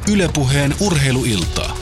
Yle Puheen urheiluiltaa.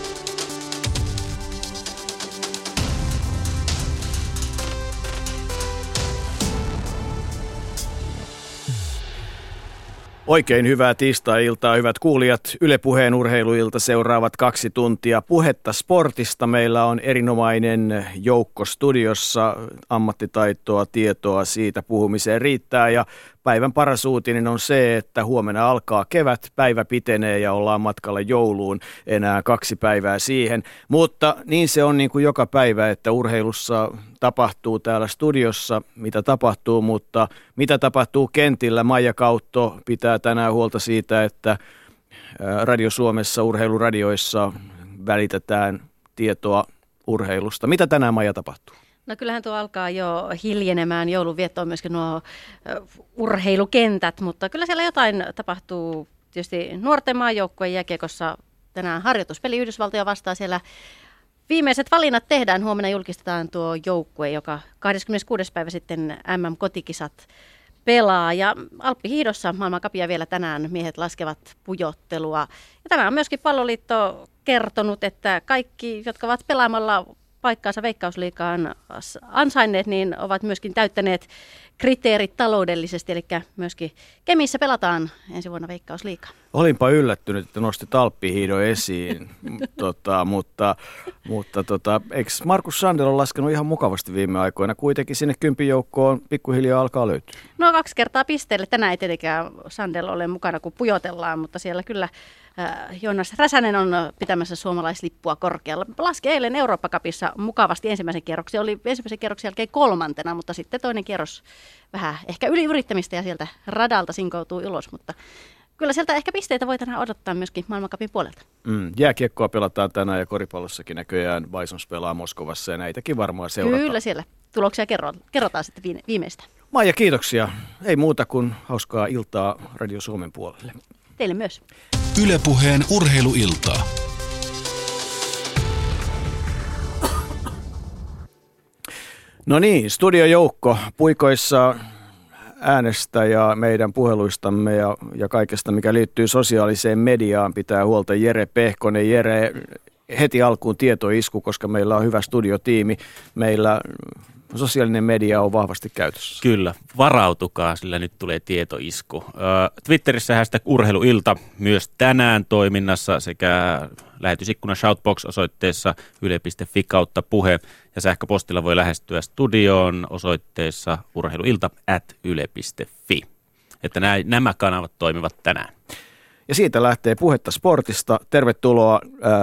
Oikein hyvää tiistai-iltaa, hyvät kuulijat. Yle Puheen urheiluilta seuraavat 2 tuntia puhetta sportista. Meillä on erinomainen joukko studiossa, ammattitaitoa, tietoa siitä puhumiseen riittää. Ja päivän paras uutinen on se, että huomenna alkaa kevät, päivä pitenee ja ollaan matkalla jouluun, enää 2 päivää siihen. Mutta niin se on niin kuin joka päivä, että urheilussa tapahtuu täällä studiossa, mitä tapahtuu, mutta mitä tapahtuu kentillä. Maija Kautto pitää tänään huolta siitä, että Radio Suomessa urheiluradioissa välitetään tietoa urheilusta. Mitä tänään, Maija, tapahtuu? No kyllähän tuo alkaa jo hiljenemään, joulunviettoon myöskin nuo urheilukentät, mutta kyllä siellä jotain tapahtuu. Tietysti nuorten maajoukkueen jääkiekossa tänään harjoituspeli Yhdysvaltoja vastaan siellä. Viimeiset valinnat tehdään, huomenna julkistetaan tuo joukkue, joka 26. päivä sitten MM-kotikisat pelaa. Ja Alppihiihdossa maailmancupia vielä tänään miehet laskevat pujottelua. Ja tänään on myöskin Palloliitto kertonut, että kaikki, jotka ovat pelaamalla paikkaansa Veikkausliigaan ansainneet, niin ovat myöskin täyttäneet kriteerit taloudellisesti, eli myöskin Kemissä pelataan ensi vuonna Veikkausliigaa. Olinpa yllättynyt, että nostit Alppihiidon esiin, mutta eikö Markus Sandel ole laskenut ihan mukavasti viime aikoina? Kuitenkin sinne 10 joukkoon pikkuhiljaa alkaa löytyä. No 2 kertaa pisteelle. Tänään ei tietenkään Sandel ole mukana, kun pujotellaan, mutta siellä kyllä Joonas Räsänen on pitämässä suomalaislippua korkealla. Laski eilen Eurooppa-cupissa mukavasti ensimmäisen kierroksen. Oli ensimmäisen kierroksen jälkeen 3., mutta sitten toinen kierros vähän ehkä yliyrittämistä ja sieltä radalta sinkoutuu ulos, mutta kyllä sieltä ehkä pisteitä voi tänään odottaa myöskin maailmancupin puolelta. Jääkiekkoa pelataan tänään ja koripallossakin näköjään Bisons pelaa Moskovassa ja näitäkin varmaan seurataan. Kyllä siellä tuloksia kerrotaan sitten viimeistä. Maija, kiitoksia. Ei muuta kuin hauskaa iltaa Radio Suomen puolelle. Teille myös. Yle Puheen urheiluiltaa. No niin, studiojoukko puikoissa äänestä ja meidän puheluistamme ja kaikesta, mikä liittyy sosiaaliseen mediaan, pitää huolta Jere Pehkonen. Jere, heti alkuun tietoisku, koska meillä on hyvä studiotiimi. Meillä sosiaalinen media on vahvasti käytössä. Kyllä, varautukaa, sillä nyt tulee tietoisku. Twitterissä #urheiluilta myös tänään toiminnassa sekä lähetysikkuna Shoutbox-osoitteessa yle.fi/puhe ja sähköpostilla voi lähestyä studioon osoitteessa urheiluilta@yle.fi. Että nämä kanavat toimivat tänään. Ja siitä lähtee puhetta sportista. Tervetuloa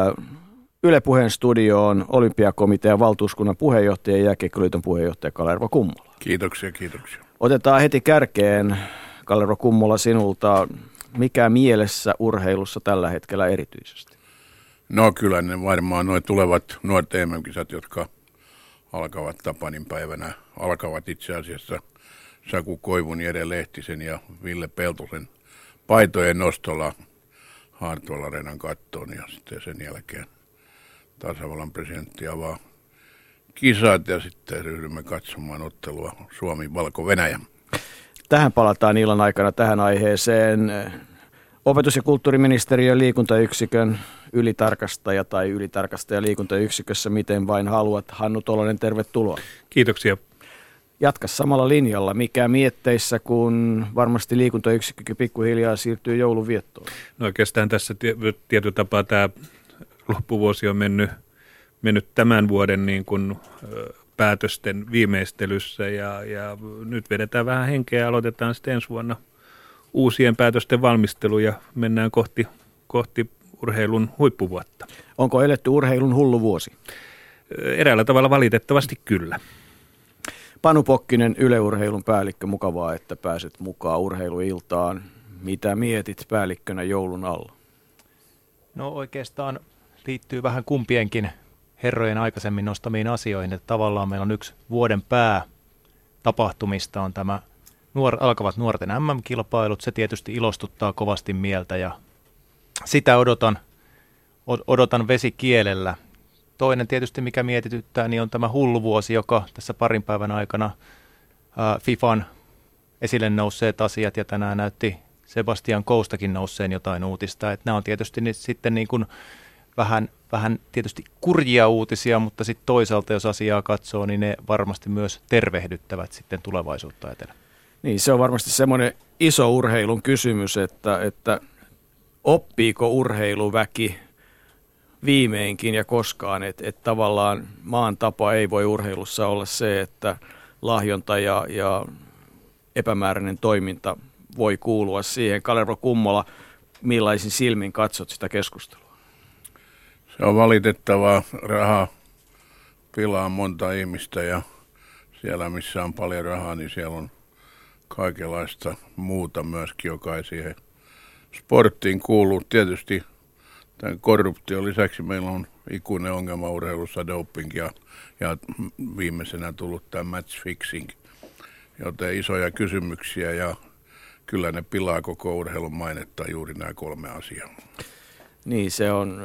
Yle Puheen studioon Olympiakomitean valtuuskunnan puheenjohtaja ja Jääkiekkoliiton puheenjohtaja Kalervo Kummola. Kiitoksia. Otetaan heti kärkeen, Kalervo Kummola, sinulta. Mikä mielessä urheilussa tällä hetkellä erityisesti? No kyllä ne varmaan nuo tulevat nuorten MM-kisat, jotka alkavat Tapanin päivänä, alkavat itse asiassa Saku Koivun, Jere Lehtisen ja Ville Peltosen paitojen nostolla Hartwall Areenan kattoon ja sitten sen jälkeen tasavallan presidentti avaa kisat ja sitten ryhdymme katsomaan ottelua Suomi-Valko-Venäjä. Tähän palataan illan aikana tähän aiheeseen. Opetus- ja kulttuuriministeriön liikuntayksikön ylitarkastaja tai ylitarkastaja liikuntayksikössä, miten vain haluat. Hannu Tolonen, tervetuloa. Kiitoksia. Jatka samalla linjalla. Mikä mietteissä, kun varmasti liikuntayksikkö pikkuhiljaa siirtyy joulunviettoon? No oikeastaan tässä tietyllä tapaa tämä loppuvuosi on mennyt tämän vuoden niin kuin päätösten viimeistelyssä ja nyt vedetään vähän henkeä ja aloitetaan sitten ensi vuonna uusien päätösten valmistelu ja mennään kohti urheilun huippuvuotta. Onko eletty urheilun hullu vuosi? Eräällä tavalla valitettavasti kyllä. Panu Pokkinen, Yle Urheilun päällikkö, mukavaa, että pääset mukaan urheiluiltaan. Mitä mietit päällikkönä joulun alla? No oikeastaan liittyy vähän kumpienkin herrojen aikaisemmin nostamiin asioihin, että tavallaan meillä on yksi vuoden päätapahtumista on tämä alkavat nuorten MM-kilpailut. Se tietysti ilostuttaa kovasti mieltä ja sitä odotan vesikielellä. Toinen tietysti, mikä mietityttää, niin on tämä hullu vuosi, joka tässä parin päivän aikana FIFAn esille nousseet asiat ja tänään näytti Sebastian Coustakin nousseen jotain uutista. Että nämä on tietysti sitten niin kuin vähän tietysti kurjia uutisia, mutta sitten toisaalta jos asiaa katsoo, niin ne varmasti myös tervehdyttävät sitten tulevaisuutta ajatellen. Niin, se on varmasti semmoinen iso urheilun kysymys, että oppiiko urheiluväki viimeinkin ja koskaan, että tavallaan maan tapa ei voi urheilussa olla se, että lahjonta ja epämääräinen toiminta voi kuulua siihen. Kalervo Kummola, millaisin silmin katsot sitä keskustelua? Se on valitettavaa. Raha pilaa monta ihmistä ja siellä missä on paljon rahaa, niin siellä on kaikenlaista muuta myöskin, joka ei siihen sporttiin kuuluu. Tietysti tämän korruption lisäksi meillä on ikuinen ongelma urheilussa doping ja viimeisenä tullut tämä match fixing, joten isoja kysymyksiä ja kyllä ne pilaa koko urheilun mainetta juuri nämä 3 asiaa. Niin, se on,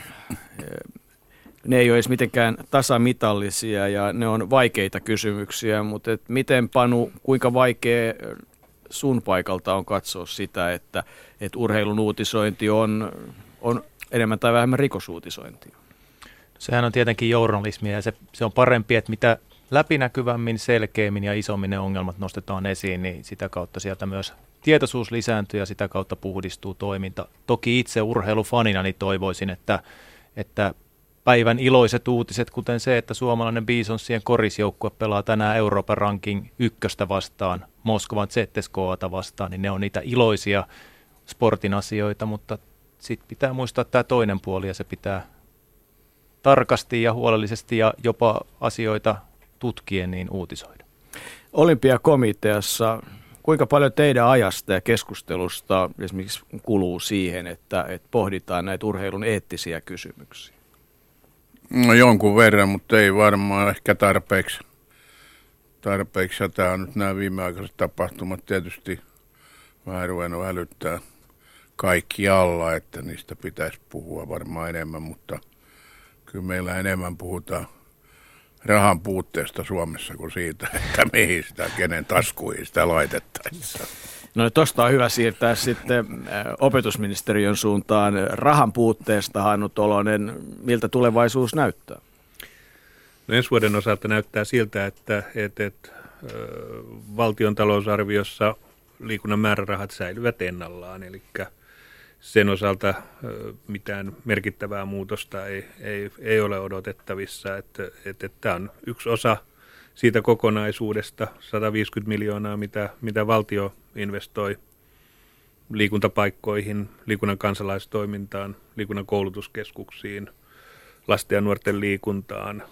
ne ei ole edes mitenkään tasamitallisia ja ne on vaikeita kysymyksiä, mutta miten Panu, kuinka vaikea sun paikalta on katsoa sitä, että urheilun uutisointi on enemmän tai vähemmän rikosuutisointia? Sehän on tietenkin journalismia ja se on parempi, että mitä läpinäkyvämmin, selkeämmin ja isommin ne ongelmat nostetaan esiin, niin sitä kautta sieltä myös tietoisuus lisääntyy ja sitä kautta puhdistuu toiminta. Toki itse urheilufanina niin toivoisin, että päivän iloiset uutiset, kuten se, että suomalainen Bisonsien korisjoukkue pelaa tänään Euroopan ranking 1 vastaan, Moskovan ZSKA:ta vastaan, niin ne on niitä iloisia sportin asioita, mutta sitten pitää muistaa tämä toinen puoli ja se pitää tarkasti ja huolellisesti ja jopa asioita tutkien niin uutisoida. Olympiakomiteassa, kuinka paljon teidän ajasta ja keskustelusta esimerkiksi kuluu siihen, että pohditaan näitä urheilun eettisiä kysymyksiä? No jonkun verran, mutta ei varmaan ehkä tarpeeksi. Ja tämä on nyt nämä viimeaikaiset tapahtumat tietysti vähän ruvennut hälyttää kaikkialla, että niistä pitäisi puhua varmaan enemmän, mutta kyllä meillä enemmän puhutaan rahan puutteesta Suomessa kuin siitä, että mihin sitä, kenen taskuihin sitä laitettaisiin. No tuosta on hyvä siirtää sitten opetusministeriön suuntaan. Rahan puutteesta, Hannu Tolonen, miltä tulevaisuus näyttää? No ensi vuoden osalta näyttää siltä, että valtion talousarviossa liikunnan määrärahat säilyvät ennallaan, eli sen osalta mitään merkittävää muutosta ei ole odotettavissa, että tämä on yksi osa siitä kokonaisuudesta, 150 miljoonaa, mitä valtio investoi liikuntapaikkoihin, liikunnan kansalaistoimintaan, liikunnan koulutuskeskuksiin, lasten ja nuorten liikuntaan,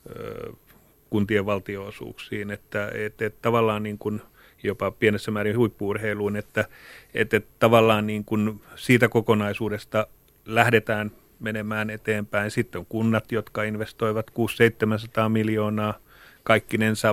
kuntien valtionosuuksiin, että tavallaan niin kuin jopa pienessä määrin huippu-urheiluun, että tavallaan niin kuin siitä kokonaisuudesta lähdetään menemään eteenpäin. Sitten on kunnat, jotka investoivat 600-700 miljoonaa kaikkinensa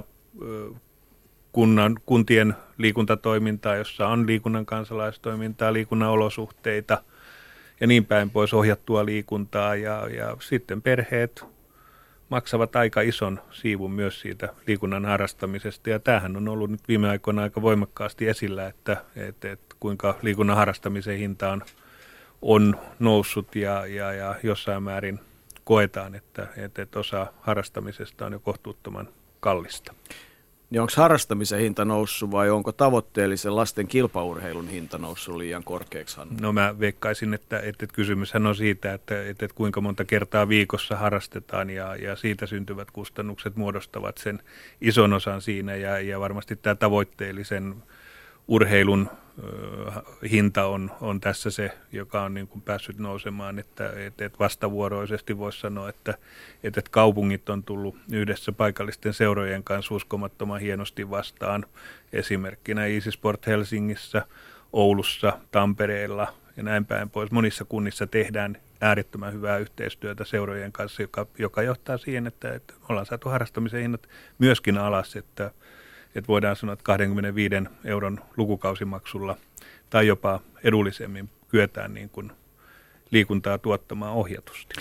kuntien liikuntatoimintaa, jossa on liikunnan kansalaistoimintaa, liikunnan olosuhteita ja niin päin pois, ohjattua liikuntaa ja sitten perheet maksavat aika ison siivun myös siitä liikunnan harrastamisesta ja tämähän on ollut nyt viime aikoina aika voimakkaasti esillä, että kuinka liikunnan harrastamisen hinta on noussut ja jossain määrin koetaan, että osa harrastamisesta on jo kohtuuttoman kallista. Niin onko harrastamisen hinta noussut vai onko tavoitteellisen lasten kilpaurheilun hinta noussut liian korkeaksi? No mä veikkaisin, että kysymyshän on siitä, että kuinka monta kertaa viikossa harrastetaan ja siitä syntyvät kustannukset muodostavat sen ison osan siinä ja varmasti tämä tavoitteellisen urheilun hinta on tässä se, joka on niin kuin päässyt nousemaan, että vastavuoroisesti voisi sanoa, että kaupungit on tullut yhdessä paikallisten seurojen kanssa uskomattoman hienosti vastaan. Esimerkkinä Easy Sport Helsingissä, Oulussa, Tampereella ja näin päin pois. Monissa kunnissa tehdään äärettömän hyvää yhteistyötä seurojen kanssa, joka johtaa siihen, että ollaan saatu harrastamisen hinnat myöskin alas, että voidaan sanoa, että 25 euron lukukausimaksulla tai jopa edullisemmin kyetään niin kuin liikuntaa tuottamaan ohjatusti.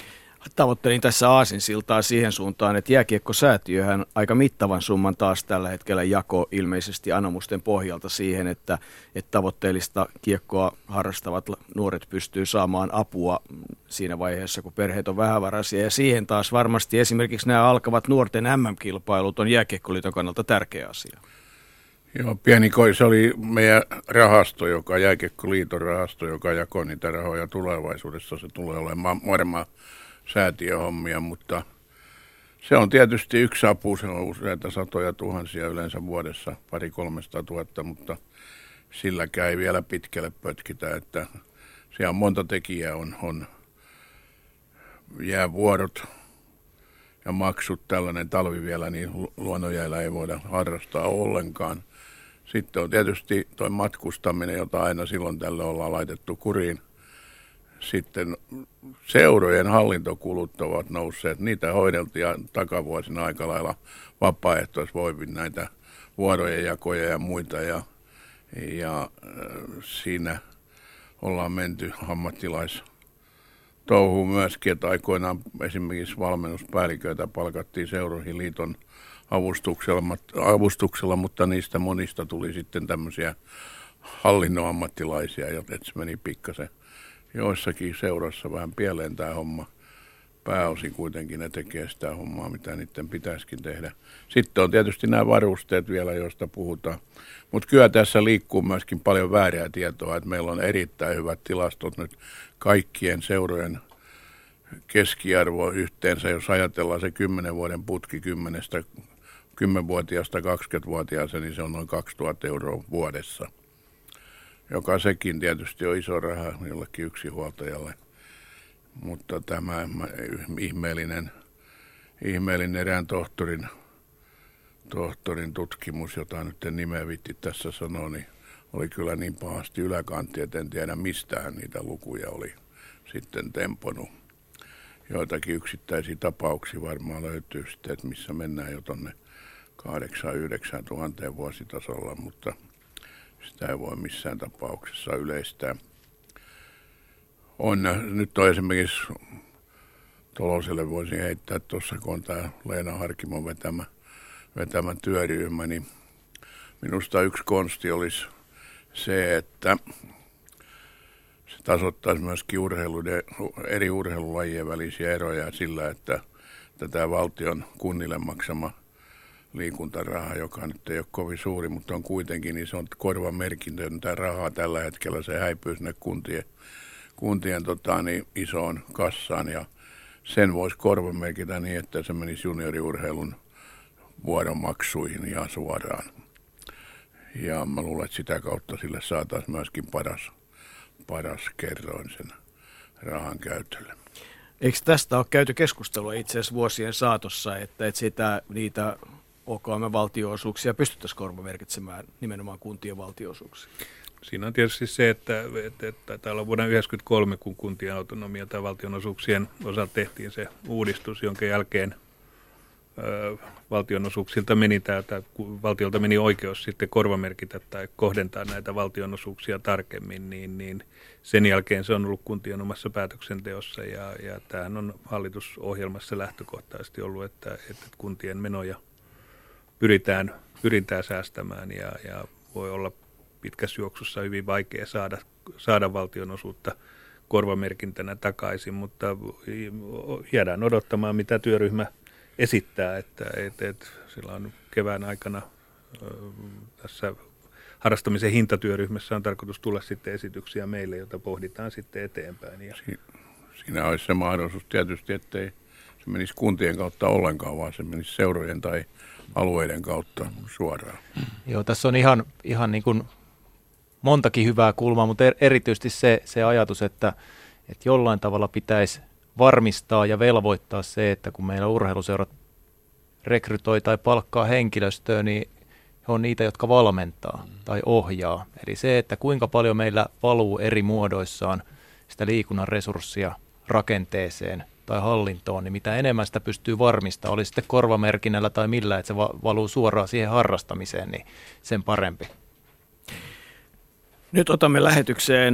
Tavoittelin tässä aasinsiltaa siihen suuntaan, että Jääkiekkosäätiöhän aika mittavan summan taas tällä hetkellä jako ilmeisesti anomusten pohjalta siihen, että tavoitteellista kiekkoa harrastavat nuoret pystyy saamaan apua siinä vaiheessa, kun perheet on vähävaraisia. Ja siihen taas varmasti esimerkiksi nämä alkavat nuorten MM-kilpailut on Jääkiekkoliiton kannalta tärkeä asia. Joo, se oli meidän rahasto, Jääkiekkoliiton rahasto, joka jakoi niitä rahoja tulevaisuudessa. Se tulee olemaan varmaan säätiöhommia, mutta se on tietysti yksi apu, se on useita satoja tuhansia yleensä vuodessa, 200–300 000, mutta silläkään ei vielä pitkälle pötkitä, että siellä on monta tekijää, on jäävuorot ja maksut, tällainen talvi vielä, niin luonnonjäällä ei voida harrastaa ollenkaan. Sitten on tietysti tuo matkustaminen, jota aina silloin tällä ollaan laitettu kuriin. Sitten seurojen hallintokulut ovat nousseet. Niitä hoideltiin takavuosina aika lailla vapaaehtoisvoimin näitä vuorojen jakoja ja muita. Ja siinä ollaan menty ammattilaistouhuun myöskin, että aikoinaan esimerkiksi valmennuspäälliköitä palkattiin seuroihin liiton avustuksella, mutta niistä monista tuli sitten tämmöisiä hallinnon ammattilaisia, joten se meni pikkasen joissakin seurassa vähän pieleen tämä homma. Pääosin kuitenkin ne tekee sitä hommaa, mitä niiden pitäisikin tehdä. Sitten on tietysti nämä varusteet vielä, joista puhutaan. Mutta kyllä tässä liikkuu myöskin paljon väärää tietoa, että meillä on erittäin hyvät tilastot nyt kaikkien seurojen keskiarvo yhteensä, jos ajatellaan se 10 vuoden putki 10-vuotiaasta 20-vuotiaaseen, niin se on noin 2000 euroa vuodessa, joka sekin tietysti on iso raha jollekin yksinhuoltajalle. Mutta tämä ihmeellinen erään tohtorin tutkimus, jota nyt en nimeä viitti tässä sanoa, niin oli kyllä niin pahasti yläkantti, että en tiedä mistähän niitä lukuja oli sitten temponut. Joitakin yksittäisiä tapauksia varmaan löytyy sitten, että missä mennään jo tuonne 8–9 000 vuositasolla, mutta sitä ei voi missään tapauksessa yleistää. Nyt on esimerkiksi Toloselle voisin heittää tuossa, kun on tämä Leena Harkimon vetämä työryhmä, niin minusta yksi konsti olisi se, että se tasoittaisi myöskin eri urheilulajien välisiä eroja sillä, että tämä valtion kunnille maksama liikuntaraha, joka nyt ei ole kovin suuri, mutta on kuitenkin, niin se on korvamerkintöntä rahaa tällä hetkellä. Se häipyy sinne kuntien isoon kassaan ja sen voisi korvamerkitä niin, että se menisi junioriurheilun vuoromaksuihin ihan suoraan. Ja mä luulen, että sitä kautta sille saataisiin myöskin paras kerroin sen rahan käytölle. Eikö tästä ole käyty keskustelua itse asiassa vuosien saatossa, että niitä OKM-valtionosuuksia pystyttäisiin korvamerkitsemään nimenomaan kuntien valtionosuuksia? Siinä on tietysti se, että täällä vuonna 1993, kun kuntien autonomia tai valtionosuuksien osalta tehtiin se uudistus, jonka jälkeen valtiolta meni oikeus sitten korvamerkitä tai kohdentaa näitä valtionosuuksia tarkemmin, niin sen jälkeen se on ollut kuntien omassa päätöksenteossa ja tämähän on hallitusohjelmassa lähtökohtaisesti ollut, että kuntien menoja pyritään säästämään ja voi olla pitkässä juoksussa hyvin vaikea saada valtionosuutta korvamerkintänä takaisin, mutta jäädään odottamaan, mitä työryhmä esittää, että sillä on kevään aikana tässä harrastamisen hintatyöryhmässä on tarkoitus tulla sitten esityksiä meille, joita pohditaan sitten eteenpäin. Siinä olisi se mahdollisuus tietysti, ettei se menisi kuntien kautta ollenkaan, vaan se menisi seurojen tai alueiden kautta suoraan. Joo, tässä on ihan niin kuin montakin hyvää kulmaa, mutta erityisesti se ajatus, että jollain tavalla pitäisi varmistaa ja velvoittaa se, että kun meillä urheiluseurat rekrytoi tai palkkaa henkilöstöä, niin he on niitä, jotka valmentaa tai ohjaa. Eli se, että kuinka paljon meillä valuu eri muodoissaan sitä liikunnan resurssia rakenteeseen tai hallintoon, niin mitä enemmän sitä pystyy varmistamaan, oli sitten korvamerkinnällä tai millä, että se valuu suoraan siihen harrastamiseen, niin sen parempi. Nyt otamme lähetykseen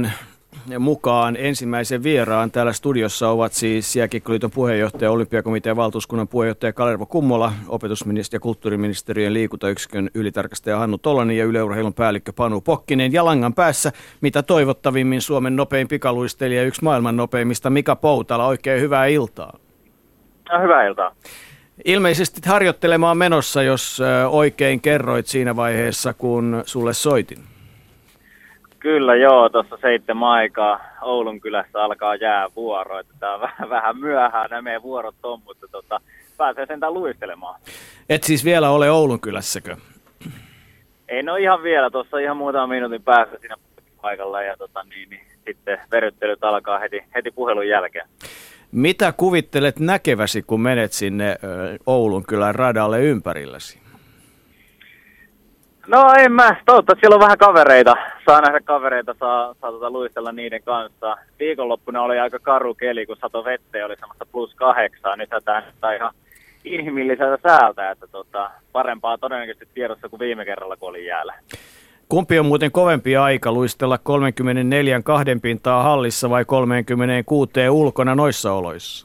mukaan ensimmäisen vieraan. Täällä studiossa ovat siis Jääkiekkoliiton puheenjohtaja, Olympiakomitean valtuuskunnan puheenjohtaja Kalervo Kummola, opetusministeri ja kulttuuriministeriön liikuntayksikön ylitarkastaja Hannu Tolonen ja yleurheilun päällikkö Panu Pokkinen. Ja langan päässä mitä toivottavimmin Suomen nopein pikaluistelija, yksi maailman nopeimmista, Mika Poutala. Oikein hyvää iltaa. No, hyvää iltaa. Ilmeisesti harjoittelemaan menossa, jos oikein kerroit siinä vaiheessa, kun sulle soitin. Kyllä joo, tuossa 7 aikaa Oulun kylässä alkaa jäävuoro, että tää on vähän myöhään, nämä meidän vuorot on, mutta pääsee sentään luistelemaan. Et siis vielä ole Oulun kylässäkö? Ei no ihan vielä, tuossa ihan muutaman minuutin päässä siinä paikalla ja sitten veryttelyt alkaa heti puhelun jälkeen. Mitä kuvittelet näkeväsi, kun menet sinne Oulun kylän radalle ympärilläsi? No en mä, toivottavasti siellä on vähän kavereita, saa nähdä kavereita, saa luistella niiden kanssa. Viikonloppuna oli aika karu keli, kun sato vettä ja oli semmoista +8, nyt tämä ihan inhimilliseltä säältä, että parempaa todennäköisesti tiedossa kuin viime kerralla, kun oli jäällä. Kumpi on muuten kovempi aika, luistella 34 2 pintaa hallissa vai 36 ulkona noissa oloissa?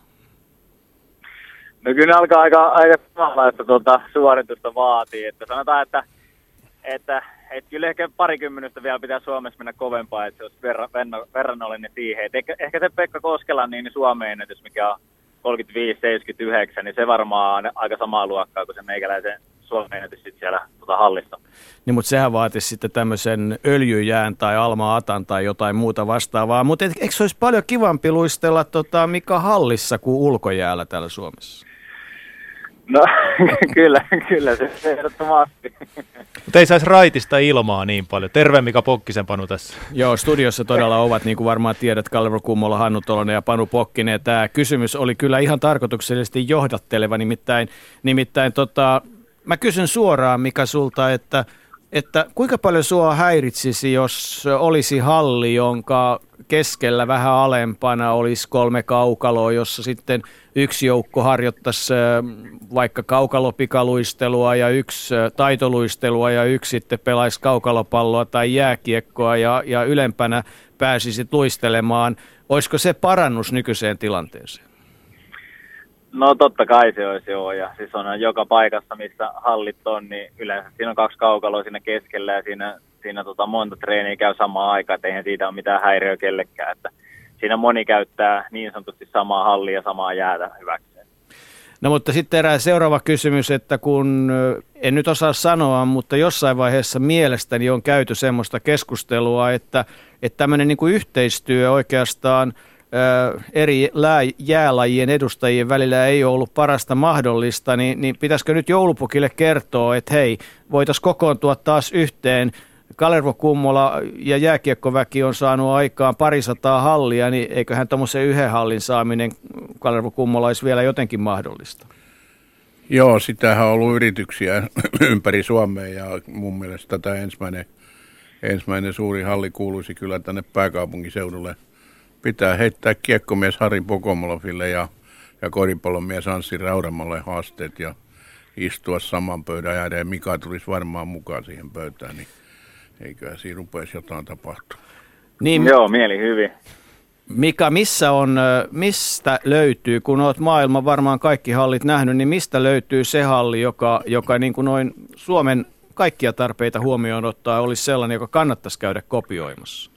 No kyllä ne alkaa aika samanlaista suoritusta vaatii, että sanotaan, että kyllä ehkä parikymmenistä vielä pitää Suomessa mennä kovempaa, että se olisi verrannollinen siihen. Et ehkä se Pekka Koskelan niin Suomen ennätys, mikä on 35-79, niin se varmaan on aika samaa luokkaa kuin se meikäläisen Suomen ennätys sitten siellä hallissa. Niin, mutta sehän vaatisi sitten tämmöisen öljyjään tai Alma-Atan tai jotain muuta vastaavaa. Mutta eikö se olisi paljon kivampi luistella Mika hallissa kuin ulkojäällä täällä Suomessa? No kyllä se ehdottomasti. Mutta ei saisi raitista ilmaa niin paljon. Terve Mika Pokkisen, Panu tässä. Joo, studiossa todella ovat, niin kuin varmaan tiedät, Kalervo Kummola, Hannu Tolonen ja Panu Pokkinen. Tämä kysymys oli kyllä ihan tarkoituksellisesti johdatteleva, nimittäin mä kysyn suoraan, Mika, sulta, että kuinka paljon sua häiritsisi, jos olisi halli, jonka keskellä vähän alempana olisi 3 kaukaloa, jossa sitten yksi joukko harjoittaisi vaikka kaukalopikaluistelua ja yksi taitoluistelua ja yksi sitten pelaisi kaukalopalloa tai jääkiekkoa ja ylempänä pääsisit luistelemaan. Olisiko se parannus nykyiseen tilanteeseen? No totta kai se olisi joo, ja siis on joka paikassa, missä hallit on, niin yleensä siinä on 2 kaukaloa siinä keskellä ja siinä monta treeniä käy samaan aikaan, että eihän siitä ole mitään häiriöä kellekään, että siinä moni käyttää niin sanotusti samaa hallia ja samaa jäätä hyväkseen. No mutta sitten erään seuraava kysymys, että kun en nyt osaa sanoa, mutta jossain vaiheessa mielestäni on käyty semmoista keskustelua, että tämmöinen niin kuin yhteistyö oikeastaan eri jäälajien edustajien välillä ei ole ollut parasta mahdollista, niin pitäisikö nyt joulupukille kertoa, että hei, voitaisiin kokoontua taas yhteen. Kalervo Kummola ja jääkiekkoväki on saanut aikaan 200 hallia, niin eiköhän tuommoisen yhden hallin saaminen Kalervo Kummola olisi vielä jotenkin mahdollista? Joo, sitähän on ollut yrityksiä ympäri Suomea ja mun mielestä tämä ensimmäinen suuri halli kuuluisi kyllä tänne pääkaupunkiseudulle. Pitää heittää kiekkomies Harri Pokomoloville ja koripallomies Anssi Raudamalle haasteet ja istua saman pöydän ääreen. Mika tulisi varmaan mukaan siihen pöytään, niin eiköhän siinä rupeisi jotain tapahtua. Niin, joo, mieli hyvin. Mika, mistä löytyy, kun olet maailman varmaan kaikki hallit nähnyt, niin mistä löytyy se halli, joka niin kuin noin Suomen kaikkia tarpeita huomioon ottaa, olisi sellainen, joka kannattaisi käydä kopioimassa?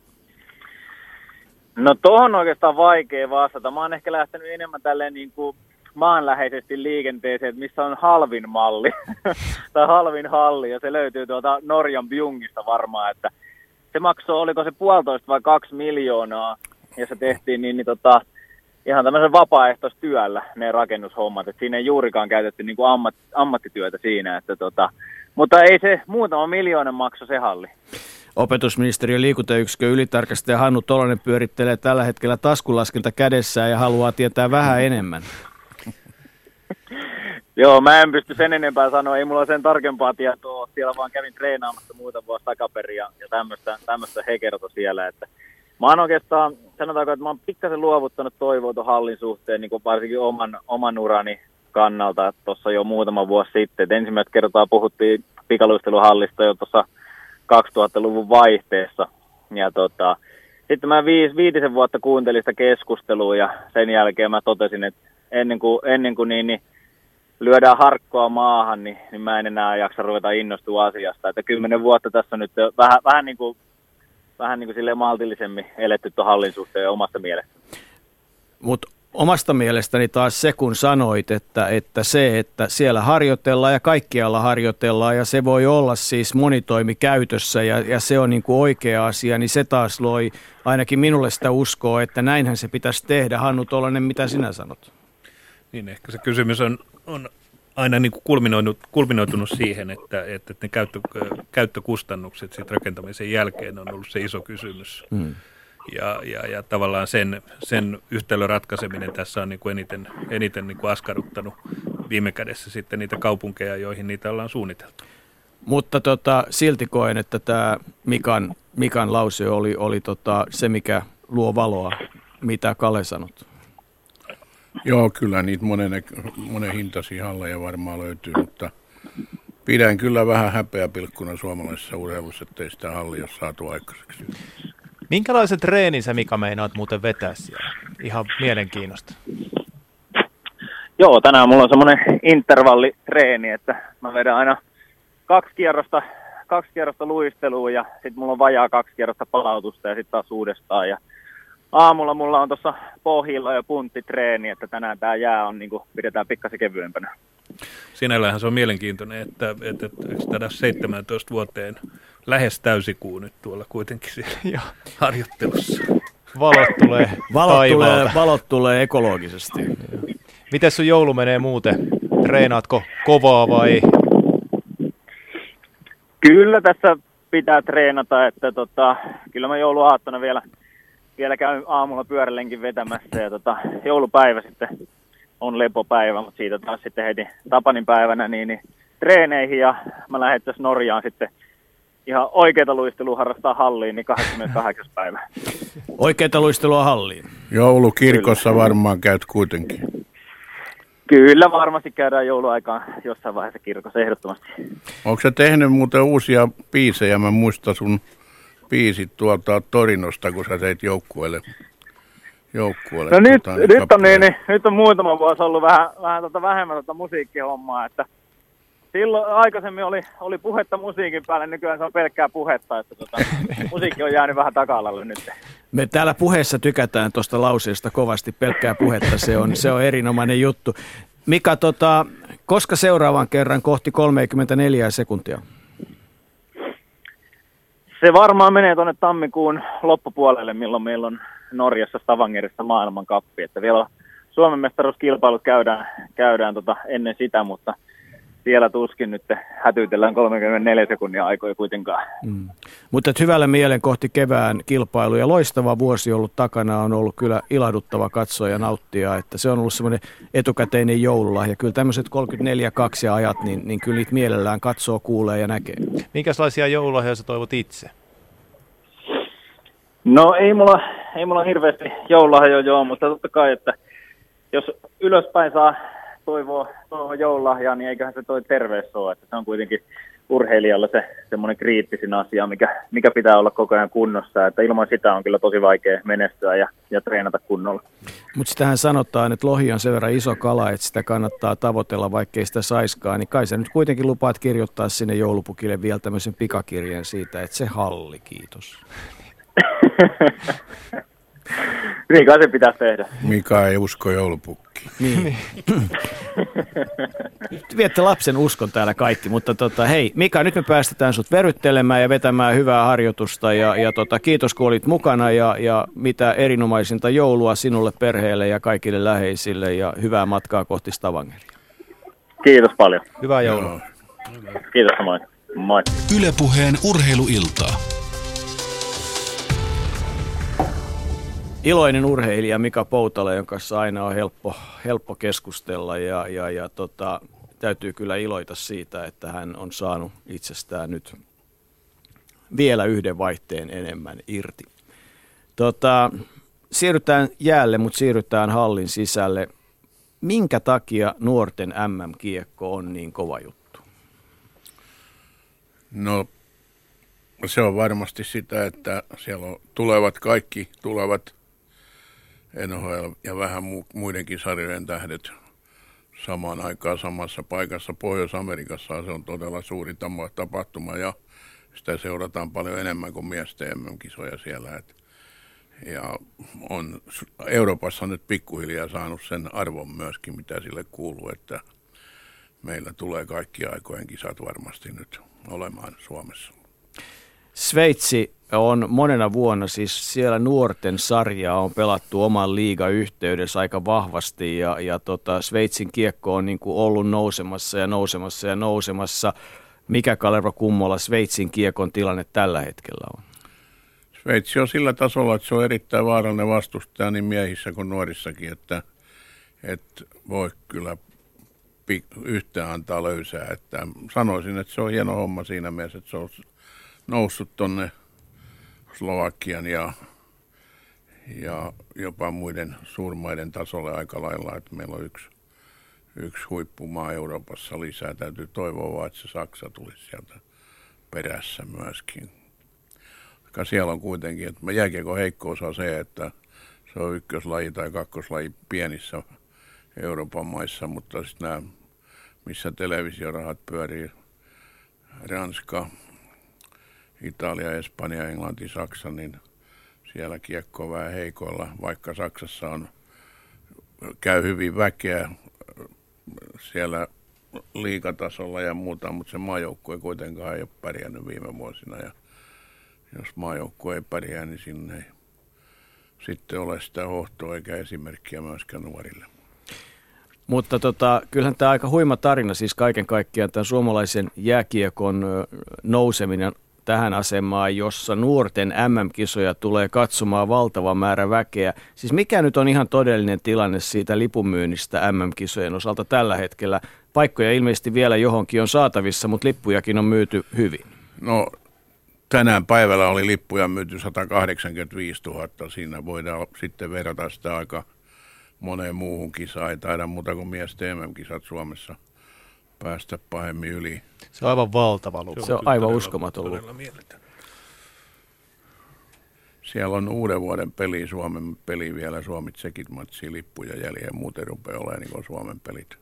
No tuohon oikeastaan vaikea vastata. Mä oon ehkä lähtenyt enemmän tälleen niin kuin maanläheisesti liikenteeseen, että missä on halvin malli tai halvin halli, ja se löytyy Norjan Bjungista varmaan, että se maksoi, oliko se 1,5 vai 2 miljoonaa, ja se tehtiin ihan tämmöisen vapaaehtoistyöllä ne rakennushommat, että siinä ei juurikaan käytetty niin kuin ammattityötä siinä, että mutta ei se muutama miljoonan makso se halli. Opetusministeriön liikuntayksikön ylitarkastaja Hannu Tolonen pyörittelee tällä hetkellä taskulaskinta kädessään ja haluaa tietää vähän enemmän. Joo, mä en pysty sen enempää sanoa, ei mulla sen tarkempaa tietoa, siellä vaan kävin treenaamassa muutama vuosi takaperin ja tämmöistä he kertoi siellä, että mä oon oikeastaan, sanotaanko, että mä oon pikkasen luovuttanut toivoa tuon hallin suhteen, niin kuin varsinkin oman urani kannalta tuossa jo muutama vuosi sitten, että ensimmäistä kertaa puhuttiin pikaluisteluhallista jo tuossa 2000-luvun vaihteessa, ja sitten mä viitisen vuotta kuuntelin sitä keskustelua ja sen jälkeen mä totesin, että ennen kuin niin lyödään harkkoa maahan, niin mä en enää jaksa ruveta innostua asiasta. Että 10 vuotta tässä nyt vähän niin kuin silleen maltillisemmin eletty tuon hallin suhteen omasta mielestä. Mutta omasta mielestäni taas se, kun sanoit, että siellä harjoitellaan ja kaikkialla harjoitellaan ja se voi olla siis monitoimikäytössä ja se on niin kuin oikea asia, niin se taas loi ainakin minulle sitä uskoa, että näinhän se pitäisi tehdä. Hannu Tolonen, mitä sinä sanot? Niin ehkä se kysymys on aina niin kuin kulminoitunut siihen, että ne käyttökustannukset sit rakentamisen jälkeen on ollut se iso kysymys. Ja tavallaan sen yhtälön ratkaiseminen tässä on niin kuin eniten niin kuin askarruttanut viime kädessä sitten niitä kaupunkeja, joihin niitä ollaan suunniteltu. Mutta silti koen, että tämä Mikan lause oli se, mikä luo valoa. Mitä Kalle sanot? Joo, kyllä niitä monen hintaisia halleja varmaan löytyy, mutta pidän kyllä vähän häpeäpilkkuna suomalaisessa urheilussa, ettei sitä hallia ole saatu aikaiseksi. Minkälaisen treenin sä, Mika, meinaat muuten vetää siellä? Ihan mielenkiinnosta. Joo, tänään mulla on semmoinen intervallitreeni, että mä vedän aina 2 kierrosta luistelua ja sitten mulla on vajaa 2 kierrosta palautusta ja sitten taas uudestaan. Ja aamulla mulla on tuossa pohjilla jo punttitreeni, että tänään tää jää on niin kuin pidetään pikkasen kevyempänä. Sinällähän se on mielenkiintoinen, että tämä 17 vuoteen lähes täysikuu nyt tuolla kuitenkin siellä harjoittelussa. Valot tulee ekologisesti. Miten sun joulu menee muuten? Treenaatko kovaa vai? Kyllä tässä pitää treenata, että kyllä mä jouluaattona vielä käyn aamulla pyörällenkin vetämässä ja joulupäivä sitten on lepopäivä, mutta siitä taas sitten heti Tapanin päivänä niin treeneihin ja mä lähden tässä Norjaan sitten ihan oikeita luistelua harrastaa halliin, niin 28. päivä. Oikeita luistelua halliin. Joulukirkossa varmaan käyt kuitenkin. Kyllä varmasti käydään jouluaikaan jossain vaiheessa kirkossa ehdottomasti. Onko sä tehnyt muuten uusia biisejä? Mä muistan sun biisit tuolta Torinosta, kun sä teit joukkueelle. No nyt on muutama vuosi ollut vähän vähemmän musiikkihommaa, että silloin aikaisemmin oli puhetta musiikin päälle, nykyään se on pelkkää puhetta, että musiikki on jäänyt vähän taka-alalle nyt. Me täällä puheessa tykätään tuosta lauseesta kovasti, pelkkää puhetta, se on erinomainen juttu. Mika, koska seuraavan kerran kohti 34 sekuntia? Se varmaan menee tuonne tammikuun loppupuolelle, milloin meillä on Norjassa Stavangerissa maailmankappi, että vielä Suomen mestaruuskilpailut käydään ennen sitä, mutta siellä tuskin nyt hätyytellään 34 sekunnin aikoja kuitenkaan. Mutta hyvällä mielen kohti kevään kilpailuja. Loistava vuosi ollut takana, on ollut kyllä ilahduttava katsoa ja nauttia, että se on ollut semmoinen etukäteinen joululahja. Kyllä tämmöiset 34-2 ajat, niin kyllä niitä mielellään katsoo, kuulee ja näkee. Minkälaisia joululahjoja sä toivot itse? No ei mulla hirveästi joululahjoja, mutta totta kai, että jos ylöspäin saa toivoo joululahjaa, niin eiköhän se toi terveys ole, että se on kuitenkin urheilijalle se semmoinen kriittisin asia, mikä pitää olla koko ajan kunnossa, että ilman sitä on kyllä tosi vaikea menestyä ja treenata kunnolla. Mutta sitähän sanotaan, että lohi on sen verran iso kala, että sitä kannattaa tavoitella, vaikkei sitä saiskaan, niin kai sä nyt kuitenkin lupaat kirjoittaa sinne joulupukille vielä tämmöisen pikakirjan siitä, että se halli, kiitos. Niin kai se pitäisi tehdä. Mika ei usko joulupukkiin. Niin. Viette lapsen uskon täällä kaikki, mutta hei Mika, nyt me päästetään sut veryttelemään ja vetämään hyvää harjoitusta ja kiitos kun olit mukana ja mitä erinomaisinta joulua sinulle, perheelle ja kaikille läheisille ja hyvää matkaa kohti Stavangeria. Kiitos paljon. Hyvää joulua. Kiitos samoin. Moi. Yle Puheen urheiluiltaa. Iloinen urheilija Mika Poutala, jonka kanssa aina on helppo keskustella ja täytyy kyllä iloita siitä, että hän on saanut itsestään nyt vielä yhden vaihteen enemmän irti. Siirrytään jäälle, mutta siirrytään hallin sisälle. Minkä takia nuorten MM-kiekko on niin kova juttu? No se on varmasti sitä, että siellä kaikki tulevat NHL ja vähän muidenkin sarjojen tähdet samaan aikaan samassa paikassa. Pohjois-Amerikassa se on todella suuri tapahtuma ja sitä seurataan paljon enemmän kuin miesten MM-kisoja siellä. Ja Euroopassa on nyt pikkuhiljaa saanut sen arvon myöskin, mitä sille kuuluu, että meillä tulee kaikki aikojen kisat varmasti nyt olemaan Suomessa. Sveitsi on monena vuonna, siis siellä nuorten sarjaa on pelattu oman liigayhteydessä aika vahvasti ja Sveitsin kiekko on niin kuin ollut nousemassa ja nousemassa ja nousemassa. Mikä, Kalerva Kummola, Sveitsin kiekon tilanne tällä hetkellä on? Sveitsi on sillä tasolla, että se on erittäin vaarallinen vastustaja niin miehissä kuin nuorissakin, että voi kyllä yhtään antaa löysää. Että sanoisin, että se on hieno homma siinä mielessä, että se on noussut tuonne Slovakian ja jopa muiden suurmaiden tasolle aika lailla, että meillä on yksi huippumaa Euroopassa lisää. Täytyy toivoa vaan, että se Saksa tulisi sieltä perässä myöskin. Siellä on kuitenkin, että jääkiekon heikkous on se, että se on ykköslaji tai kakkoslaji pienissä Euroopan maissa, mutta sitten nämä, missä televisiorahat pyörii, Ranska, Italia, Espanja, Englanti, Saksa, niin siellä kiekko on vähän heikoilla, vaikka Saksassa käy hyvin väkeä siellä liigatasolla ja muuta, mutta se maajoukkue kuitenkaan ei ole pärjännyt viime vuosina ja jos maajoukkue ei pärjää, niin sinne ei sitten ole sitä hohtoa eikä esimerkkiä myöskään nuorille. Mutta kyllähän tämä aika huima tarina, siis kaiken kaikkiaan tämän suomalaisen jääkiekon nouseminen tähän asemaan, jossa nuorten MM-kisoja tulee katsomaan valtava määrä väkeä. Siis mikä nyt on ihan todellinen tilanne siitä lipunmyynnistä MM-kisojen osalta tällä hetkellä? Paikkoja ilmeisesti vielä johonkin on saatavissa, mutta lippujakin on myyty hyvin. No tänään päivällä oli lippuja myyty 185 000. Siinä voidaan sitten verrata sitä aika moneen muuhun kisaan. Ei taida muuta kuin miesten MM-kisat Suomessa päästä pahemmin yli. Se on aivan valtava luku. Se on aivan uskomaton luku. Siellä on uuden vuoden peli, Suomen peli vielä, Suomi-Tsekit matsia lippuja jäljellä, muuten rupeaa olemaan niin kuin Suomen pelit.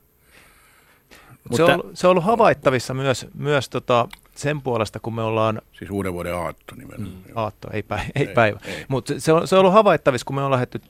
Se on ollut havaittavissa myös sen puolesta, kun me ollaan... Siis uuden vuoden aatto nimenomaan. Aatto, ei päivä. Mutta se on ollut havaittavissa, kun me on lähdetty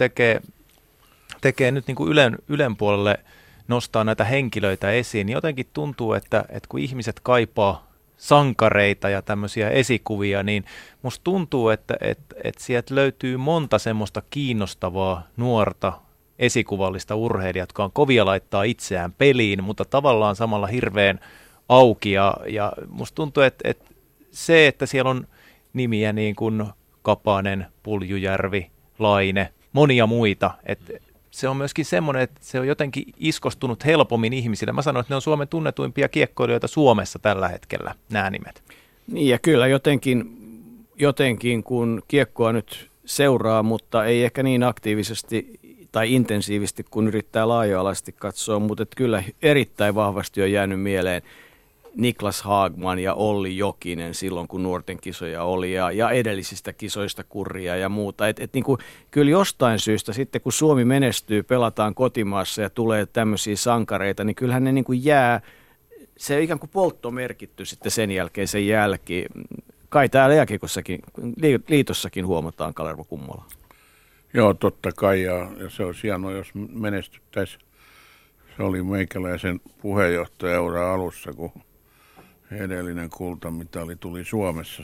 tekee nyt niin kuin Ylen puolelle nostaa näitä henkilöitä esiin, niin jotenkin tuntuu, että kun ihmiset kaipaa sankareita ja tämmöisiä esikuvia, niin musta tuntuu, että sieltä löytyy monta semmoista kiinnostavaa nuorta esikuvallista urheilijaa, jotka on kovia laittaa itseään peliin, mutta tavallaan samalla hirveän auki. Ja musta tuntuu, että se, että siellä on nimiä niin kuin Kapanen, Puljujärvi, Laine, monia muita, että se on myöskin semmoinen, että se on jotenkin iskostunut helpommin ihmisille. Mä sanoin, että ne on Suomen tunnetuimpia kiekkoilijoita Suomessa tällä hetkellä, nämä nimet. Niin ja kyllä jotenkin kun kiekkoa nyt seuraa, mutta ei ehkä niin aktiivisesti tai intensiivisesti, kun yrittää laaja-alaisesti katsoa, mutta kyllä erittäin vahvasti on jäänyt mieleen Niklas Hagman ja Olli Jokinen silloin, kun nuorten kisoja oli ja edellisistä kisoista Kurria ja muuta. Niin kuin, kyllä jostain syystä sitten, kun Suomi menestyy, pelataan kotimaassa ja tulee tämmöisiä sankareita, niin kyllähän ne niin kuin jää, se on ikään kuin polttomerkitty sitten sen jälkeen sen jälkeen. Kai täällä jääkiekossakin, liitossakin huomataan, Kalervo Kummola. Joo, totta kai, ja se olisi hienoa, jos menestyttäisiin. Se oli meikäläisen puheenjohtajaura alussa, kun edellinen kultamitali tuli Suomessa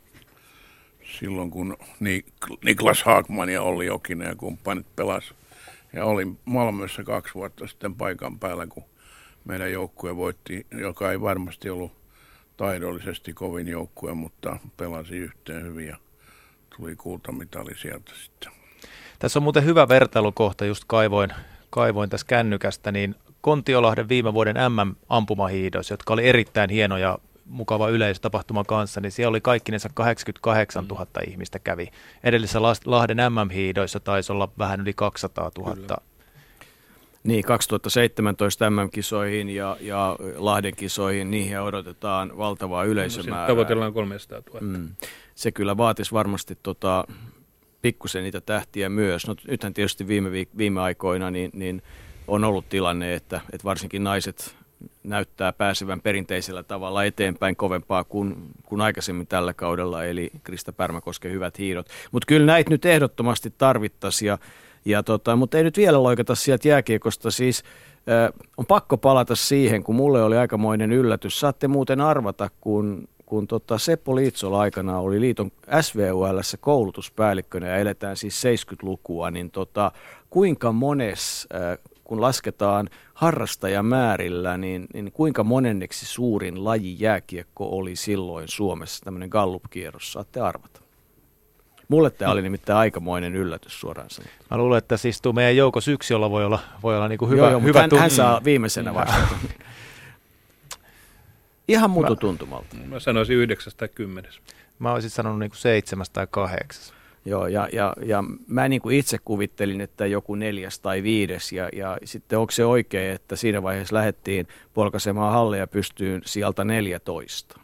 silloin kun Niklas Hagman ja Olli Jokinen ja kumppanit pelasi. Ja olin Malmössä 2 vuotta sitten paikan päällä, kun meidän joukkue voitti, joka ei varmasti ollut taidollisesti kovin joukkue, mutta pelasi yhteen hyvin ja tuli kultamitali sieltä sitten. Tässä on muuten hyvä vertailukohta, just kaivoin tässä kännykästä, niin Kontiolahden viime vuoden MM-ampumahiidoissa, jotka oli erittäin hieno ja mukava yleisötapahtuma kanssa, niin siellä oli kaikkinensa 88 000 ihmistä kävi. Edellisessä Lahden MM-hiidoissa taisi olla vähän yli 200 000. Kyllä. Niin, 2017 MM-kisoihin ja Lahden kisoihin, niihin odotetaan valtavaa yleisömäärää. Tavoitellaan 300 000. Se kyllä vaatisi varmasti pikkusen niitä tähtiä myös. No, nythän tietysti viime aikoina niin on ollut tilanne, että varsinkin naiset näyttää pääsevän perinteisellä tavalla eteenpäin kovempaa kuin aikaisemmin tällä kaudella, eli Krista Pärmäkosken hyvät hiidot. Mutta kyllä näitä nyt ehdottomasti tarvittaisiin, mutta ei nyt vielä loikata sieltä jääkiekosta. Siis on pakko palata siihen, kun mulle oli aikamoinen yllätys. Saatte muuten arvata, kun Seppo Liitsola aikana oli liiton SVUL:ssä koulutuspäällikkönä ja eletään siis 70-lukua, niin kuinka mones, kun lasketaan harrastajamäärillä, niin kuinka monenneksi suurin laji jääkiekko oli silloin Suomessa, tämmöinen Gallup-kierros, saatte arvata. Mulle tämä oli nimittäin aikamoinen yllätys suoraan sanottuna. Mä luulen, että siis tuo meidän joukossa yksiolla voi olla niin kuin hyvä. Joo, mutta hän saa viimeisenä vastata. Ihan mututuntumalta. Mä sanoisin 9 tai 10. Mä olisin sanonut niin kuin 7 tai 8. Joo, ja mä niin kuin itse kuvittelin, että joku 4. tai 5. Ja sitten onko se oikein, että siinä vaiheessa lähdettiin polkaisemaan halleja pystyyn sieltä 14?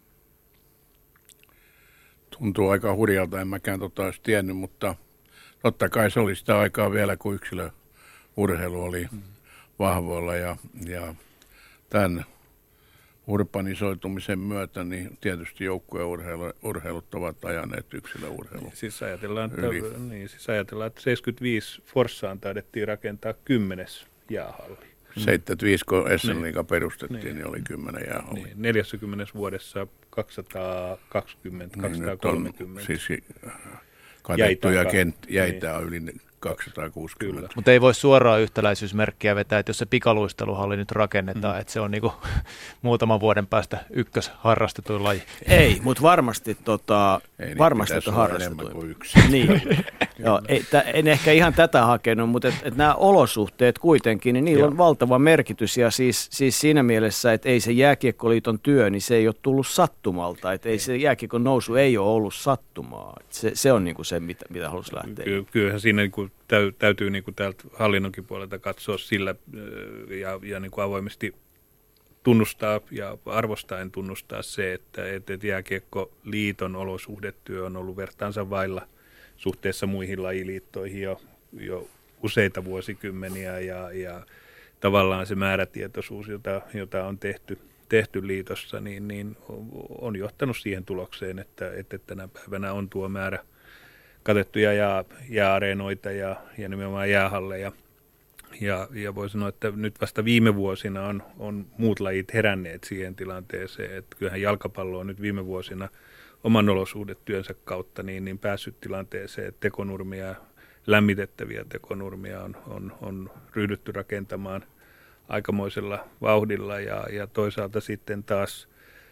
Tuntuu aika hurjalta, en mäkään olisi tiennyt, mutta totta kai se oli sitä aikaa vielä, kun yksilöurheilu oli vahvoilla ja tämän urbanisoitumisen myötä niin tietysti joukkueurheilut ovat ajaneet yksilöurheilu. Siis ajatellaan, että 75 Forssaan taidettiin rakentaa 10. jäähalli. 75, kun SN-liiga perustettiin, niin oli 10 jäähalli. Niin, 40 vuodessa 220, 230. Siis katettuja jäitä on yli 260. Mutta ei voi suoraan yhtäläisyysmerkkiä vetää, että jos se pikaluisteluhalli nyt rakennetaan, että se on niinku muutaman vuoden päästä ykkösharrastetuin laji. Ei, mutta varmasti varmasti harrastetuin. Kuin yksi. Niin. Joo, en ehkä ihan tätä hakenut, mutta nämä olosuhteet kuitenkin, niin niillä on valtava merkitys ja siis siinä mielessä, että ei se Jääkiekkoliiton työ, niin se ei ole tullut sattumalta, että ei se jääkiekon nousu ei ole ollut sattumaa. Se on niinku se, mitä halusi lähteä. Kyllähän siinä niinku täytyy niinku täältä hallinnonkin puolelta katsoa sillä ja niinku avoimesti tunnustaa ja arvostaen tunnustaa se, että Jääkiekkoliiton olosuhdetyö on ollut vertaansa vailla suhteessa muihin lajiliittoihin jo useita vuosikymmeniä ja tavallaan se määrätietoisuus, jota on tehty liitossa, niin on johtanut siihen tulokseen, että tänä päivänä on tuo määrä katettuja jääareenoita ja nimenomaan jäähalleja. Ja voi sanoa, että nyt vasta viime vuosina on muut lajit heränneet siihen tilanteeseen, että kyllähän jalkapallo on nyt viime vuosina oman olosuhdetyönsä kautta niin päässyt tilanteeseen, että tekonurmia, lämmitettäviä tekonurmia on ryhdytty rakentamaan aikamoisella vauhdilla ja toisaalta sitten taas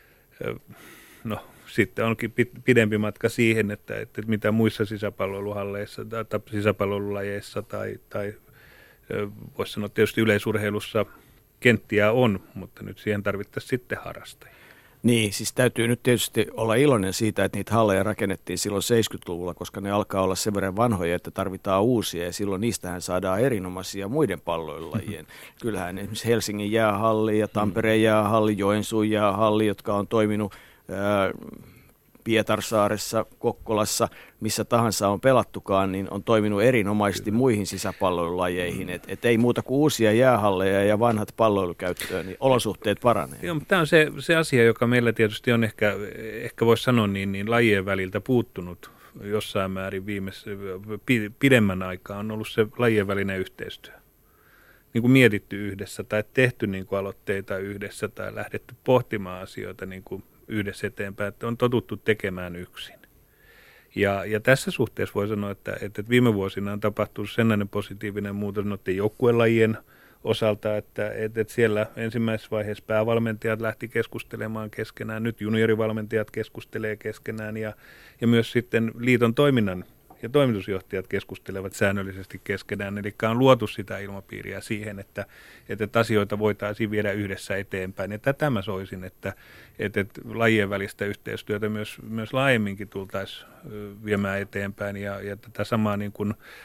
sitten onkin pidempi matka siihen, että mitä muissa sisäpalloiluhalleissa tai sisäpalloilulajeissa tai voisi sanoa tietysti yleisurheilussa kenttiä on, mutta nyt siihen tarvittaisiin sitten harrastajia. Niin, siis täytyy nyt tietysti olla iloinen siitä, että niitä halleja rakennettiin silloin 70-luvulla, koska ne alkaa olla sen verran vanhoja, että tarvitaan uusia ja silloin niistähän saadaan erinomaisia muiden palloilulajien. Kyllähän esimerkiksi Helsingin jäähalli ja Tampereen jäähalli, Joensuun jäähalli, jotka on toiminut Pietarsaaressa, Kokkolassa, missä tahansa on pelattukaan, niin on toiminut erinomaisesti muihin sisäpalloilulajeihin. Et ei muuta kuin uusia jäähalleja ja vanhat palloilukäyttöön, niin olosuhteet paranee. Joo, mutta tämä on se asia, joka meillä tietysti on ehkä voisi sanoa niin lajien väliltä puuttunut jossain määrin pidemmän aikaa on ollut se lajien välinen yhteistyö. Niin kuin mietitty yhdessä tai tehty niin kuin aloitteita yhdessä tai lähdetty pohtimaan asioita niin kuin yhdessä eteenpäin, että on totuttu tekemään yksin. Ja tässä suhteessa voi sanoa, että viime vuosina on tapahtunut sellainen positiivinen muutos noiden joukkuelajien osalta, että siellä ensimmäisessä vaiheessa päävalmentajat lähti keskustelemaan keskenään, nyt juniorivalmentajat keskustelee keskenään ja myös sitten liiton toiminnan ja toimitusjohtajat keskustelevat säännöllisesti keskenään, eli on luotu sitä ilmapiiriä siihen, että asioita voitaisiin viedä yhdessä eteenpäin. Ja tätä mä soisin, että lajien välistä yhteistyötä myös laajemminkin tultaisiin viemään eteenpäin, ja tätä samaa niin kuin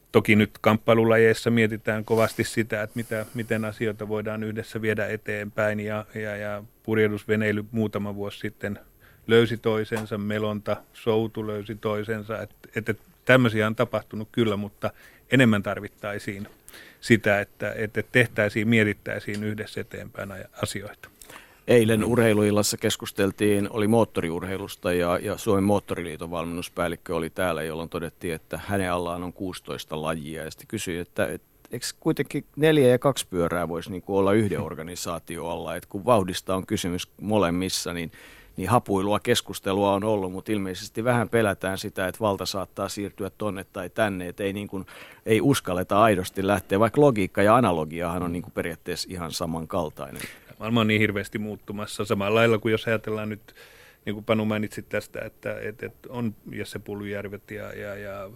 Toki nyt kamppailulajeissa mietitään kovasti sitä, että miten asioita voidaan yhdessä viedä eteenpäin ja purjehdusveneily muutama vuosi sitten löysi toisensa, melonta, soutu löysi toisensa, että tämmöisiä on tapahtunut kyllä, mutta enemmän tarvittaisiin sitä, että tehtäisiin, mietittäisiin yhdessä eteenpäin asioita. Eilen urheiluillassa keskusteltiin, oli moottoriurheilusta ja Suomen moottoriliiton valmennuspäällikkö oli täällä, jolloin todettiin, että hänen allaan on 16 lajia. Ja sitten kysyi, että eikö kuitenkin 4 ja 2 pyörää voisi niin kuin olla yhden organisaatio alla, että kun vauhdista on kysymys molemmissa, niin hapuilua keskustelua on ollut, mutta ilmeisesti vähän pelätään sitä, että valta saattaa siirtyä tonne tai tänne, että ei uskalleta aidosti lähteä, vaikka logiikka ja analogiahan on niin kuin periaatteessa ihan samankaltainen. Maailma on niin hirveästi muuttumassa samalla lailla kuin jos ajatellaan nyt, niin kuin Panu mainitsit tästä, että on Jesse Puljujärvet ja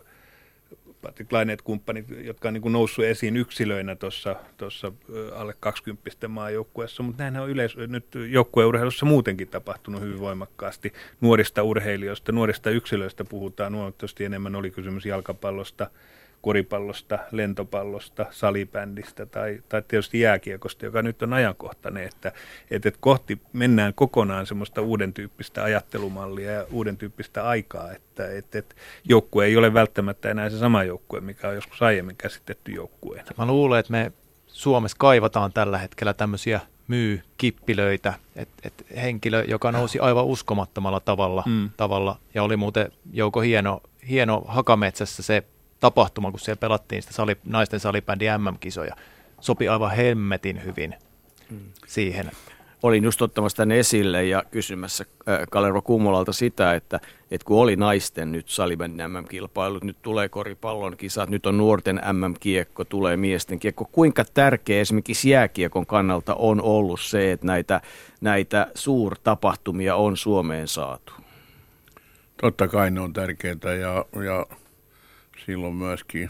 Patrik Laineet kumppanit, jotka on niin kuin noussut esiin yksilöinä tuossa alle 20 maajoukkueessa, mutta näinhän on nyt joukkueurheilussa muutenkin tapahtunut hyvin voimakkaasti. Nuorista urheilijoista, nuorista yksilöistä puhutaan huomattavasti enemmän, oli kysymys jalkapallosta, koripallosta, lentopallosta, salibändistä tai tietysti jääkiekosta, joka nyt on ajankohtainen, että kohti mennään kokonaan semmoista uuden tyyppistä ajattelumallia ja uuden tyyppistä aikaa, että joukkue ei ole välttämättä enää se sama joukkue, mikä on joskus aiemmin käsitetty joukkueena. Mä luulen, että me Suomessa kaivataan tällä hetkellä tämmöisiä kippilöitä, että henkilö, joka nousi aivan uskomattomalla tavalla ja oli muuten Jouko hieno Hakametsässä se tapahtuma, kun siellä pelattiin sitä naisten salibändin MM-kisoja, sopi aivan hemmetin hyvin siihen. Olin just ottamassa tänne esille ja kysymässä Kalervo Kummolalta sitä, että kun oli naisten nyt salibändin MM-kilpailut, nyt tulee koripallon kisat, nyt on nuorten MM-kiekko, tulee miesten kiekko. Kuinka tärkeä esimerkiksi jääkiekon kannalta on ollut se, että näitä suurtapahtumia on Suomeen saatu? Totta kai ne on tärkeitä ja silloin myöskin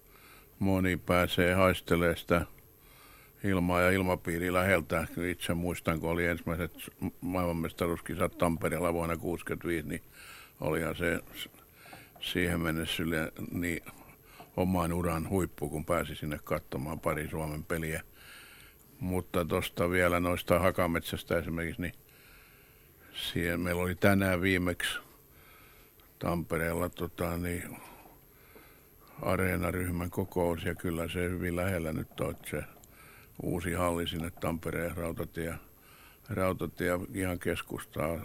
moni pääsee haistelemaan sitä ilmaa ja ilmapiiri läheltä. Itse muistan, kun oli ensimmäiset maailmanmestaruuskisat Tampereella vuonna 1965, niin olihan se siihen mennessä niin oman uran huippu, kun pääsi sinne katsomaan pari Suomen peliä. Mutta tuosta vielä noista Hakametsästä esimerkiksi, niin siihen meillä oli tänään viimeksi Tampereella areenaryhmän kokous, ja kyllä se hyvin lähellä nyt on, se uusi halli sinne Tampereen rautatie ihan keskustaa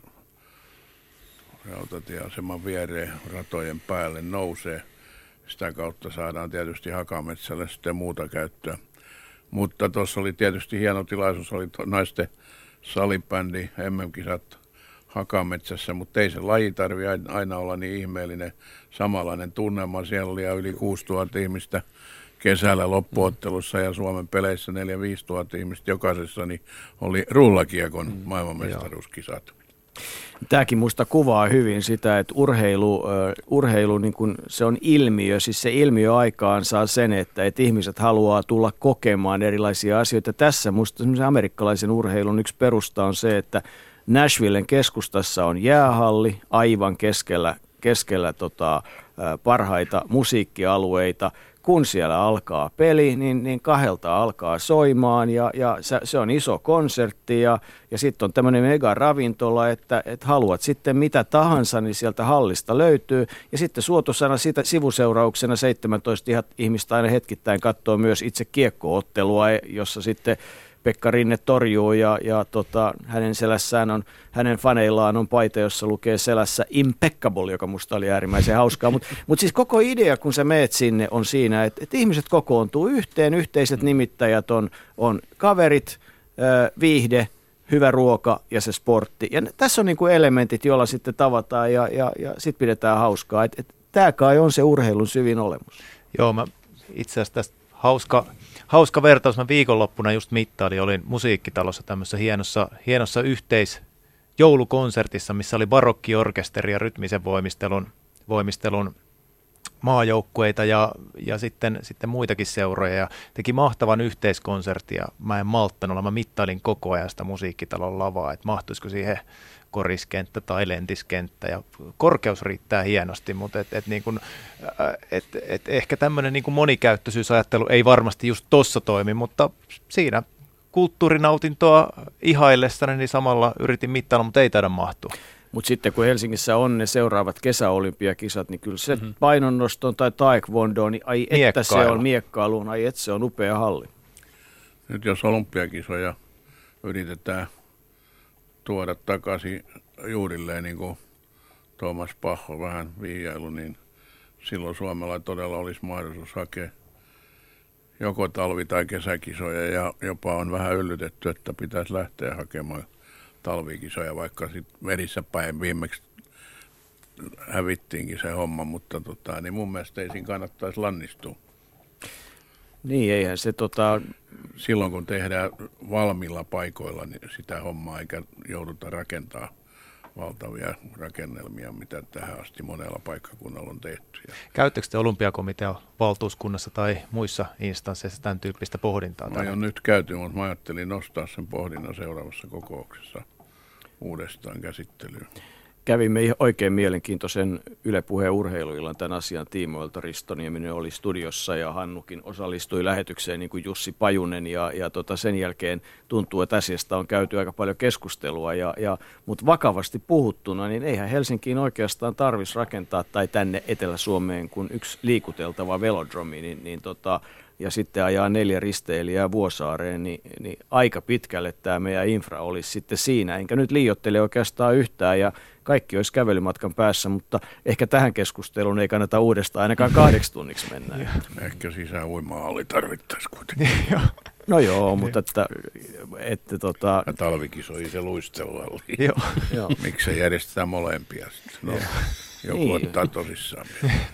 rautatieaseman viereen ratojen päälle nousee. Sitä kautta saadaan tietysti Hakametsälle sitten muuta käyttöä. Mutta tuossa oli tietysti hieno tilaisuus, oli naisten salibändi MM-kisat Hakametsässä, mutta ei se laji tarvitse aina olla niin ihmeellinen. Samanlainen tunnelma, siellä oli yli 6000 ihmistä kesällä loppuottelussa ja Suomen peleissä 4-5 tuhatta ihmistä jokaisessa, niin oli rullakiekon maailmanmestaruuskisat. Tämäkin musta kuvaa hyvin sitä, että urheilu niin kun se on ilmiö, siis se ilmiö aikaan saa sen, että ihmiset haluaa tulla kokemaan erilaisia asioita. Tässä musta amerikkalaisen urheilun yksi perusta on se, että Nashvillen keskustassa on jäähalli aivan keskellä parhaita musiikkialueita. Kun siellä alkaa peli, niin 2 alkaa soimaan ja se on iso konsertti ja sitten on tämmöinen mega ravintola, että haluat sitten mitä tahansa, niin sieltä hallista löytyy. Ja sitten suotuisana siitä sivuseurauksena 17 ihmistä aina hetkittäin katsoo myös itse kiekko-ottelua, jossa sitten Pekka Rinne torjuu ja hänen selässään hänen faneillaan on paita, jossa lukee selässä impeccable, joka musta oli äärimmäisen hauskaa. Mutta siis koko idea, kun sä meet sinne, on siinä, että ihmiset kokoontuu yhteen, yhteiset nimittäjät on kaverit, viihde, hyvä ruoka ja se sportti. Ja tässä on niinku elementit, joilla sitten tavataan ja sitten pidetään hauskaa. Tämä kai on se urheilun syvin olemus. Joo, mä itse asiassa tästä hauska vertaus. Mä viikonloppuna just mittailin, olin musiikkitalossa tämmöisessä hienossa joulukonsertissa, missä oli barokkiorkesteri ja rytmisen voimistelun maajoukkueita ja sitten muitakin seuroja ja teki mahtavan yhteiskonsertin ja mä en malttanut olla, mä mittailin koko ajan sitä musiikkitalon lavaa, että mahtuisiko siihen koriskenttä tai lentiskenttä ja korkeus riittää hienosti, mutta ehkä tämmöinen niin kuin monikäyttöisyysajattelu ei varmasti just tossa toimi, mutta siinä kulttuurinautintoa ihaillessani niin samalla yritin mittailla, mutta ei taida mahtua. Mutta sitten kun Helsingissä on ne seuraavat kesäolympiakisat, niin kyllä se painonnoston tai taekwondoon, niin ai että se on miekkailuun, ai että se on upea halli. Nyt jos olympiakisoja yritetään tuoda takaisin juurilleen, niin kuin Thomas Bach on vähän vihjailu, niin silloin Suomella todella olisi mahdollisuus hakea joko talvi- tai kesäkisoja, ja jopa on vähän yllytetty, että pitäisi lähteä hakemaan talvikisoja, vaikka sitten verissä päin viimeksi hävittiinkin se homma, mutta niin mun mielestä ei siinä kannattaisi lannistua. Niin, eihän se Silloin kun tehdään valmilla paikoilla niin sitä hommaa, eikä jouduta rakentaa valtavia rakennelmia, mitä tähän asti monella paikkakunnalla on tehty. Käyttekö te olympiakomitean valtuuskunnassa tai muissa instansseissa tämän tyyppistä pohdintaa? Mä oon nyt käyty, mutta mä ajattelin nostaa sen pohdinnan seuraavassa kokouksessa uudestaan käsittelyyn. Kävimme oikein mielenkiintoisen Yle Puheen urheiluillan tämän asian tiimoilta. Risto Nieminen oli studiossa ja Hannukin osallistui lähetykseen niin kuin Jussi Pajunen ja sen jälkeen tuntuu, että asiasta on käyty aika paljon keskustelua, mutta vakavasti puhuttuna, niin eihän Helsinkiin oikeastaan tarvitsisi rakentaa tai tänne Etelä-Suomeen kuin yksi liikuteltava velodromi, ja sitten ajaa 4 risteilijää Vuosaareen, niin aika pitkälle tämä meidän infra olisi sitten siinä. Enkä nyt liioittele oikeastaan yhtään ja kaikki olisi kävelymatkan päässä, mutta ehkä tähän keskusteluun ei kannata uudestaan ainakaan 8 tunniksi mennä. Ehkä sisäuima-halli tarvittaisi kuitenkin. No joo, mutta että ja talvikisoihin se luisteluhalli. Joo. Miksi se järjestetään molempia sitten? No, joku ottaa tosissaan.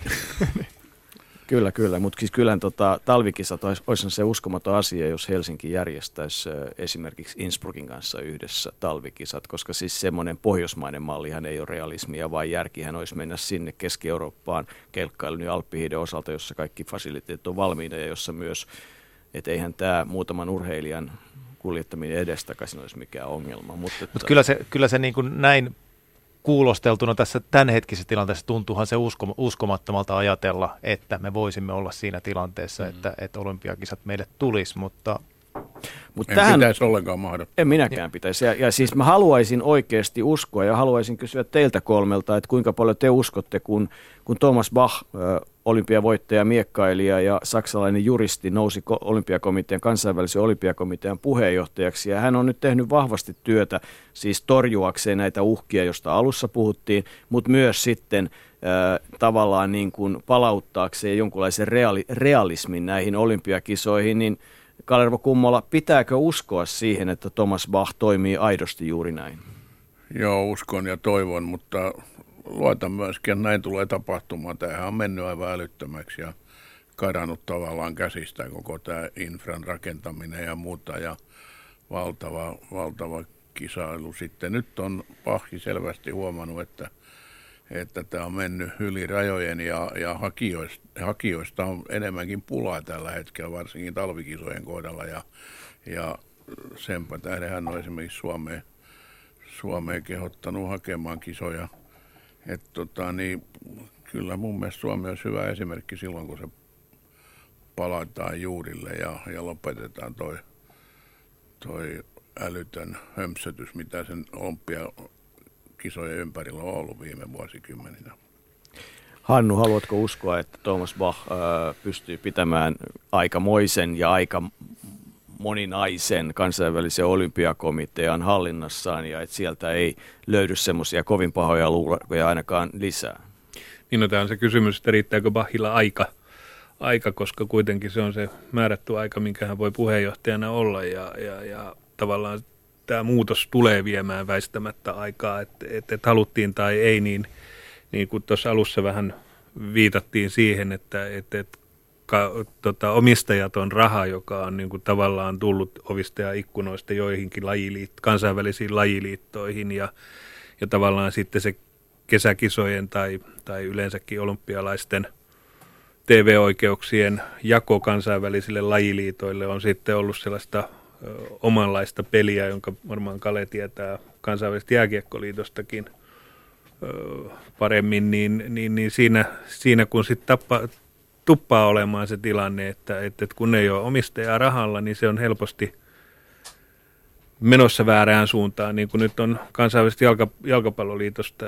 Kyllä, mutta siis kyllähän talvikisat olisi se uskomaton asia, jos Helsinki järjestäisi esimerkiksi Innsbruckin kanssa yhdessä talvikisat, koska siis semmoinen pohjoismainen mallihan ei ole realismia, vaan järkihän olisi mennä sinne Keski-Eurooppaan kelkkailun ja Alppihiiden osalta, jossa kaikki fasiliteetit on valmiina ja jossa myös, että eihän tämä muutaman urheilijan kuljettaminen edestakaisin olisi mikään ongelma. Mutta kyllä se niin kuin näin kuulosteltuna tässä tämänhetkisessä tilanteessa tuntuuhan se uskomattomalta ajatella, että me voisimme olla siinä tilanteessa, että olympiakisat meille tulisi, mutta pitäisi ollenkaan mahdottomuutta. En minäkään pitäisi. Ja siis mä haluaisin oikeasti uskoa ja haluaisin kysyä teiltä 3, että kuinka paljon te uskotte, kun Thomas Bach, olympiavoittaja, miekkailija ja saksalainen juristi nousi kansainvälisen olympiakomitean puheenjohtajaksi. Ja hän on nyt tehnyt vahvasti työtä siis torjuakseen näitä uhkia, joista alussa puhuttiin, mutta myös sitten tavallaan niin kuin palauttaakseen jonkunlaisen realismin näihin olympiakisoihin, niin Kalervo Kummola, pitääkö uskoa siihen, että Thomas Bach toimii aidosti juuri näin? Joo, uskon ja toivon, mutta luotan myöskin, että näin tulee tapahtumaan. Tämähän on mennyt aivan älyttömäksi ja karannut tavallaan käsistä koko tämä infran rakentaminen ja muuta ja valtava kisailu. Sitten nyt on Bach selvästi huomannut, että tämä on mennyt yli rajojen ja hakijoista on enemmänkin pulaa tällä hetkellä, varsinkin talvikisojen kohdalla. Ja senpä tähden hän on esimerkiksi Suomeen kehottanut hakemaan kisoja. Niin, kyllä mun mielestä Suomi olisi hyvä esimerkki silloin, kun se palataan juurille ja lopetetaan toi älytön hömpsötys, mitä sen olympiakisojen ympärillä on ollut viime vuosikymmeninä. Hannu, haluatko uskoa, että Thomas Bach pystyy pitämään aikamoisen ja aika moninaisen kansainvälisen olympiakomitean hallinnassaan ja että sieltä ei löydy semmoisia kovin pahoja luuloja ainakaan lisää? Niin, no tämä on se kysymys, että riittääkö Bachilla aika, koska kuitenkin se on se määrätty aika, minkä hän voi puheenjohtajana olla ja tavallaan tämä muutos tulee viemään väistämättä aikaa, että haluttiin tai ei, niin kuin tuossa alussa vähän viitattiin siihen, että omistajaton raha, joka on niin kuin tavallaan tullut ovista ja ikkunoista joihinkin kansainvälisiin lajiliittoihin ja tavallaan sitten se kesäkisojen tai yleensäkin olympialaisten TV-oikeuksien jako kansainvälisille lajiliitoille on sitten ollut sellaista omanlaista peliä, jonka varmaan Kale tietää kansainvälisestä jääkiekkoliitostakin paremmin, niin siinä kun sitten tuppaa olemaan se tilanne, että kun ei ole omistajaa rahalla, niin se on helposti menossa väärään suuntaan, niin kuin nyt on kansainvälisestä jalkapalloliitosta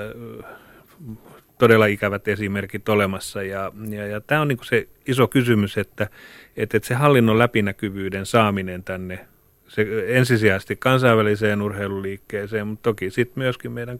todella ikävät esimerkit olemassa. Ja tämä on niin kuin se iso kysymys, että se hallinnon läpinäkyvyyden saaminen tänne se ensisijaisesti kansainväliseen urheiluliikkeeseen, mutta toki sitten myöskin meidän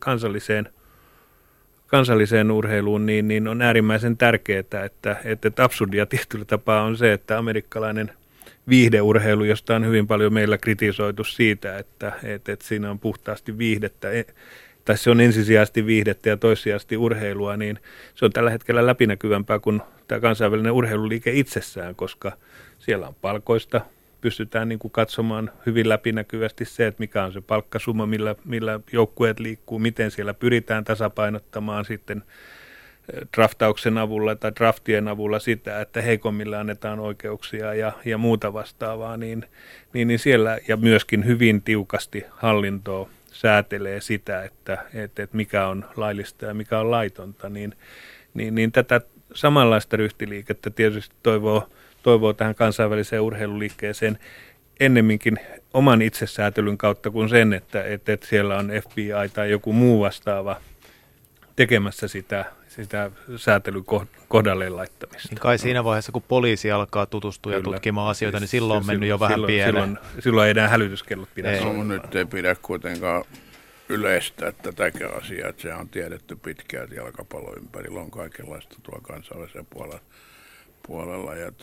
kansalliseen urheiluun, niin on äärimmäisen tärkeää, että absurdia tietyllä tapaa on se, että amerikkalainen viihdeurheilu, josta on hyvin paljon meillä kritisoitu siitä, että siinä on puhtaasti viihdettä, tai se on ensisijaisesti viihdettä ja toissijaisesti urheilua, niin se on tällä hetkellä läpinäkyvämpää kuin tämä kansainvälinen urheiluliike itsessään, koska siellä on palkoista, pystytään niin kuin katsomaan hyvin läpinäkyvästi se, että mikä on se palkkasumma, millä joukkueet liikkuu, miten siellä pyritään tasapainottamaan sitten draftauksen avulla tai draftien avulla sitä, että heikommille annetaan oikeuksia ja muuta vastaavaa, niin siellä ja myöskin hyvin tiukasti hallintoa säätelee sitä, että mikä on laillista ja mikä on laitonta, niin tätä samanlaista ryhtiliikettä tietysti toivoo tähän kansainväliseen urheiluliikkeeseen ennemminkin oman itsesäätelyn kautta kuin sen, että siellä on FBI tai joku muu vastaava tekemässä sitä säätelyn kohdalleen laittamista. Niin kai siinä vaiheessa, kun poliisi alkaa tutustua ja tutkimaan asioita, niin silloin on mennyt jo vähän pieleen. Silloin ei enää hälytyskellot pidä. Nyt ei pidä kuitenkaan yleistä tätäkin asiaa, että se on tiedetty pitkään, että jalkapallon ympärillä on kaikenlaista tuolla kansainvälisellä puolella ja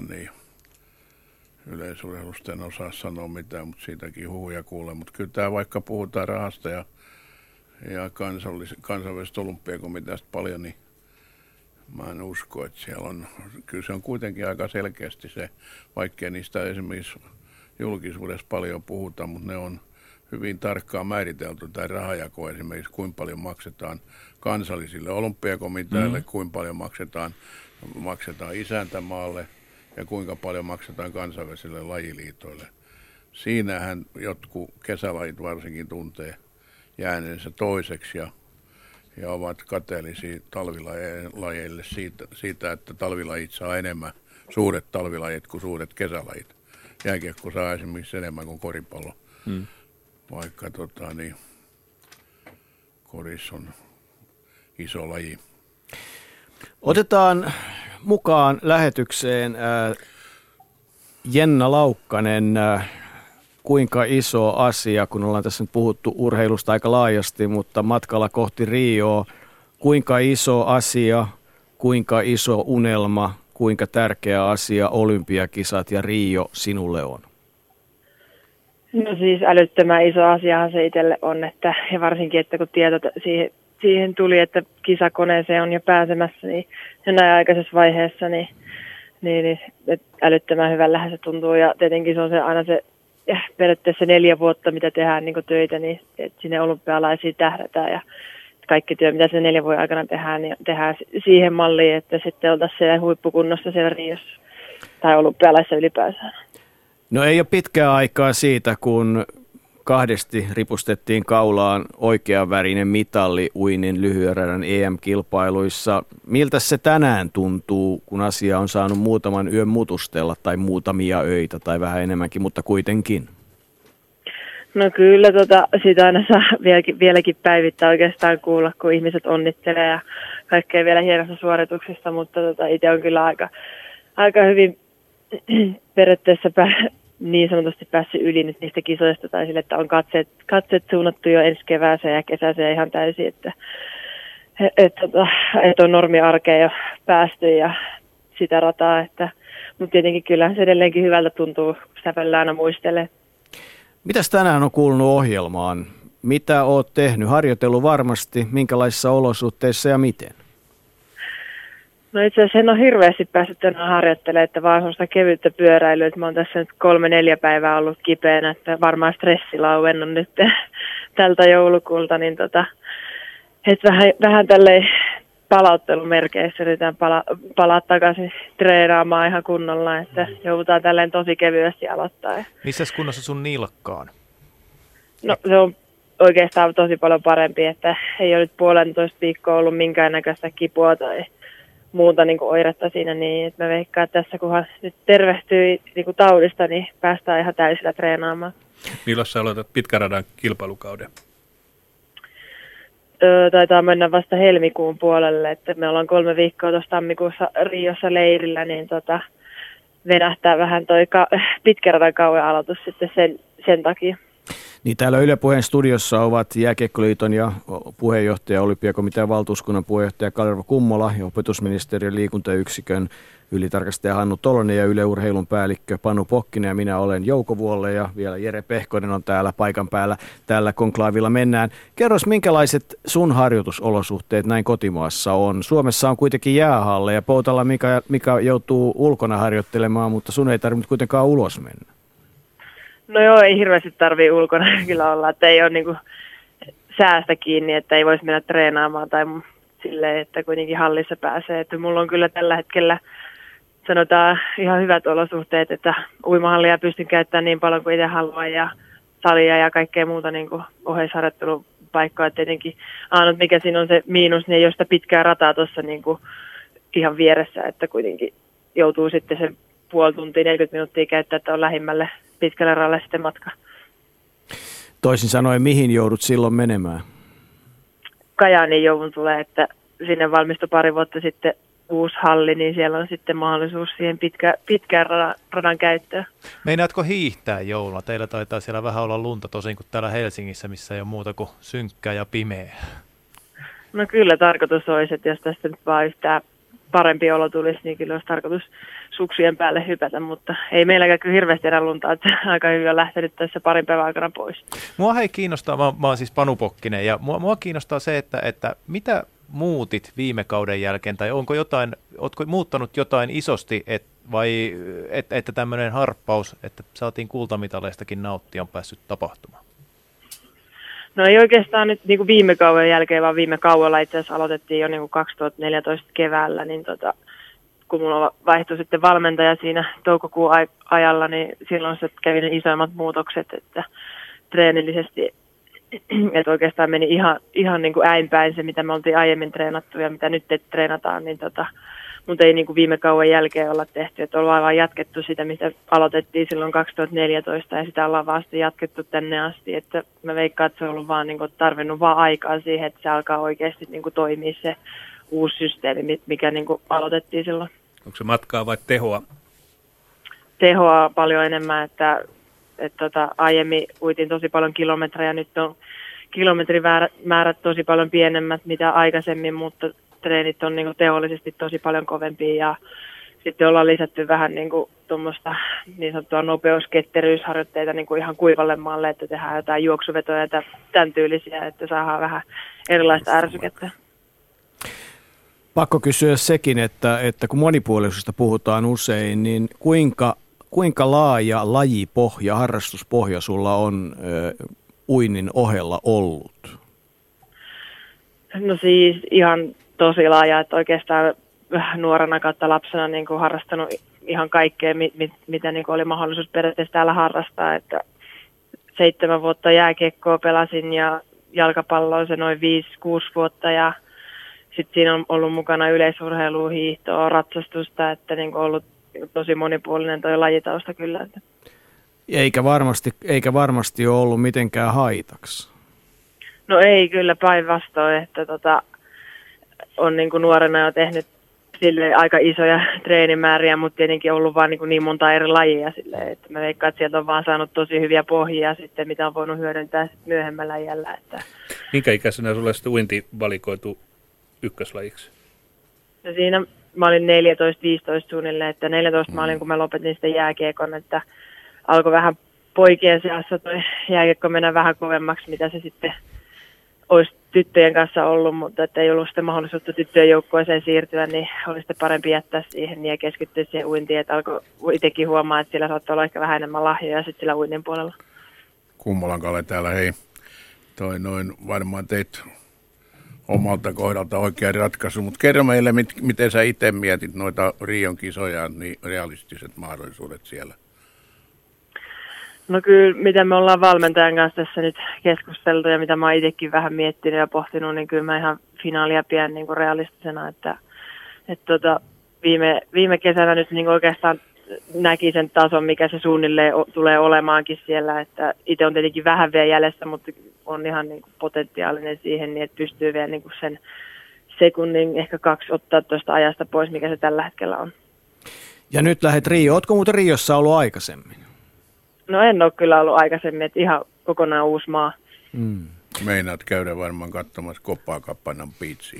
yleisurheilusta en osaa sanoa mitään, mutta siitäkin huhuja kuulee. Mutta kyllä tämä, vaikka puhutaan rahasta ja kansainvälisestä olympiakomiteasta paljon, niin mä en usko, että siellä on, kyllä se on kuitenkin aika selkeästi se, vaikkei niistä esimerkiksi julkisuudessa paljon puhuta, mutta ne on hyvin tarkkaan määritelty tämä rahajako esimerkiksi, kuinka paljon maksetaan kansallisille olympiakomiteille, kuinka paljon maksetaan isäntämaalle ja kuinka paljon maksetaan kansainvälisille lajiliitoille. Siinähän jotkut kesälajit varsinkin tuntee jääneensä toiseksi ja ovat kateellisia talvilajeille siitä, että talvilajit saa enemmän suuret talvilajit kuin suuret kesälajit. Jääkiekko saa esimerkiksi enemmän kuin koripallo, vaikka koris on iso laji. Otetaan mukaan lähetykseen Jenna Laukkanen. Kuinka iso asia, kun ollaan tässä nyt puhuttu urheilusta aika laajasti, mutta matkalla kohti Rioa, kuinka iso asia, kuinka iso unelma, kuinka tärkeä asia olympiakisat ja Rio sinulle on? No siis älyttömän iso asiahan se itselle on, ja varsinkin, että kun tieto siihen tuli, että kisakoneeseen on jo pääsemässä, niin jo näin aikaisessa vaiheessa, niin älyttömän hyvällähän se tuntuu, ja tietenkin se on aina se periaatteessa 4 vuotta, mitä tehdään niin töitä, niin että sinne olympialaisiin tähdätään, ja kaikki työ, mitä se 4 vuoden aikana tehdään, niin tehdään siihen malliin, että sitten oltaisiin siellä huippukunnossa siellä Riossa tai olympialaisissa ylipäänsä. No ei ole pitkää aikaa siitä, kun kahdesti ripustettiin kaulaan oikeanvärinen mitalli uinnin lyhyen radan EM-kilpailuissa. Miltä se tänään tuntuu, kun asia on saanut muutaman yön mutustella tai muutamia öitä tai vähän enemmänkin, mutta kuitenkin? No kyllä, siitä aina saa vieläkin päivittää oikeastaan kuulla, kun ihmiset onnittelee ja kaikkea vielä hienosta suorituksesta, mutta itse on kyllä aika hyvin periaatteessa niin sanotusti päässyt yli nyt niistä kisoista tai sille, että on katseet suunnattu jo ensi kevääseen ja kesäiseen ihan täysin, että on normiarkeen jo päästy ja sitä rataa, mutta tietenkin kyllähän se edelleenkin hyvältä tuntuu, kun sitä välillä aina muistelee. Mitäs tänään on kuulunut ohjelmaan? Mitä oot tehnyt? Harjoitellut varmasti, minkälaisissa olosuhteissa ja miten? No itse asiassa en ole hirveästi päässyt tänään harjoittelemaan, että vaan sellaista kevyttä pyöräilyä, että mä oon tässä nyt 3-4 päivää ollut kipeänä, että varmaan stressilauen on nyt tältä joulukuulta, niin että vähän tälleen palauttelumerkeissä yritetään palaa takaisin treenaamaan ihan kunnolla, että joudutaan tälleen tosi kevyesti aloittaa. Missäs kunnossa sun nilkka on? No se on oikeastaan tosi paljon parempi, että ei ole nyt 1,5 viikkoa ollut minkäännäköistä kipua tai muuta niin kuin oiretta siinä, niin että mä veikkaan, että tässä kunhan nyt tervehtyy niin kuin taudista, niin päästään ihan täysillä treenaamaan. Milloin sä aloitat pitkän radan kilpailukauden? Taitaa mennä vasta helmikuun puolelle, että me ollaan 3 viikkoa tuossa tammikuussa Riossa leirillä, niin venähtää vähän toi pitkän radan kauden aloitus sitten sen takia. Niin täällä Yle Puheen studiossa ovat Jääkiekkoliiton ja puheenjohtaja, Olympiakomitean valtuuskunnan puheenjohtaja Kalervo Kummola ja opetusministeriön liikuntayksikön ylitarkastaja Hannu Tolonen ja Yle Urheilun päällikkö Panu Pokkinen ja minä olen Jouko Vuolle ja vielä Jere Pehkonen on täällä paikan päällä. Täällä konklaavilla mennään. Kerros, minkälaiset sun harjoitusolosuhteet näin kotimaassa on? Suomessa on kuitenkin jäähalle ja Poutala Mika joutuu ulkona harjoittelemaan, mutta sun ei tarvitse kuitenkaan ulos mennä. No joo, ei hirveästi tarvitse ulkona kyllä olla, että ei ole niinku säästä kiinni, että ei voisi mennä treenaamaan tai silleen, että kuitenkin hallissa pääsee. Että mulla on kyllä tällä hetkellä sanotaan ihan hyvät olosuhteet, että uimahallia pystyn käyttämään niin paljon kuin itse haluan ja salia ja kaikkea muuta niin kuin oheisharjoittelupaikkaa. Tietenkin ainut mikä siinä on se miinus, niin ei ole sitä pitkää rataa tuossa niin kuin ihan vieressä, että kuitenkin joutuu sitten sen puoli tuntia, 40 minuuttia käyttää, että on lähimmälle pitkälle radalle sitten matka. Toisin sanoen, mihin joudut silloin menemään? Kajaanin joudun tulee, että sinne valmistui 2 vuotta sitten uusi halli, niin siellä on sitten mahdollisuus siihen pitkään radan käyttöön. Meinaatko hiihtää jouluna? Teillä taitaa siellä vähän olla lunta tosin kuin täällä Helsingissä, missä ei ole muuta kuin synkkää ja pimeää. No kyllä tarkoitus olisi, että jos tästä nyt vaan yhtään parempi olo tulisi, niin kyllä olisi tarkoitus suksien päälle hypätä, mutta ei meilläkään kyllä hirveästi enää lunta, että aika hyvin on lähtenyt tässä 2 päivän aikana pois. Mua kiinnostaa, mä oon siis Panu Pokkinen, ja mua kiinnostaa se, että mitä muutit viime kauden jälkeen, tai ootko muuttanut jotain isosti, että tämmöinen harppaus, että saatiin kultamitaleistakin nauttia, on päässyt tapahtumaan? No ei oikeastaan nyt niin kuin viime kauden jälkeen, vaan viime kaudella itse asiassa aloitettiin jo niin kuin 2014 keväällä, niin kun mulla vaihtui sitten valmentaja siinä toukokuun ajalla, niin silloin se kävi ne isoimmat muutokset, että treenillisesti, että oikeastaan meni ihan niin kuin äinpäin se, mitä me oltiin aiemmin treenattu ja mitä nyt treenataan, niin mutta ei niin kuin viime kauden jälkeen olla tehty, että ollaan vaan jatkettu sitä, mitä aloitettiin silloin 2014 ja sitä ollaan vaan jatkettu tänne asti, että mä veikkaan, että se on ollut vaan niin kuin tarvinnut vaan aikaa siihen, että se alkaa oikeasti niin kuin toimia se uusi systeemi, mikä niin kuin aloitettiin silloin. Onko se matkaa vai tehoa? Tehoa paljon enemmän, että aiemmin uitiin tosi paljon kilometrejä, nyt on kilometrimäärät tosi paljon pienemmät mitä aikaisemmin, mutta treenit on niin kuin teollisesti tosi paljon kovempia ja sitten ollaan lisätty vähän niin kuin tuommoista niin sanottua nopeusketteryysharjoitteita niin kuin ihan kuivalle maalle, että tehdään jotain juoksuvetoja ja tämän tyylisiä, että saadaan vähän erilaista ärsykettä. Pakko kysyä sekin, että kun monipuolisuudesta puhutaan usein, niin kuinka laaja lajipohja, harrastuspohja sulla on uinnin ohella ollut? No siis ihan tosi laaja, että oikeastaan nuorena kautta lapsena niin kuin harrastanut ihan kaikkea, mitä niin kuin oli mahdollisuus periaatteessa täällä harrastaa. Että 7 vuotta jääkiekkoa pelasin ja jalkapalloa se noin 5-6 vuotta ja sitten siinä on ollut mukana yleisurheilua, hiihtoa, ratsastusta, että niin kuin ollut tosi monipuolinen toi lajitausta kyllä. Eikä varmasti ole ollut mitenkään haitaksi. No ei kyllä päinvastoin, että on niin kuin nuorena jo tehnyt silleen aika isoja treenimääriä, mutta tietenkin ollut vaan niin monta eri lajia silleen, että mä veikkaan, että sieltä on vaan saanut tosi hyviä pohjia sitten, mitä on voinut hyödyntää myöhemmällä iällä. Että. Minkä ikäisenä sulle sitten uinti valikoitu ykköslajiksi? No siinä mä olin 14-15 suunnilleen, että 14 mä olin, kun mä lopetin sitten jääkiekon, että alkoi vähän poikien seassa toi jääkiekko mennä vähän kovemmaksi, mitä se sitten olisi tyttöjen kanssa ollut, mutta että ei ollut sitten mahdollisuutta tyttöjen joukkueeseen siirtyä, niin oli sitten parempi jättää siihen ja keskittyä siihen uintiin, että alkoi itsekin huomaa, että sillä saattaa olla ehkä vähän enemmän lahjoja sitten sillä uinnin puolella. Kummolan Kalle täällä, hei. Varmaan teit omalta kohdalta oikea ratkaisu. Mutta kerro meille, miten sä itse mietit noita Rion kisoja, niin realistiset mahdollisuudet siellä. No kyllä, mitä me ollaan valmentajan kanssa tässä nyt keskusteltu ja mitä mä oon itsekin vähän miettinyt ja pohtinut, niin kyllä mä ihan finaalia pidän niin kuin realistisena, että viime kesänä nyt niin oikeastaan näki sen tason, mikä se suunnilleen tulee olemaankin siellä, että itse on tietenkin vähän vielä jäljessä, mutta on ihan niin kuin potentiaalinen siihen, niin että pystyy vielä niin kuin sen sekunnin, ehkä 2 ottaa tuosta ajasta pois, mikä se tällä hetkellä on. Ja nyt lähdet Rioon. Ootko muuten Riossa ollut aikaisemmin? No en ole kyllä ollut aikaisemmin, että ihan kokonaan uusi maa. Meinaat käydä varmaan katsomassa Copacabana Beachiin.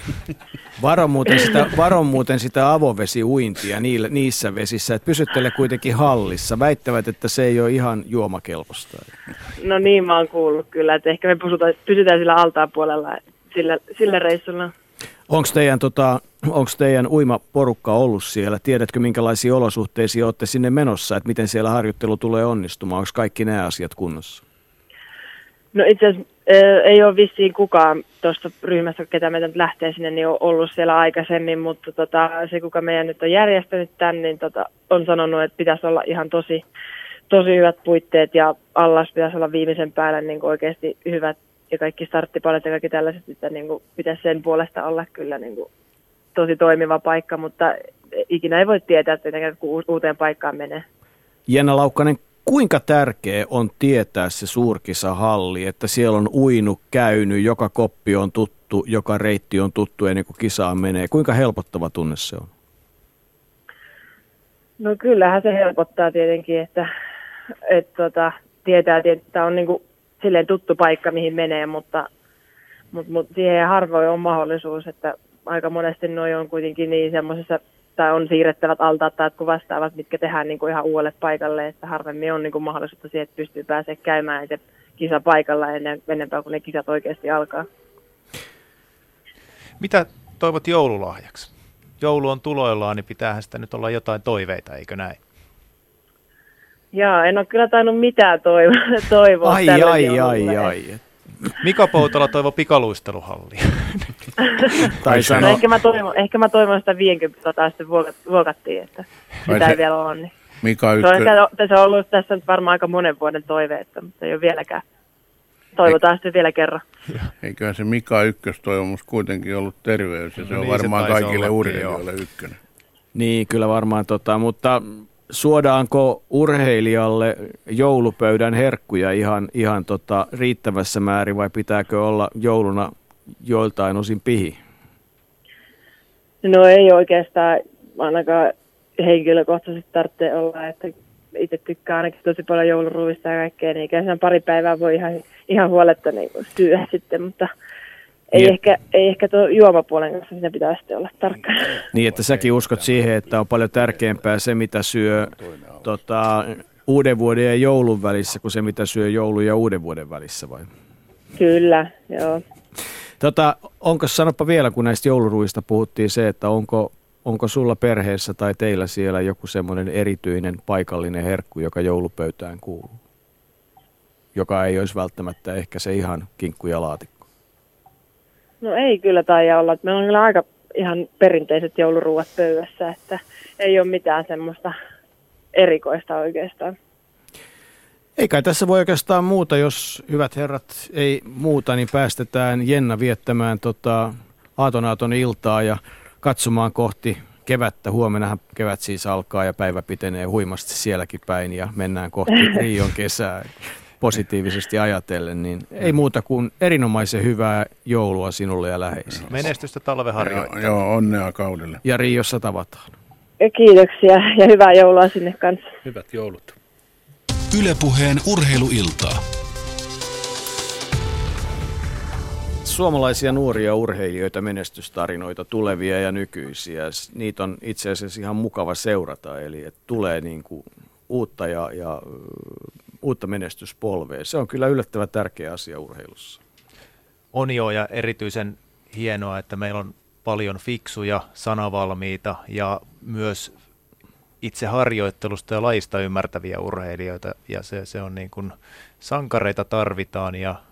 Varo muuten sitä avovesiuintia niissä vesissä, että pysyttele kuitenkin hallissa. Väittävät, että se ei ole ihan juomakelpoista. No niin, mä oon kuullut kyllä, että ehkä me pysytään sillä altaan puolella sillä reissulla. Onko teidän uimaporukka ollut siellä? Tiedätkö, minkälaisia olosuhteisiin olette sinne menossa, että miten siellä harjoittelu tulee onnistumaan? Onko kaikki nämä asiat kunnossa? No itse asiassa ei ole vissiin kukaan tuosta ryhmästä, ketä meitä nyt lähtee sinne, niin on ollut siellä aikaisemmin, mutta se, kuka meidän nyt on järjestänyt tämän, niin on sanonut, että pitäisi olla ihan tosi hyvät puitteet ja allas pitäisi olla viimeisen päällä niin kuin oikeasti hyvät ja kaikki starttipalot ja kaikki tällaiset, että niin kuin pitäisi sen puolesta olla kyllä niin kuin tosi toimiva paikka, mutta ikinä ei voi tietää, että kun uuteen paikkaan menee. Jenna Laukkanen, kuinka tärkeä on tietää se suurkisahalli, että siellä on uinut, käynyt, joka koppi on tuttu, joka reitti on tuttu ennen kuin kisaan menee? Kuinka helpottava tunne se on? No kyllähän se helpottaa tietenkin, että tietää, että tämä on niin kuin silleen tuttu paikka, mihin menee, mutta siihen harvoin on mahdollisuus, että aika monesti noi on kuitenkin niin semmoisessa, tai on siirrettävät altaat tai vastaavat, mitkä tehdään niin kuin ihan uudelle paikalle, että harvemmin on niin kuin mahdollisuutta siihen, että pystyy pääsemään käymään se kisa paikalla ennenpäin, kun ne kisat oikeasti alkaa. Mitä toivot joululahjaksi? Joulu on tuloillaan, niin pitäähän sitä nyt olla jotain toiveita, eikö näin? Jaa, en ole kyllä tainnut mitään toivoa. Ai. Mika Poutala toivoi pikaluisteluhallia. No, ehkä mä toivon sitä 50 sitten vuokattiin, että sitä ei vielä ole. Niin. Se on ollut tässä nyt varmaan aika monen vuoden toive, mutta ei ole vieläkään. Toivotaan sitten vielä kerran. Eiköhän se Mika ykköstoivomus kuitenkin ollut terveys, ja se on varmaan kaikille urheilijoille ykkönen. Niin, kyllä varmaan, mutta suodaanko urheilijalle joulupöydän herkkuja ihan riittävässä määrin, vai pitääkö olla jouluna joiltain osin pihi? No ei oikeastaan ainakaan henkilökohtaisesti tarvitse olla, että itse tykkään ainakin tosi paljon jouluruuvista ja kaikkea, niin eikä pari päivää voi ihan huoletta niin syödä sitten, mutta ei ehkä tuo juomapuolen kanssa siinä pitää sitten olla tarkkana. Niin, että säkin uskot siihen, että on paljon tärkeämpää se, mitä syö uuden vuoden ja joulun välissä, kuin se, mitä syö joulun ja uuden vuoden välissä, vai? Kyllä, joo. Sanopa vielä, kun näistä jouluruuista puhuttiin se, että onko sulla perheessä tai teillä siellä joku semmoinen erityinen paikallinen herkku, joka joulupöytään kuuluu? Joka ei olisi välttämättä ehkä se ihan kinkku ja laatikko. No ei kyllä taida olla. Meillä on kyllä aika ihan perinteiset jouluruuat pöydässä, että ei ole mitään semmoista erikoista oikeastaan. Ei kai tässä voi oikeastaan muuta, jos hyvät herrat ei muuta, niin päästetään Jenna viettämään aaton iltaa ja katsomaan kohti kevättä. Huomennahan kevät siis alkaa ja päivä pitenee huimasti sielläkin päin ja mennään kohti Rion kesää positiivisesti ajatellen. Niin ei muuta kuin erinomaisen hyvää joulua sinulle ja läheisille. Menestystä talveharjoittelua. Joo, onnea kaudelle. Ja Riossa tavataan. Kiitoksia ja hyvää joulua sinne kanssa. Hyvät joulut. Yle Puheen urheiluiltaa. Suomalaisia nuoria urheilijoita, menestystarinoita, tulevia ja nykyisiä. Niitä on itse asiassa ihan mukava seurata, eli että tulee niin kuin uutta ja uutta menestyspolvea. Se on kyllä yllättävän tärkeä asia urheilussa. On jo, ja erityisen hienoa, että meillä on paljon fiksuja, sanavalmiita ja myös itse harjoittelusta ja lajista ymmärtäviä urheilijoita, ja se on niin kuin sankareita tarvitaan, ja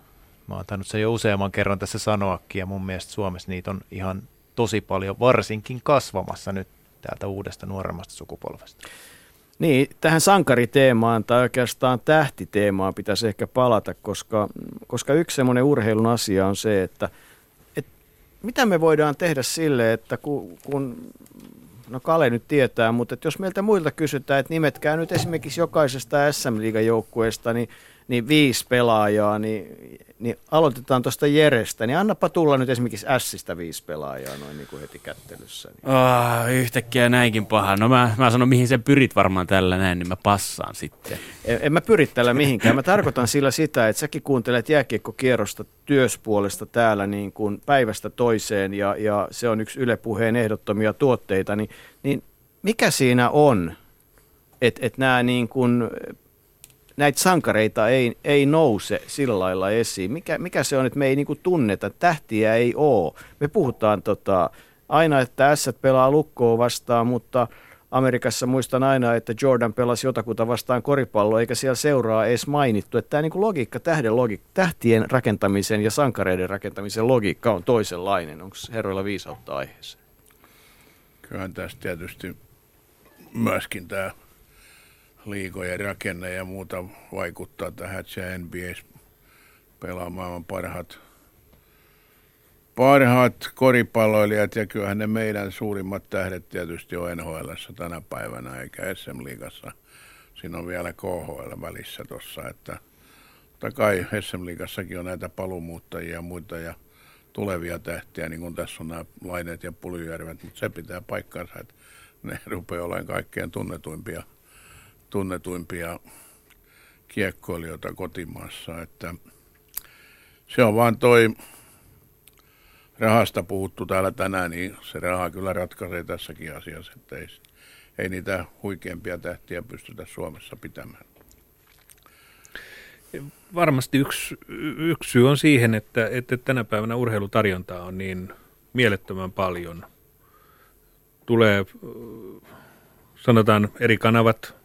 Mä oon tainnut sen jo useamman kerran tässä sanoakin, ja mun mielestä Suomessa niitä on ihan tosi paljon, varsinkin kasvamassa nyt täältä uudesta nuoremmasta sukupolvesta. Niin, tähän sankariteemaan tai oikeastaan tähtiteemaan pitäisi ehkä palata, koska yksi semmoinen urheilun asia on se, että mitä me voidaan tehdä sille, että kun no Kale nyt tietää, mutta että jos meiltä muilta kysytään, että nimetkää nyt esimerkiksi jokaisesta SM-liigan joukkueesta, niin 5 pelaajaa, niin aloitetaan tuosta Jerestä, niin annapa tulla nyt esimerkiksi Sistä 5 pelaajaa noin niin kuin heti kättelyssä. Yhtäkkiä näinkin paha. No mä sanon, mihin sä pyrit varmaan tällä näin, niin mä passaan sitten. En mä pyri tällä mihinkään. Mä tarkoitan sillä sitä, että säkin kuuntelet jääkiekkokierrosta työspuolesta täällä niin kuin päivästä toiseen, ja se on yksi Yle Puheen ehdottomia tuotteita, niin mikä siinä on, että nämä niin kuin näitä sankareita ei nouse sillä lailla esiin. Mikä se on, että me ei niinku tunneta, tähtiä ei ole. Me puhutaan aina, että Ässät pelaa Lukkoa vastaan, mutta Amerikassa muistan aina, että Jordan pelasi jotakuta vastaan koripalloa, eikä siellä seuraa edes mainittu. Että tämä niinku logiikka, tähtien rakentamisen ja sankareiden rakentamisen logiikka on toisenlainen. Onko herroilla viisautta aiheeseen? Kyllähän tässä tietysti myöskin tämä liigojen rakenne ja muuta vaikuttaa tähän, että se NBA pelaa maailman parhaat koripalloilijat, ja kyllähän ne meidän suurimmat tähdet tietysti on NHL:ssä tänä päivänä, eikä SM-liigassa. Siinä on vielä KHL välissä tuossa, että totta kai SM-liigassakin on näitä paluumuuttajia ja muita ja tulevia tähtiä, niin kuin tässä on nämä Laineet ja Puljujärvet, mutta se pitää paikkansa, että ne rupeaa olemaan kaikkein tunnetuimpia kiekkoilijoita kotimaassa, että se on vaan toi rahasta puhuttu täällä tänään, niin se raha kyllä ratkaisee tässäkin asiassa, että ei niitä huikeampia tähtiä pystytä Suomessa pitämään. Varmasti yksi syy on siihen, että tänä päivänä urheilutarjontaa on niin mielettömän paljon. Tulee, sanotaan, eri kanavat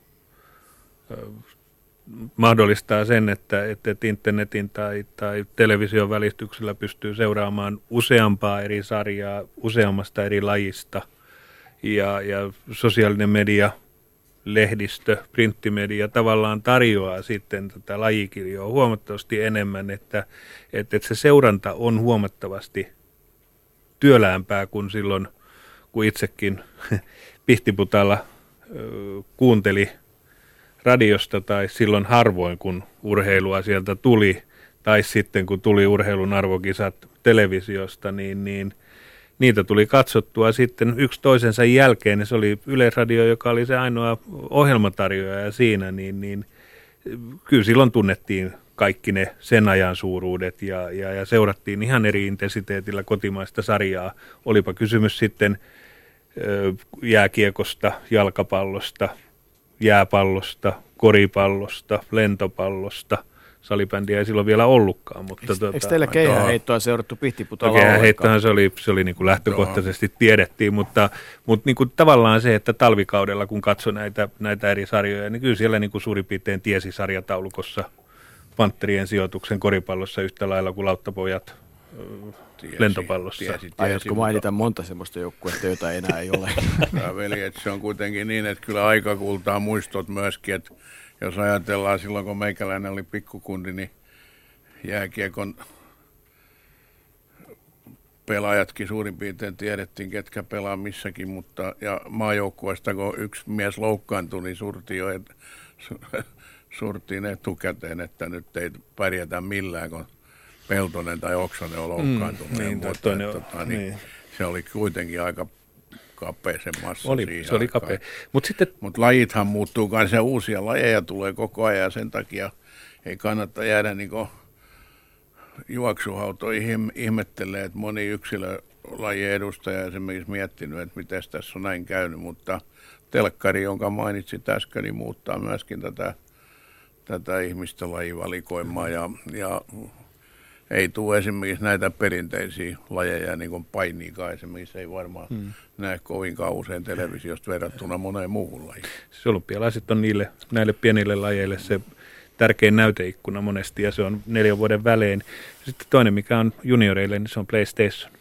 mahdollistaa sen, että internetin tai television välityksellä pystyy seuraamaan useampaa eri sarjaa, useammasta eri lajista, ja sosiaalinen media, lehdistö, printtimedia tavallaan tarjoaa sitten tätä lajikirjoa huomattavasti enemmän, että se seuranta on huomattavasti työläämpää kuin silloin, kun itsekin Pihtiputaalla kuunteli radiosta tai silloin harvoin, kun urheilua sieltä tuli, tai sitten kun tuli urheilun arvokisat televisiosta, niin niitä tuli katsottua sitten yksi toisensa jälkeen. Se oli Yleisradio, joka oli se ainoa ohjelmatarjoaja siinä, niin kyllä silloin tunnettiin kaikki ne sen ajan suuruudet ja seurattiin ihan eri intensiteetillä kotimaista sarjaa. Olipa kysymys sitten jääkiekosta, jalkapallosta, jääpallosta, koripallosta, lentopallosta. Salibändiä ei silloin vielä ollutkaan. Mutta eikö teillä keihäänheittoa seurattu Pihtiputaalla? Keihäänheittohan se oli niin kuin lähtökohtaisesti tiedettiin, mutta niin kuin tavallaan se, että talvikaudella kun katsoi näitä eri sarjoja, niin kyllä siellä niin kuin suurin piirtein tiesi sarjataulukossa Pantterien sijoituksen koripallossa yhtä lailla kuin Lauttapojat lentopallossa. Aiotko mainita monta semmoista joukkuetta, joita enää ei ole? Veli, että se on kuitenkin niin, että kyllä aika kultaa muistot myöskin, että jos ajatellaan silloin, kun meikäläinen oli pikkukundi, niin jääkiekon pelaajatkin suurin piirtein tiedettiin, ketkä pelaa missäkin, mutta ja maajoukkueesta, kun yksi mies loukkaantui, niin surtiin etukäteen, että nyt ei pärjätä millään, kun Peltonen tai Oksanen on loukkaantunut. Niin. Se oli kuitenkin aika kapea se massa siihen se oli kapea. Mutta lajithan muuttuu kanssa, uusia lajeja tulee koko ajan, ja sen takia ei kannata jäädä niin juoksuhautoihin ihmettelee, että moni yksilölajien edustaja esimerkiksi miettinyt, että miten tässä on näin käynyt, mutta telkkari, jonka mainitsit äsken, niin muuttaa myöskin tätä ihmistä lajivalikoimaa ja ei tule esimerkiksi näitä perinteisiä lajeja, niin kuin painiikaan esimerkiksi, ei varmaan näe kovinkaan usein televisiosta verrattuna moneen muuhun lajiin. Olympialaiset on näille pienille lajeille se tärkein näyteikkuna monesti, ja se on 4 vuoden välein. Sitten toinen, mikä on junioreille, niin se on PlayStation.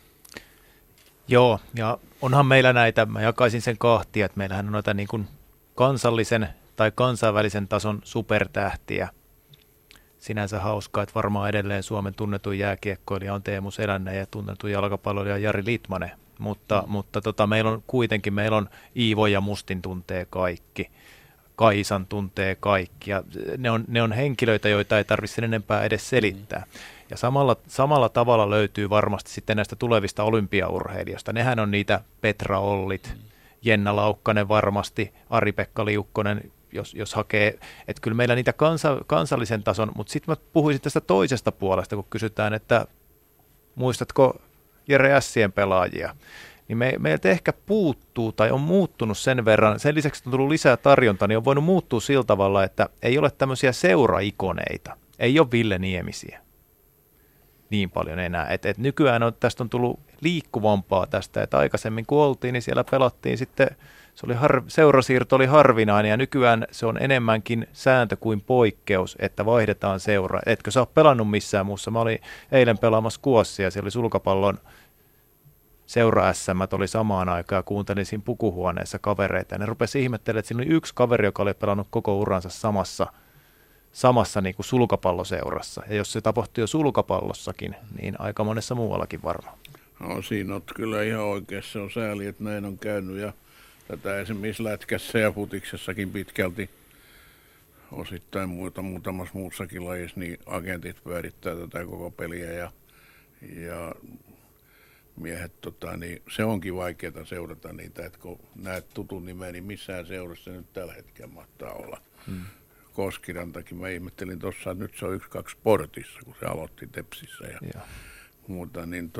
Joo, ja onhan meillä näitä, mä jakaisin sen kahtia, että meillähän on noita niin kuin kansallisen tai kansainvälisen tason supertähtiä. Sinänsä hauskaa, että varmaan edelleen Suomen tunnetuin jääkiekkoilija on Teemu Selänne ja tunnetuin jalkapalloilija Jari Litmanen. Mutta meillä on Iivo ja Mustin tuntee kaikki, Kaisan tuntee kaikki. Ja ne on henkilöitä, joita ei tarvitse sen enempää edes selittää. Ja samalla tavalla löytyy varmasti sitten näistä tulevista olympiaurheilijoista. Nehän on niitä Petra Ollit, Jenna Laukkanen varmasti, Ari-Pekka Liukkonen, jos hakee, että kyllä meillä niitä kansallisen tason, mutta sitten mä puhuisin tästä toisesta puolesta, kun kysytään, että muistatko Jere Ässien pelaajia, niin meiltä ehkä puuttuu tai on muuttunut sen verran, sen lisäksi on tullut lisää tarjontaa, niin on voinut muuttua sillä tavalla, että ei ole tämmöisiä seuraikoneita, ei ole Ville Niemisiä niin paljon enää, että nykyään tästä on tullut liikkuvampaa tästä, että aikaisemmin kun oltiin, niin siellä pelattiin sitten, seurasiirto oli harvinainen ja nykyään se on enemmänkin sääntö kuin poikkeus, että vaihdetaan seura. Etkö sä ole pelannut missään muussa? Mä olin eilen pelaamassa Kuossia ja siellä oli sulkapallon seura-SM:t oli samaan aikaan ja kuuntelin siinä pukuhuoneessa kavereita. Ja ne rupesi ihmettelemään, että siinä oli yksi kaveri, joka oli pelannut koko uransa samassa niin kuin sulkapalloseurassa. Ja jos se tapahtui jo sulkapallossakin, niin aika monessa muuallakin varmaan. No siinä on kyllä ihan oikeassa. Se on sääli, että näin on käynyt ja tätä esimerkiksi lätkässä ja futiksessakin pitkälti osittain muutamassa muussakin lajissa, niin agentit pyörittää tätä koko peliä ja miehet, niin se onkin vaikeaa seurata niitä, että kun näet tutun nimen, niin missään seurassa nyt tällä hetkellä mahtaa olla. Koskirantakin, mä ihmettelin tuossa, että nyt se on 1-2 Sportissa, kun se aloitti Tepsissä ja muuta, niin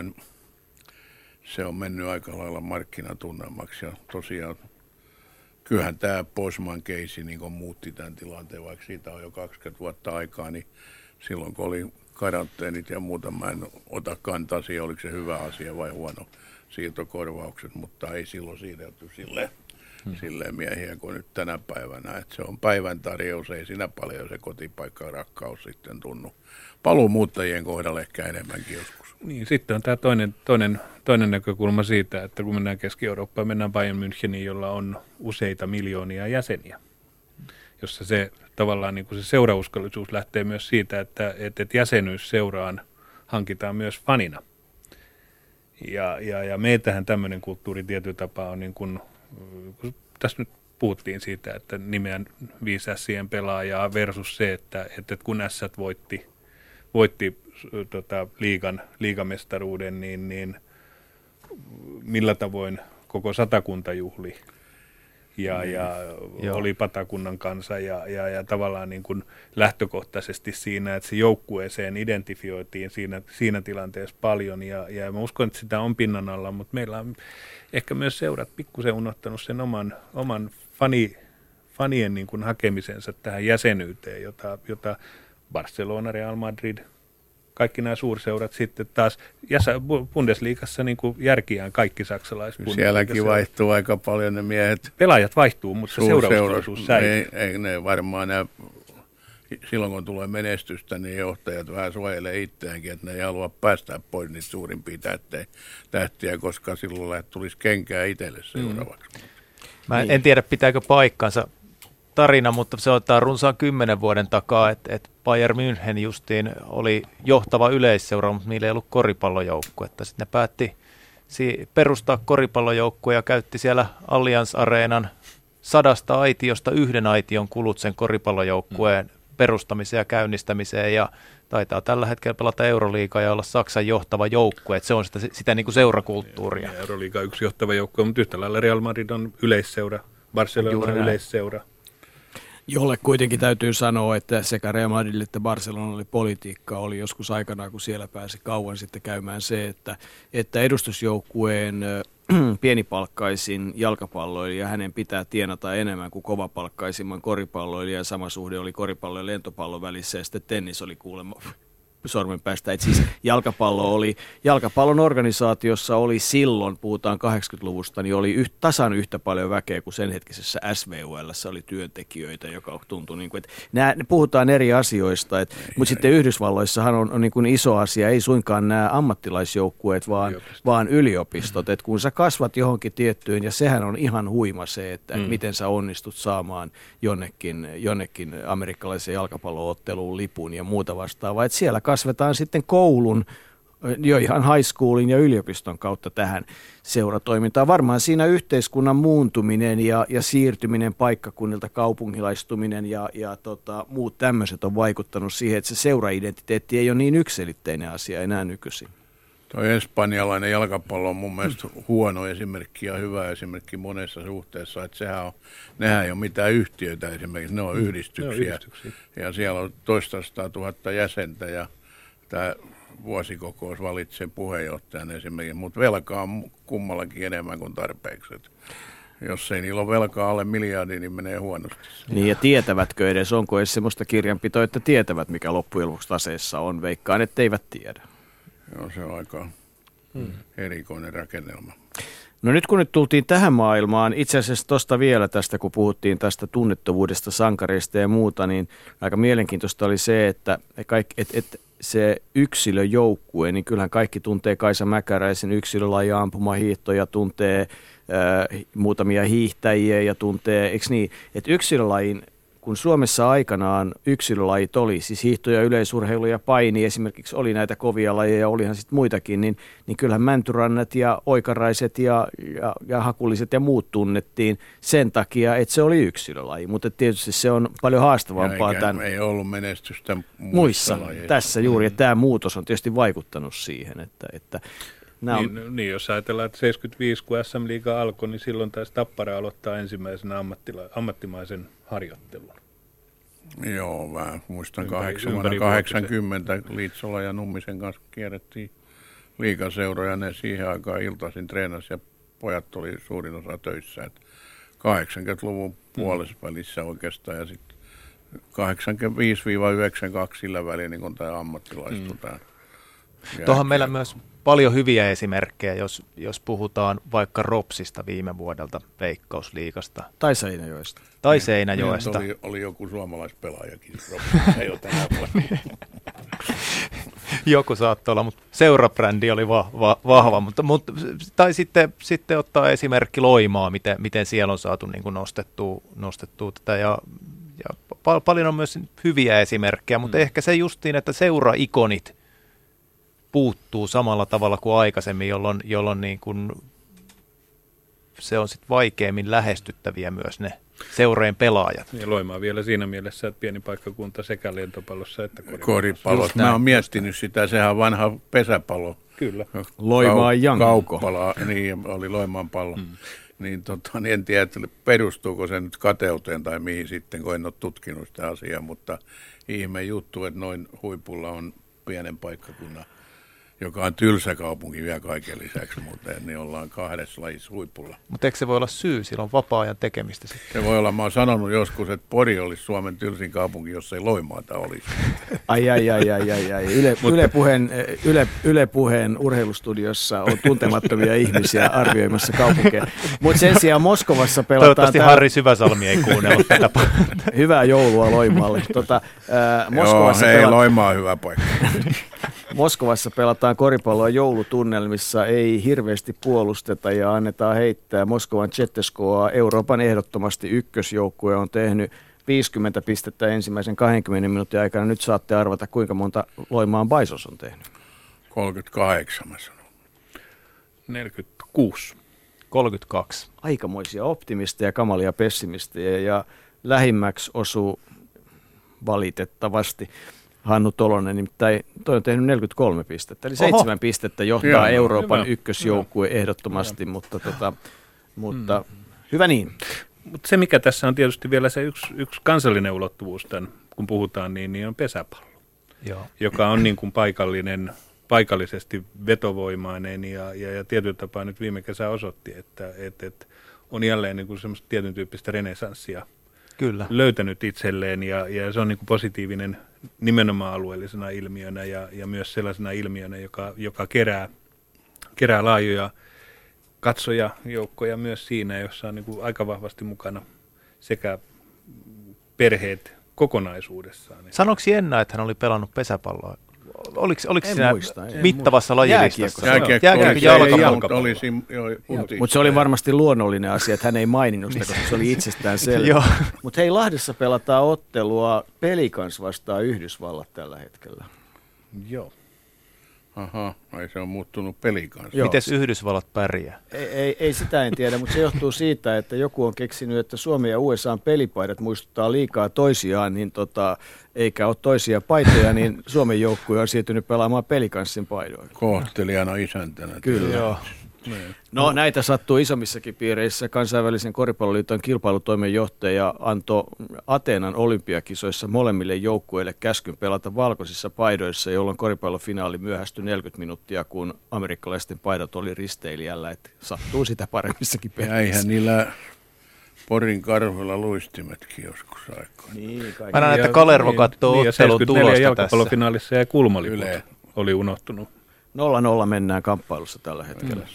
se on mennyt aika lailla markkinatunnelmaksi ja tosiaan kyllähän tämä Postman keissi niin muutti tämän tilanteen, vaikka siitä on jo 20 vuotta aikaa, niin silloin kun oli karanteenit ja muuta, mä en ota kantaa siihen, oliko se hyvä asia vai huono siirtokorvaukset, mutta ei silloin siirretty silleen miehiä kuin nyt tänä päivänä, että se on päivän tarjous, ei siinä paljon se kotipaikka rakkaus sitten tunnu. Paluumuuttajien kohdalla ehkä enemmänkin joskus. Niin, sitten on tämä toinen näkökulma siitä, että kun mennään Keski-Eurooppaan, mennään Bayern Müncheniin, jolla on useita miljoonia jäseniä, jossa se tavallaan niin kuin se seurauskollisuus lähtee myös siitä, että jäsenyys seuraan hankitaan myös fanina. Ja meiltähän tämmöinen kulttuuri tietyllä tapaa on niin kuin, tässä nyt puhuttiin siitä, että nimeän 5 Ässien pelaajaa versus se, että kun Ässät voitti liigamestaruuden, niin millä tavoin koko Satakunta juhli ja oli Patakunnan kanssa ja tavallaan niin kuin lähtökohtaisesti siinä, että se joukkueeseen identifioitiin siinä tilanteessa paljon ja mä uskon, että sitä on pinnan alla, mutta meillä on ehkä myös seurat pikkusen unohtanut sen oman fanien niin kuin hakemisensa tähän jäsenyyteen, jota Barcelona, Real Madrid, kaikki nämä suurseurat sitten taas, Bundesliigassa niin kuin järkiään kaikki saksalaiset. Sielläkin vaihtuu aika paljon ne miehet. Pelaajat vaihtuu, mutta seurauskollisuus säilyy. Ei ne varmaan silloin kun tulee menestystä, niin johtajat vähän suojelee itseäänkin, että ne ei halua päästä pois niitä suurimpia tähtiä, koska silloin tulisi kenkää itselle seuraavaksi. Mä en tiedä, pitääkö paikkansa tarina, mutta se ottaa runsaan 10 vuoden takaa, että Bayern München justiin oli johtava yleisseura, mutta niillä ei ollut koripallojoukkue. Sitten ne päätti perustaa koripallojoukkue ja käytti siellä Allianz Areenan 100 aitiosta 1 aition kulut sen koripallojoukkueen perustamiseen ja käynnistämiseen ja taitaa tällä hetkellä pelata Euroliigaa ja olla Saksan johtava joukkue, että se on sitä niin kuin seurakulttuuria. Ja Euroliiga on yksi johtava joukkue, mutta yhtä lailla Real Madrid on yleisseura, Barcelona on yleisseura. Jolle kuitenkin täytyy sanoa, että sekä Real Madrid että Barcelonalle politiikka oli joskus aikanaan, kun siellä pääsi kauan sitten käymään se, että edustusjoukkueen pienipalkkaisin jalkapalloilija, hänen pitää tienata enemmän kuin kovapalkkaisimman koripalloilija, ja sama suhde oli koripallon ja lentopallon välissä, ja sitten tennis oli kuulemma sormen päästä. Että siis jalkapallon organisaatiossa oli silloin, puhutaan 80-luvusta, niin oli tasan yhtä paljon väkeä kuin sen hetkisessä SVUL:ssä oli työntekijöitä, joka tuntui niin kuin, että puhutaan eri asioista, mutta sitten Yhdysvalloissahan on niin kuin iso asia, ei suinkaan nämä ammattilaisjoukkueet, vaan yliopistot, että kun sä kasvat johonkin tiettyyn, ja sehän on ihan huima se, että miten sä onnistut saamaan jonnekin amerikkalaisen jalkapallootteluun lipun ja muuta vastaavaa, että siellä kasvetaan sitten koulun, jo ihan high schoolin ja yliopiston kautta tähän seuratoimintaan. Varmaan siinä yhteiskunnan muuntuminen ja siirtyminen paikkakunnilta, kaupungilaistuminen ja muut tämmöiset on vaikuttanut siihen, että se seuraidentiteetti ei ole niin yksiselitteinen asia enää nykyisin. Tuo espanjalainen jalkapallo on mun mielestä huono esimerkki ja hyvä esimerkki monessa suhteessa, että nehän ei ole mitään yhtiöitä esimerkiksi, ne on yhdistyksiä. Ja siellä on 200 000 jäsentä ja tämä vuosikokous valitsee puheenjohtajan esimerkiksi, mutta velkaa on kummallakin enemmän kuin tarpeeksi. Jos ei niillä ole velkaa alle miljardia, niin menee huonosti. Niin ja tietävätkö edes, onko edes semmoista kirjanpitoa, että tietävät mikä loppujen lopuksi taseessa on, veikkaan, että eivät tiedä. Joo, se on aika erikoinen rakennelma. No nyt kun tultiin tähän maailmaan, itse asiassa tuosta vielä tästä, kun puhuttiin tästä tunnettavuudesta, sankareista ja muuta, niin aika mielenkiintoista oli se, että se yksilöjoukkue, niin kyllähän kaikki tuntee Kaisa Mäkäräisen yksilölajia, ampumahiihtoja, tuntee muutamia hiihtäjiä ja tuntee, eikö niin, että yksilölajin, kun Suomessa aikanaan yksilölajit oli, siis hiihto ja yleisurheilu ja paini esimerkiksi oli näitä kovia lajeja ja olihan sitten muitakin, niin kyllähän mäntyrannat ja oikaraiset ja hakulliset ja muut tunnettiin sen takia, että se oli yksilölaji, mutta tietysti se on paljon haastavampaa. Ei ollut menestystä muissa tässä juuri, ja tämä muutos on tietysti vaikuttanut siihen, että Niin, jos ajatellaan, että 75 kun SM-liiga alkoi, niin silloin taisi Tappara aloittaa ensimmäisenä ammattimaisen harjoittelun. Joo, mä muistan 80 Liitsola ja Nummisen kanssa kierrettiin liigaseuroja, ne siihen aikaan iltaisin treenasi ja pojat oli suurin osa töissä. 80-luvun puolessa välissä oikeastaan ja sitten 85-92 sillä väliin, niin kun tämä ammattilaistui tämä. Tuohon meillä myös paljon hyviä esimerkkejä, jos puhutaan vaikka Ropsista viime vuodelta Veikkausliigasta. Tai Seinäjoesta. Tai Seinäjoesta. Oli joku suomalaispelaajakin Ropsissa jo tänä vuonna. Joku saattoi olla, mutta seurabrändi oli vahva. Tai sitten ottaa esimerkki Loimaa, miten siellä on saatu niin kuin nostettua tätä. Ja paljon on myös hyviä esimerkkejä, mutta ehkä se justiin, että seuraikonit puuttuu samalla tavalla kuin aikaisemmin, jolloin niin kuin se on sitten vaikeammin lähestyttäviä myös ne seurojen pelaajat. Ja Loimaa vielä siinä mielessä, että pieni paikkakunta sekä lentopallossa että koripallossa. Mä oon miettinyt sitä, sehän on vanha pesäpallo. Kyllä. Loimaan Jankko. Niin, oli Loimaan pallo. Niin, en tiedä, että perustuuko se nyt kateuteen tai mihin sitten, kun en ole tutkinut sitä asiaa, mutta ihme juttu, että noin huipulla on pienen paikkakunnan, joka on tylsä kaupunki vielä kaiken lisäksi, mutta niin ollaan kahdessa lajissa huipulla. Mutta eikö se voi olla syy, sillä on vapaa-ajan tekemistä sitten? Se voi olla, mä oon sanonut joskus, että Pori olisi Suomen tylsin kaupunki, jos ei Loimaata olisi. Ai. Yle Puheen urheilustudiossa on tuntemattomia ihmisiä arvioimassa kaupunkeja. Mutta sen sijaan Moskovassa pelataan... Toivottavasti Harri Syväsalmi ei kuunnellut tätä. Hyvää joulua Loimaalle. Loimaa on hyvä paikka. Moskovassa pelataan koripalloa joulutunnelmissa, ei hirveästi puolusteta ja annetaan heittää. Moskovan Czeteskoa Euroopan ehdottomasti ykkösjoukkue on tehnyt 50 pistettä ensimmäisen 20 minuutin aikana. Nyt saatte arvata, kuinka monta Loimaan Baisos on tehnyt. 38, mä sanon. 46. 32. Aikamoisia optimisteja, kamalia pessimisteja ja lähimmäksi osuu valitettavasti Hannu Tolonen, nimittäin toi on tehnyt 43 pistettä, eli 7 pistettä johtaa Euroopan ykkösjoukkue ehdottomasti, mutta hyvä niin. Mutta se, mikä tässä on tietysti vielä se yksi kansallinen ulottuvuus, tämän, kun puhutaan, niin on pesäpallo, joka on niin kuin paikallisesti vetovoimainen ja tietyllä tapaa nyt viime kesä osoitti, että on jälleen niin kuin semmoista tietyn tyyppistä renesanssia Kyllä. löytänyt itselleen ja se on niin kuin positiivinen nimenomaan alueellisena ilmiönä ja myös sellaisena ilmiönä, joka kerää laajoja katsojajoukkoja myös siinä, jossa on niin kuin aika vahvasti mukana sekä perheet kokonaisuudessaan. Sanoiko Jenna, että hän oli pelannut pesäpalloa? Oliko siinä muista, mittavassa lajilistassa? Jääkiekko mutta se oli varmasti luonnollinen asia, että hän ei maininnut sitä, koska se oli itsestään selvä. Mutta hei, Lahdessa pelataan ottelua Pelicans vastaan Yhdysvallat tällä hetkellä. Joo. Aha, ai se on muuttunut Pelicans. Mites Yhdysvallat pärjää? Ei sitä en tiedä, mutta se johtuu siitä, että joku on keksinyt, että Suomen ja USA:n pelipaidat muistuttaa liikaa toisiaan, niin eikä ole toisia paitoja, niin Suomen joukkue on siirtynyt pelaamaan Pelicansin paidoilla. Kohtelijana isäntänä. Kyllä. Joo. No näitä sattuu isommissakin piireissä. Kansainvälisen koripalloliiton kilpailutoimenjohtaja antoi Ateenan olympiakisoissa molemmille joukkueille käskyn pelata valkoisissa paidoissa, jolloin koripallofinaali myöhästyi 40 minuuttia, kun amerikkalaisten paidat oli risteilijällä. Että sattuu sitä paremmissakin peleissä. Jäihän niillä Porin Karhuilla luistimetkin joskus aikaan. Niin, mä näen, että Kalervo katsoo ottelun tulosta jalkapallofinaalissa ja kulmaliput oli unohtunut. 0-0 mennään kamppailussa tällä hetkellä.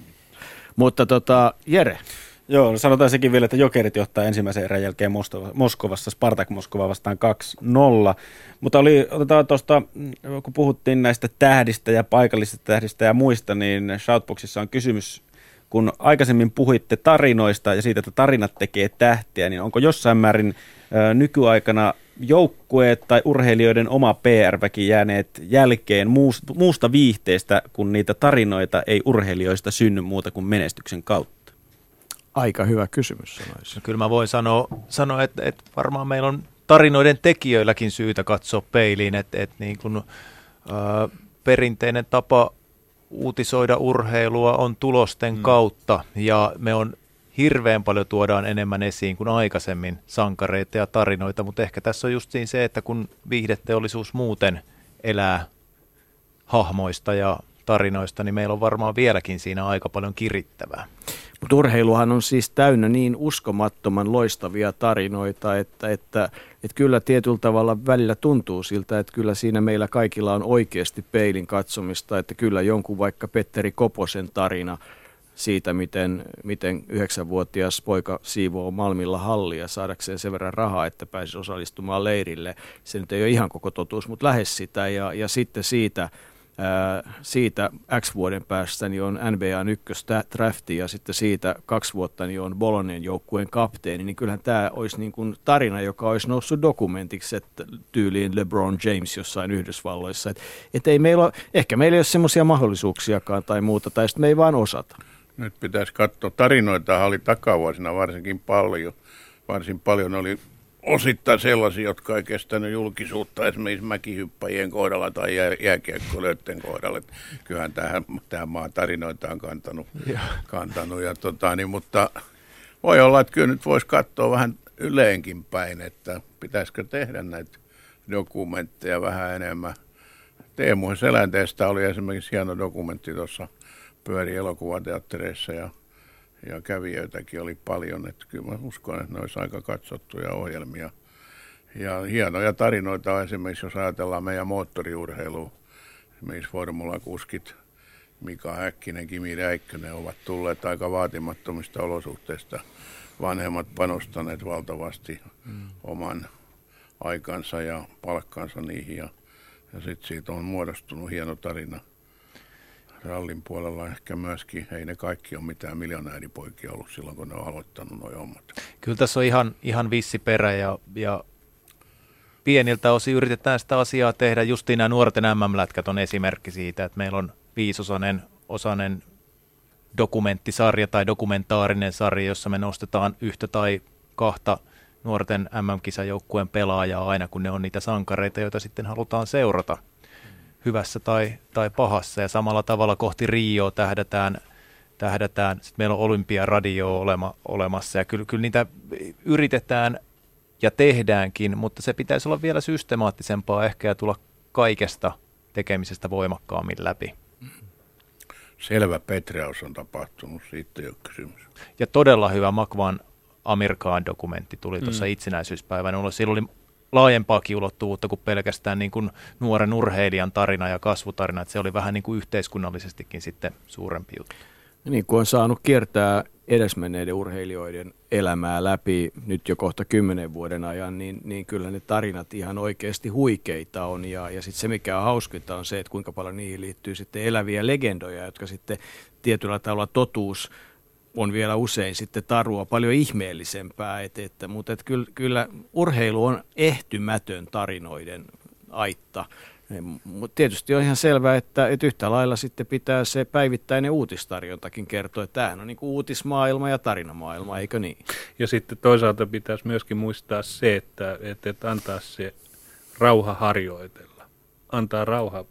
Mutta Jere. Joo, sanotaan sekin vielä, että Jokerit johtaa ensimmäisen erän jälkeen Moskovassa, Spartak Moskova vastaan 2-0. Mutta otetaan tuosta, kun puhuttiin näistä tähdistä ja paikallisista tähdistä ja muista, niin Shoutboxissa on kysymys, kun aikaisemmin puhuitte tarinoista ja siitä, että tarinat tekee tähtiä, niin onko jossain määrin nykyaikana joukkueet tai urheilijoiden oma PR-väki jääneet jälkeen muusta viihteestä, kun niitä tarinoita ei urheilijoista synny muuta kuin menestyksen kautta? Aika hyvä kysymys sanoisin. No, kyllä mä voin sanoa että varmaan meillä on tarinoiden tekijöilläkin syytä katsoa peiliin, että niin kun, perinteinen tapa uutisoida urheilua on tulosten kautta ja me on hirveän paljon tuodaan enemmän esiin kuin aikaisemmin sankareita ja tarinoita, mutta ehkä tässä on just se, että kun viihdeteollisuus muuten elää hahmoista ja tarinoista, niin meillä on varmaan vieläkin siinä aika paljon kirittävää. Mutta urheiluhan on siis täynnä niin uskomattoman loistavia tarinoita, että kyllä tietyllä tavalla välillä tuntuu siltä, että kyllä siinä meillä kaikilla on oikeasti peilin katsomista, että kyllä jonkun vaikka Petteri Koposen tarina siitä, miten 9-vuotias poika siivoo Malmilla hallia saadakseen sen verran rahaa, että pääsisi osallistumaan leirille. Se nyt ei ole ihan koko totuus, mutta lähes sitä. Ja sitten siitä X vuoden päästä niin on NBA:n ykkösdrafti ja sitten siitä 2 vuotta niin on Bolognan joukkueen kapteeni. Niin kyllähän tämä olisi niin kuin tarina, joka olisi noussut dokumentiksi, että tyyliin LeBron James jossain Yhdysvalloissa. Et ei meillä ole, ehkä meillä ei ole semmoisia mahdollisuuksiakaan tai muuta, tai sitten me ei vaan osata. Nyt pitäisi katsoa. Tarinoita oli takavuosina varsin paljon oli osittain sellaisia, jotka ei kestänyt julkisuutta esimerkiksi mäkihyppäjien kohdalla tai jääkiekkoilijoiden kohdalla. Kyllähän tähän maan tarinoita on kantanut mutta voi olla, että kyllä nyt voisi katsoa vähän yleenkin päin, että pitäisikö tehdä näitä dokumentteja vähän enemmän. Teemu Selänteestä oli esimerkiksi hieno dokumentti tuossa, pyöri elokuvateattereissa ja kävijöitäkin oli paljon, että kyllä mä uskon, että ne olisi aika katsottuja ohjelmia. Ja hienoja tarinoita on esimerkiksi, jos ajatellaan meidän moottoriurheilua, esimerkiksi formulakuskit Mika Häkkinen, Kimi Räikkönen ovat tulleet aika vaatimattomista olosuhteista. Vanhemmat panostaneet valtavasti oman aikansa ja palkkansa niihin ja sitten siitä on muodostunut hieno tarina. Rallin puolella ehkä myöskin, ei ne kaikki ole mitään miljonääripoikia ollut silloin, kun ne on aloittanut nuo hommat. Kyllä tässä on ihan vissi perä ja pieniltä osin yritetään sitä asiaa tehdä. Justiin nämä nuorten MM-lätkät on esimerkki siitä, että meillä on 5-osainen dokumenttisarja tai dokumentaarinen sarja, jossa me nostetaan 1 tai 2 nuorten MM-kisajoukkueen pelaajaa aina, kun ne on niitä sankareita, joita sitten halutaan seurata hyvässä tai pahassa. Ja samalla tavalla kohti Rioa tähdätään. Sitten meillä on Olympiaradio olemassa ja kyllä niitä yritetään ja tehdäänkin, mutta se pitäisi olla vielä systemaattisempaa ehkä ja tulla kaikesta tekemisestä voimakkaammin läpi. Selvä Petreaus on tapahtunut, siitä ei ole kysymys. Ja todella hyvä Makvan Amir Khan-dokumentti tuli tuossa itsenäisyyspäivänä. Sillä oli laajempaakin ulottuvuutta kuin pelkästään niin kuin nuoren urheilijan tarina ja kasvutarina, että se oli vähän niin kuin yhteiskunnallisestikin sitten suurempi juttu. Niin kuin on saanut kiertää edesmenneiden urheilijoiden elämää läpi nyt jo kohta 10 vuoden ajan, niin kyllä ne tarinat ihan oikeasti huikeita on. Ja sitten se, mikä on hauskinta, on se, että kuinka paljon niihin liittyy sitten eläviä legendoja, jotka sitten tietyllä tavalla totuus on vielä usein sitten tarua paljon ihmeellisempää. Mutta kyllä urheilu on ehtymätön tarinoiden aitta. Mutta tietysti on ihan selvää, että yhtä lailla sitten pitää se päivittäinen uutistarjontakin kertoa, että tämähän on niin kuin uutismaailma ja tarinamaailma, eikö niin? Ja sitten toisaalta pitäisi myöskin muistaa se, että antaa se rauha harjoitella. Antaa rauha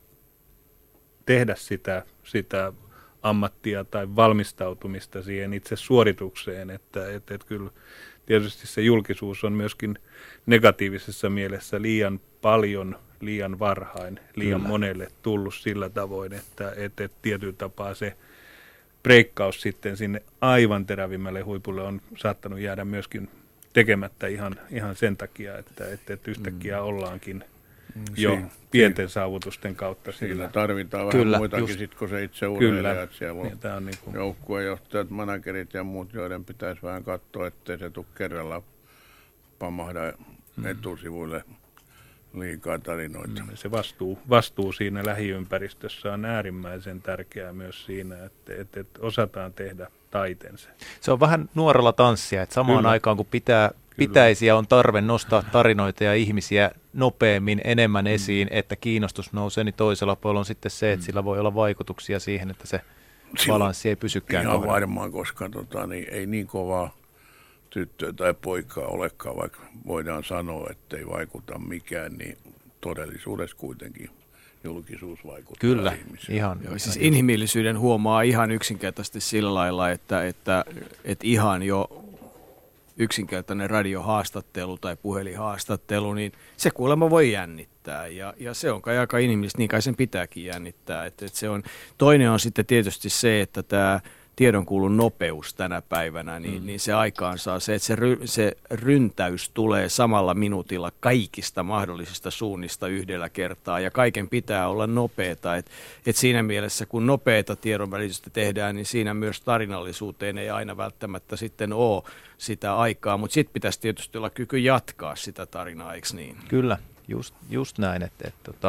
tehdä sitä ammattia tai valmistautumista siihen itse suoritukseen, että kyllä tietysti se julkisuus on myöskin negatiivisessa mielessä liian paljon, liian varhain, liian monelle tullut sillä tavoin, että tietyllä tapaa se breikkaus sitten sinne aivan terävimmälle huipulle on saattanut jäädä myöskin tekemättä ihan sen takia, että yhtäkkiä ollaankin jo pienten saavutusten kautta. Siinä tarvitaan vähän muitakin sitten kuin se itse urheilija. Siellä on niin joukkuejohtajat, managerit ja muut, joiden pitäisi vähän katsoa, ettei se tule kerralla pamahda etusivuille liikaa tarinoita. Se vastuu siinä lähiympäristössä on äärimmäisen tärkeää myös siinä, että osataan tehdä taitensa. Se on vähän nuorella tanssia, että samaan aikaan kun pitäisi ja on tarve nostaa tarinoita ja ihmisiä nopeammin, enemmän esiin, että kiinnostus nousee, niin toisella puolella on sitten se, että sillä voi olla vaikutuksia siihen, että se balanssi ei pysykään kohdalla. Ihan varmaan, koska ei niin kovaa tyttöä tai poikaa olekaan, vaikka voidaan sanoa, että ei vaikuta mikään, niin todellisuudessa kuitenkin julkisuus vaikuttaa kyllä, ihmisiin. Ihan. Siis inhimillisyyden huomaa ihan yksinkertaisesti sillä lailla, että ihan jo yksinkertainen radiohaastattelu tai puhelinhaastattelu, niin se kuulemma voi jännittää. Ja se on kai aika inhimillistä, niin kai sen pitääkin jännittää. Toinen on sitten tietysti se, että tämä tiedonkulun nopeus tänä päivänä, niin se aikaansaa se, että se ryntäys tulee samalla minuutilla kaikista mahdollisista suunnista yhdellä kertaa, ja kaiken pitää olla nopeata. Et siinä mielessä, kun nopeata tiedonvälitystä tehdään, niin siinä myös tarinallisuuteen ei aina välttämättä sitten ole sitä aikaa, mutta sitten pitäisi tietysti olla kyky jatkaa sitä tarinaa, eikö niin? Kyllä, just näin, että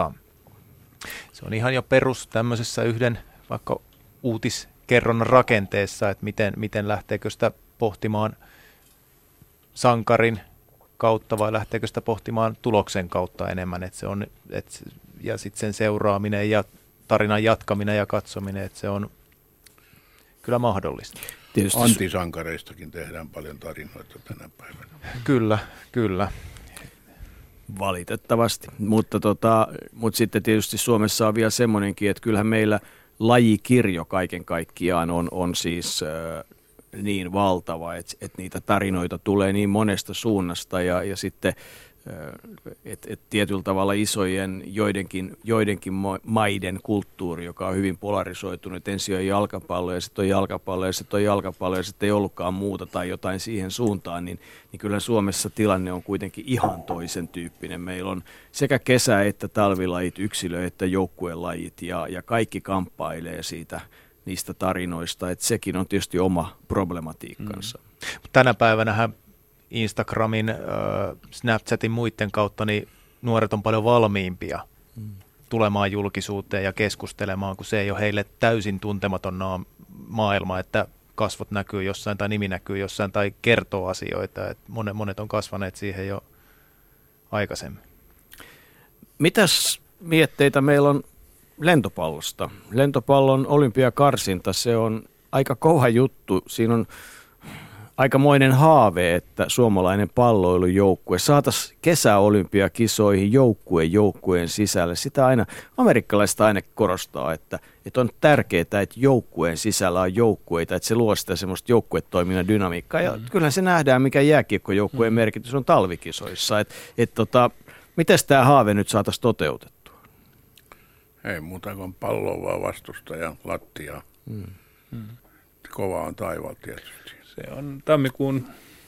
se on ihan jo perus tämmöisessä yhden vaikka uutiskerronnan rakenteessa, että miten lähteekö sitä pohtimaan sankarin kautta vai lähteekö sitä pohtimaan tuloksen kautta enemmän, ja sitten sen seuraaminen ja tarinan jatkaminen ja katsominen, että se on kyllä mahdollista. Tietysti antisankareistakin tehdään paljon tarinoita tänä päivänä. Kyllä. Valitettavasti, mutta sitten tietysti Suomessa on vielä semmoinenkin, että kyllähän meillä lajikirjo kaiken kaikkiaan on siis niin valtava, että niitä tarinoita tulee niin monesta suunnasta ja sitten että tietyllä tavalla isojen joidenkin maiden kulttuuri, joka on hyvin polarisoitunut, ensin on jalkapallo ja sitten on jalkapallo ja sitten on jalkapallo ja sitten ei ollutkaan muuta tai jotain siihen suuntaan, niin kyllä Suomessa tilanne on kuitenkin ihan toisen tyyppinen. Meillä on sekä kesä- että talvilajit, yksilö- että joukkuelajit ja kaikki kamppailee niistä tarinoista, että sekin on tietysti oma problematiikkansa. Tänä päivänähän Instagramin, Snapchatin muiden kautta, niin nuoret on paljon valmiimpia tulemaan julkisuuteen ja keskustelemaan, kun se ei ole heille täysin tuntematon maailma, että kasvot näkyy jossain tai nimi näkyy jossain tai kertoo asioita. Että monet on kasvaneet siihen jo aikaisemmin. Mitäs mietteitä meillä on lentopallosta? Lentopallon olympiakarsinta, se on aika kova juttu. Siinä on aikamoinen haave, että suomalainen palloilujoukkue saataisiin kesäolympiakisoihin joukkueen sisälle. Sitä aina, amerikkalaiset aina korostaa, että on tärkeää, että joukkueen sisällä on joukkueita, että se luo sitä semmoista joukkuetoiminnan dynamiikkaa. Ja kyllähän se nähdään, mikä jääkiekkojoukkueen merkitys on talvikisoissa. Miten tämä haave nyt saataisiin toteutettua? Ei muuta kuin palloa vaan vastustaja lattiaa. Kova on taivaalla tietysti. Se on tammikuun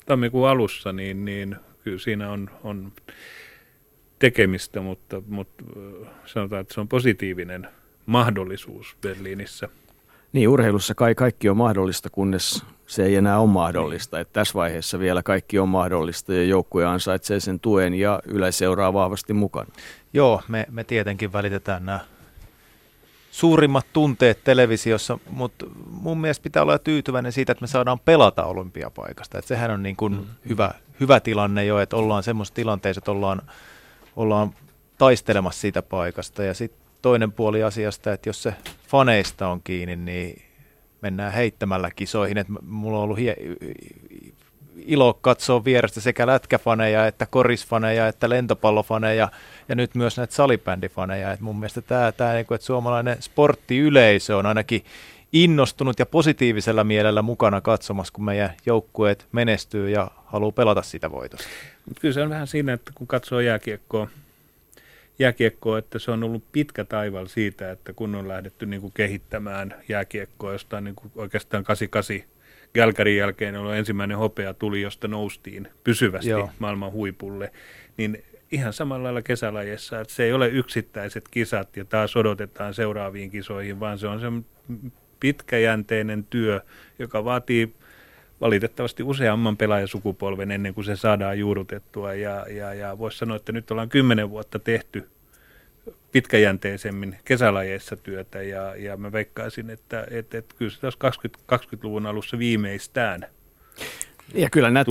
tammikuun alussa, niin kyllä siinä on tekemistä, mutta sanotaan, että se on positiivinen mahdollisuus Berliinissä. Niin, urheilussa kaikki on mahdollista, kunnes se ei enää ole mahdollista. Että tässä vaiheessa vielä kaikki on mahdollista ja joukkue ansaitsee sen tuen ja Yle seuraa vahvasti mukana. Joo, me tietenkin välitetään nämä suurimmat tunteet televisiossa, mutta mun mielestä pitää olla tyytyväinen siitä, että me saadaan pelata olympiapaikasta. Että sehän on niin kuin hyvä tilanne jo, että ollaan semmoisessa tilanteessa, että ollaan taistelemassa siitä paikasta. Ja sitten toinen puoli asiasta, että jos se faneista on kiinni, niin mennään heittämällä kisoihin. Että mulla on ollut ilo katsoa vierestä sekä lätkäfaneja, että korisfaneja, että lentopallofaneja ja nyt myös näitä salibändifaneja. Et mun mielestä tämä että suomalainen sporttiyleisö on ainakin innostunut ja positiivisella mielellä mukana katsomassa, kun meidän joukkueet menestyy ja haluaa pelata sitä voitosta. Kyllä se on vähän siinä, että kun katsoo jääkiekkoa, että se on ollut pitkä taival siitä, että kun on lähdetty niin kuin kehittämään jääkiekkoa jostain niin kuin oikeastaan 88 Gälkärin jälkeen, jolloin ensimmäinen hopea tuli, josta noustiin pysyvästi maailman huipulle, niin ihan samalla lailla kesälajeissa, että se ei ole yksittäiset kisat ja taas odotetaan seuraaviin kisoihin, vaan se on se pitkäjänteinen työ, joka vaatii valitettavasti useamman pelaajasukupolven ennen kuin se saadaan juurrutettua ja voisi sanoa, että nyt ollaan 10 vuotta tehty pitkäjänteisemmin kesälajeissa työtä ja mä veikkaisin, että kyllä se taas 20-luvun alussa viimeistään. Ja kyllä nämä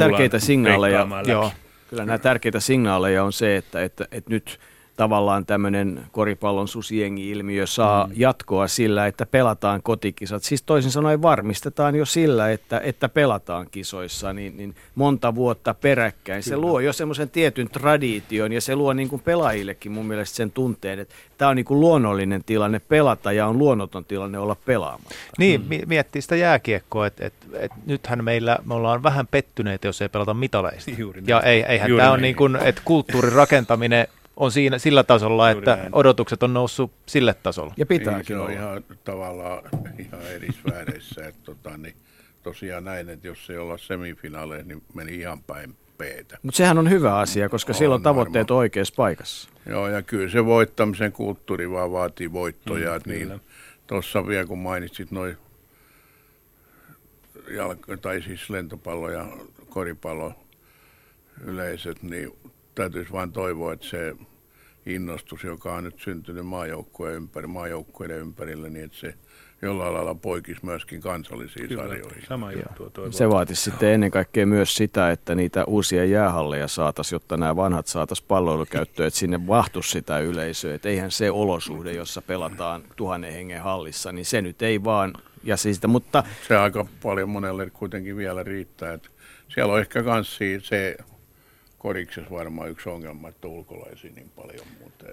tärkeitä signaaleja on se, että nyt tavallaan tämmöinen koripallon susijengi-ilmiö saa jatkoa sillä, että pelataan kotikisat. Siis toisin sanoen varmistetaan jo sillä, että pelataan kisoissa niin monta vuotta peräkkäin. Se luo jo semmoisen tietyn tradition ja se luo niin kuin pelaajillekin mun mielestä sen tunteen, että tämä on niin kuin luonnollinen tilanne pelata ja on luonnoton tilanne olla pelaamatta. Niin, miettii sitä jääkiekkoa, että nythän me ollaan vähän pettyneitä, jos ei pelata mitaleista. Ja eihän tämä ole niin kuin, että kulttuurin rakentaminen on siinä sillä tasolla, että odotukset on noussut sille tasolle. Ja pitääkin se on ihan tavallaan ihan eri sfääreissä. Niin tosiaan näin, että jos ei olla semifinaaleissa, niin meni ihan päin peetä. Mutta sehän on hyvä asia, koska silloin tavoitteet on oikeassa paikassa. Joo, ja kyllä se voittamisen kulttuuri vaan vaatii voittoja. Niin tuossa vielä kun mainitsit noin lentopallo ja koripallo yleiset, niin täytyisi vain toivoa, että se innostus, joka on nyt syntynyt maajoukkueiden ympärillä, niin että se jollain lailla poikisi myöskin kansallisiin sarjoihin. Sama juttu toivoa. Se vaatisi sitten ennen kaikkea myös sitä, että niitä uusia jäähalleja saataisiin, jotta nämä vanhat saataisiin palloilukäyttöön, että sinne mahtuisi sitä yleisöä. Että eihän se olosuhde, jossa pelataan 1000 hengen hallissa, niin se nyt ei vaan, mutta se aika paljon monelle kuitenkin vielä riittää, että siellä on ehkä myös se koriksessa varmaan yksi ongelma, että on ulkolaisia niin paljon muuta.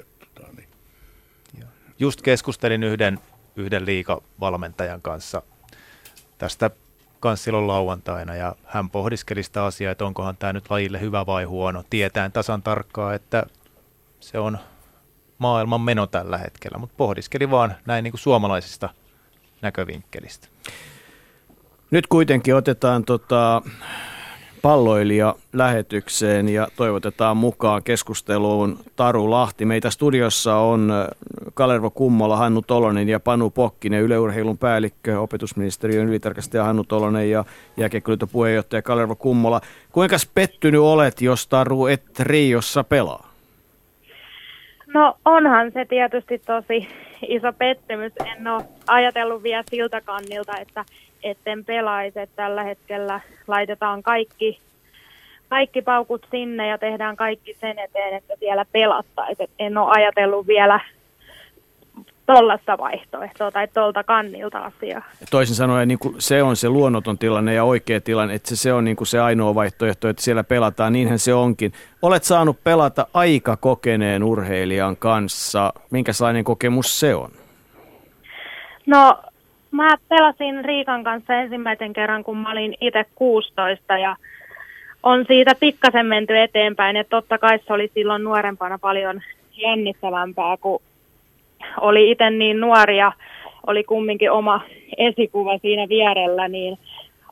Just keskustelin yhden liigavalmentajan kanssa tästä kans silloin lauantaina, ja hän pohdiskeli sitä asiaa, että onkohan tämä nyt lajille hyvä vai huono, tietäen tasan tarkkaan, että se on maailman meno tällä hetkellä, mutta pohdiskeli vaan näin niin kuin suomalaisista näkövinkkelistä. Nyt kuitenkin otetaan palloilija lähetykseen ja toivotetaan mukaan keskusteluun Taru Lahti. Meitä studiossa on Kalervo Kummola, Hannu Tolonen ja Panu Pokkinen, Yle-urheilun päällikkö, opetusministeriön ylitarkastaja Hannu Tolonen ja Jääkiekkoliiton puheenjohtaja Kalervo Kummola. Kuinka pettynyt olet, jos Taru et Riossa pelaa? No onhan se tietysti tosi iso pettymys. En ole ajatellut vielä siltä kannilta, että etten pelaisi. Tällä hetkellä laitetaan kaikki paukut sinne ja tehdään kaikki sen eteen, että siellä pelattaisiin. En ole ajatellut vielä tuollaista vaihtoehtoa tai tuolta kannilta asiaa. Toisin sanoen niin se on se luonnoton tilanne ja oikea tilanne, että se on niin se ainoa vaihtoehto, että siellä pelataan, niinhän se onkin. Olet saanut pelata aika kokeneen urheilijan kanssa. Minkälainen kokemus se on? No, mä pelasin Riikan kanssa ensimmäisen kerran, kun mä olin itse 16 ja on siitä pikkasen menty eteenpäin. Ja totta kai se oli silloin nuorempana paljon jännittävämpää, kun oli itse niin nuori ja oli kumminkin oma esikuva siinä vierellä, niin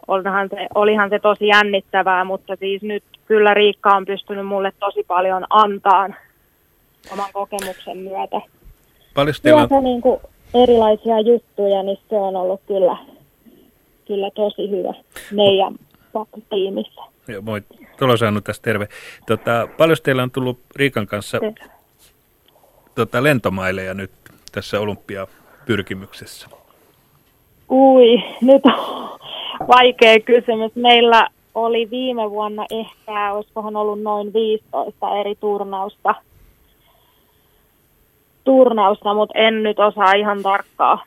olihan se tosi jännittävää, mutta siis nyt kyllä Riikka on pystynyt mulle tosi paljon antaa oman kokemuksen myötä. Paljon teillä on... se niin kuin erilaisia juttuja, niin se on ollut kyllä tosi hyvä meidän tiimissä. Joo, moi. Tolo saanut tästä terve. Paljon teillä on tullut Riikan kanssa lentomaileja nyt tässä olympiapyrkimyksessä? Nyt on vaikea kysymys. Meillä oli viime vuonna ehkä, olisikohan ollut noin 15 eri turnausta, mutta en nyt osaa ihan tarkkaa.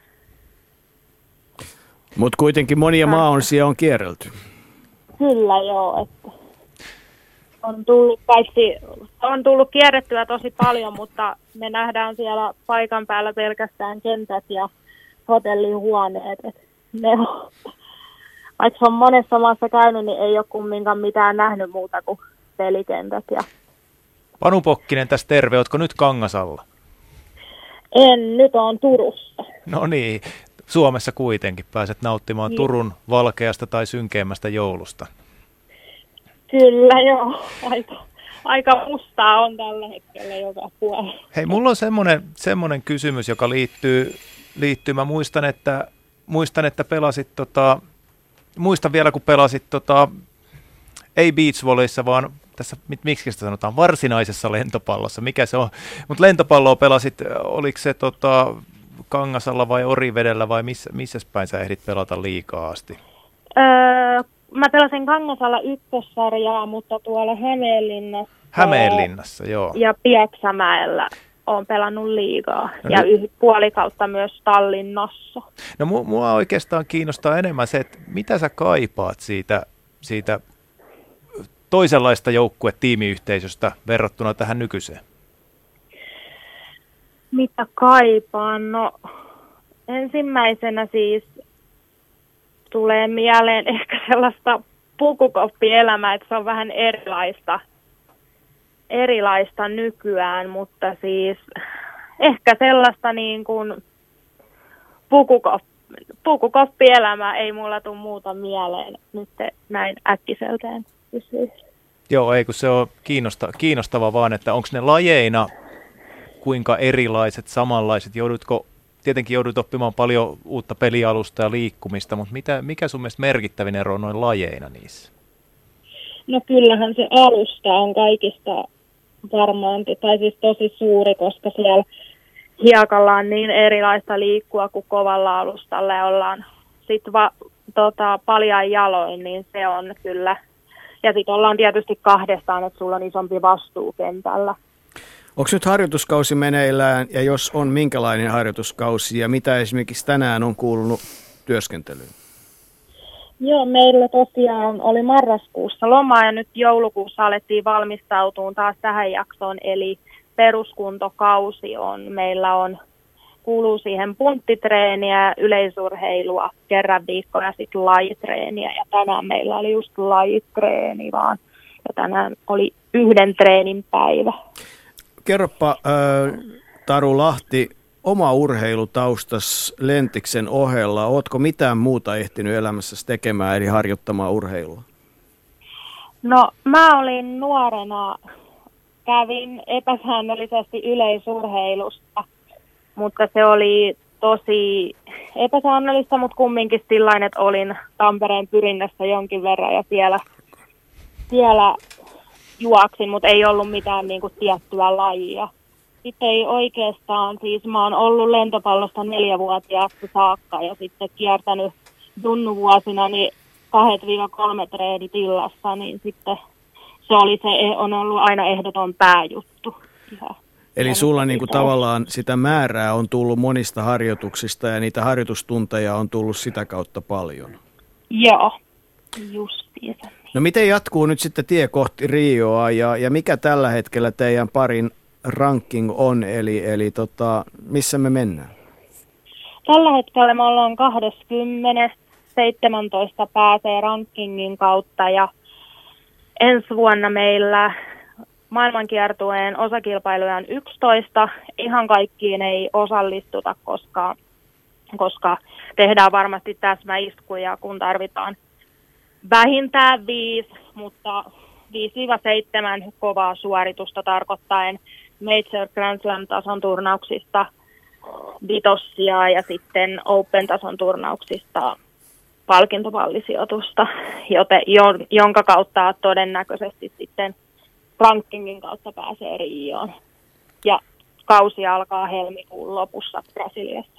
Mutta kuitenkin monia maaonsia on kierrelty. Kyllä joo, että on tullut kierrettyä tosi paljon, mutta me nähdään siellä paikan päällä pelkästään kentät ja hotellihuoneet. Vaikka on monessa maassa käynyt, niin ei ole kumminkaan mitään nähnyt muuta kuin pelikentät. Panu Pokkinen tässä terve, ootko nyt Kangasalla? Nyt on Turussa. No niin, Suomessa kuitenkin pääset nauttimaan niin. Turun valkeasta tai synkeämmästä joulusta. Kyllä joo, aika mustaa on tällä hetkellä joka puolella. Hei, mulla on semmoinen kysymys, joka liittyy, mä muistan, että pelasit muistan vielä kun pelasit ei beachvolleyssa, vaan tässä, miksi sitä sanotaan, varsinaisessa lentopallossa, mikä se on, mutta lentopalloa pelasit, oliko se Kangasalla vai Orivedellä vai missä päin sä ehdit pelata liigaa asti? Mä pelasin Kangasalla ykkössarjaa, mutta tuolla Hämeenlinnassa, joo. Ja Pieksämäellä olen pelannut liigaa ja puolikautta myös Tallinnassa. No mua oikeastaan kiinnostaa enemmän se, että mitä sä kaipaat siitä toisenlaista joukkue-tiimiyhteisöstä verrattuna tähän nykyiseen? Mitä kaipaan? No ensimmäisenä siis tulee mieleen ehkä sellaista pukukoppielämää, että se on vähän erilaista nykyään, mutta siis ehkä sellaista niin kuin pukukoppielämää ei mulla tule muuta mieleen nyt näin äkkiseltään kysyä. Joo, ei kun se on kiinnostava vaan, että onko ne lajeina kuinka erilaiset, samanlaiset, tietenkin joudut oppimaan paljon uutta pelialusta ja liikkumista, mutta mikä sun mielestä merkittävin ero on noin lajeina niissä? No kyllähän se alusta on kaikista varmaan, tai siis tosi suuri, koska siellä hiekalla on niin erilaista liikkua kuin kovalla alustalla ja ollaan sitten paljain jaloin, niin se on kyllä. Ja sitten ollaan tietysti kahdestaan, että sulla on isompi vastuu kentällä. Onko nyt harjoituskausi meneillään ja jos on, minkälainen harjoituskausi ja mitä esimerkiksi tänään on kuulunut työskentelyyn? Joo, meillä tosiaan oli marraskuussa loma ja nyt joulukuussa alettiin valmistautua taas tähän jaksoon, eli peruskuntokausi meillä kuuluu siihen punttitreeniä, yleisurheilua kerran viikkoa ja sitten lajitreeniä ja tänään meillä oli just lajitreeni vaan ja tänään oli 1 treenin päivä. Kerropa Taru Lahti, oma urheilutaustas Lentiksen ohella. Ootko mitään muuta ehtinyt elämässäsi tekemään eli harjoittamaan urheilua? No mä olin nuorena, kävin epäsäännöllisesti yleisurheilusta, mutta se oli tosi epäsäännöllistä, mutta kumminkin sillain, että olin Tampereen Pyrinnässä jonkin verran ja siellä juoksin, mutta ei ollut mitään niin kuin tiettyä lajia. Sitten ei oikeastaan, siis mä oon ollut lentopallosta 4-vuotiaasta saakka ja sitten kiertänyt junnuvuosina niin 2-3 treenit illassa, niin sitten se on ollut aina ehdoton pääjuttu. Eli sulla niin kuin tavallaan sitä määrää on tullut monista harjoituksista ja niitä harjoitustunteja on tullut sitä kautta paljon. Joo, justiinsa. No miten jatkuu nyt sitten tie kohti Rioa ja mikä tällä hetkellä teidän parin ranking on, eli missä me mennään? Tällä hetkellä me ollaan 17 pääsee rankingin kautta ja ensi vuonna meillä maailmankiertueen osakilpailuja on 11. Ihan kaikkiin ei osallistuta, koska tehdään varmasti täsmäiskuja, kun vähintään 5, mutta 5-7 kovaa suoritusta tarkoittaen Major Grand Slam-tason turnauksista vitossia ja sitten Open-tason turnauksista palkintopallisijoitusta, jonka kautta todennäköisesti sitten rankingin kautta pääsee Rioon. Ja kausi alkaa helmikuun lopussa Brasiliassa.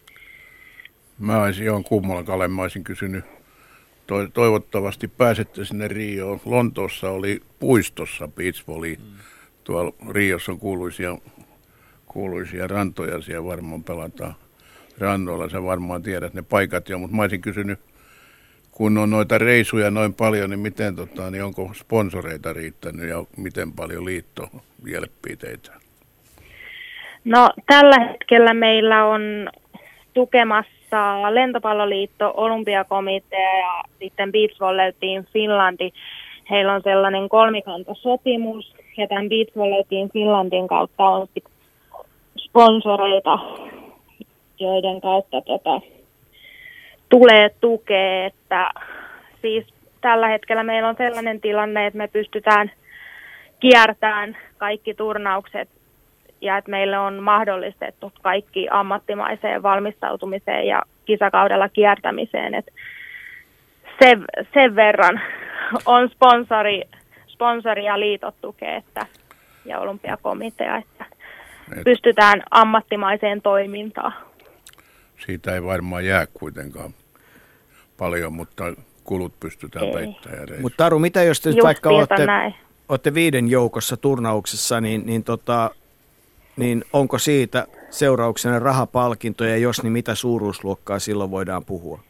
Mä olisin Joon Kummola-Kalle, mä olisin kysynyt, toivottavasti pääsette sinne Rioon. Lontoossa oli puistossa beach volley. Tuolla Riossa on kuuluisia rantoja, siellä varmaan pelataan rannoilla, sä varmaan tiedät ne paikat jo, mutta mä olisin kysynyt, kun on noita reisuja noin paljon, niin miten niin onko sponsoreita riittänyt ja miten paljon liitto vieläpii teitä? No tällä hetkellä meillä on tukemassa Lentopalloliitto, Olympiakomitea ja sitten Beach Volley Team Finlandi. Heillä on sellainen kolmikantasopimus ja tämän Beach Volley Team Finlandin kautta on sponsoreita, joiden kautta tulee tukea, että siis tällä hetkellä meillä on sellainen tilanne, että me pystytään kiertämään kaikki turnaukset ja että meille on mahdollistettu kaikki ammattimaiseen valmistautumiseen ja kisakaudella kiertämiseen, että sen verran on sponsori ja liitot tukea ja olympiakomitea, että pystytään ammattimaiseen toimintaan. Siitä ei varmaan jää kuitenkaan paljon, mutta kulut pystytään peittämään. Mutta Taru, mitä jos te vaikka olette 5 joukossa turnauksessa, niin onko siitä seurauksena rahapalkintoja, jos niin mitä suuruusluokkaa silloin voidaan puhua?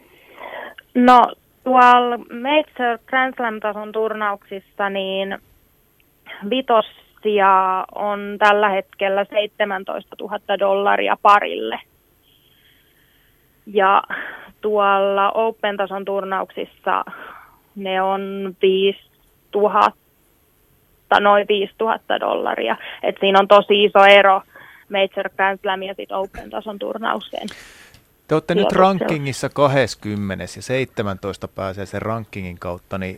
No tuolla Major Grand Slam-tason turnauksissa niin vitossia on tällä hetkellä $17,000 parille. Ja tuolla Open-tason turnauksissa ne on noin $5,000. Et siinä on tosi iso ero Major Grand Slam ja sitten Open-tason turnaukseen. Te olette nyt rankingissa 20. ja 17 pääsee sen rankingin kautta, niin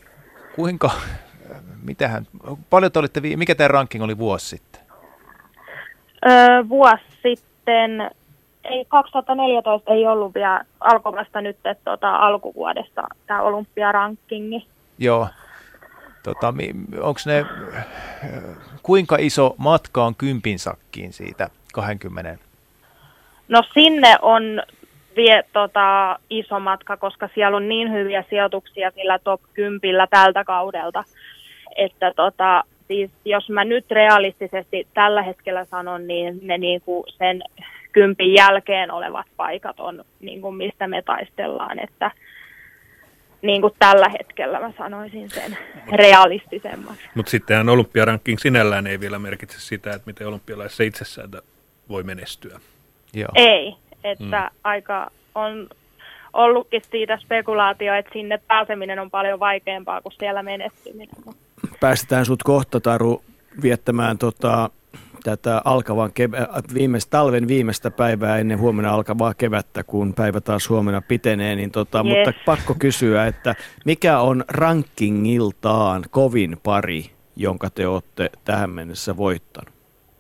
paljon te olitte, mikä teidän ranking oli vuosi sitten? Vuosi sitten, 2014 ei ollut vielä, alkoi vasta nyt alkuvuodesta tämä olympiarankingi. Joo. Onko ne, kuinka iso matka on 10 sakkiin siitä 20? No sinne on iso matka, koska siellä on niin hyviä sijoituksia sillä top 10 tältä kaudelta, että siis jos mä nyt realistisesti tällä hetkellä sanon, niin ne niinku sen 10 jälkeen olevat paikat on niinku mistä me taistellaan, että niinku tällä hetkellä mä sanoisin sen realistisemman. Mutta sittenhän olympiaranking sinällään ei vielä merkitse sitä, että miten olympialaisessa itsessään voi menestyä. Joo. Ei, että aika on ollutkin siitä spekulaatio, että sinne pääseminen on paljon vaikeampaa kuin siellä menestyminen. Päästetään sut kohta, Taru, viettämään tätä alkavan talven viimeistä päivää ennen huomenna alkavaa kevättä, kun päivä taas huomenna pitenee, niin mutta pakko kysyä, että mikä on rankingiltaan kovin pari, jonka te olette tähän mennessä voittanut?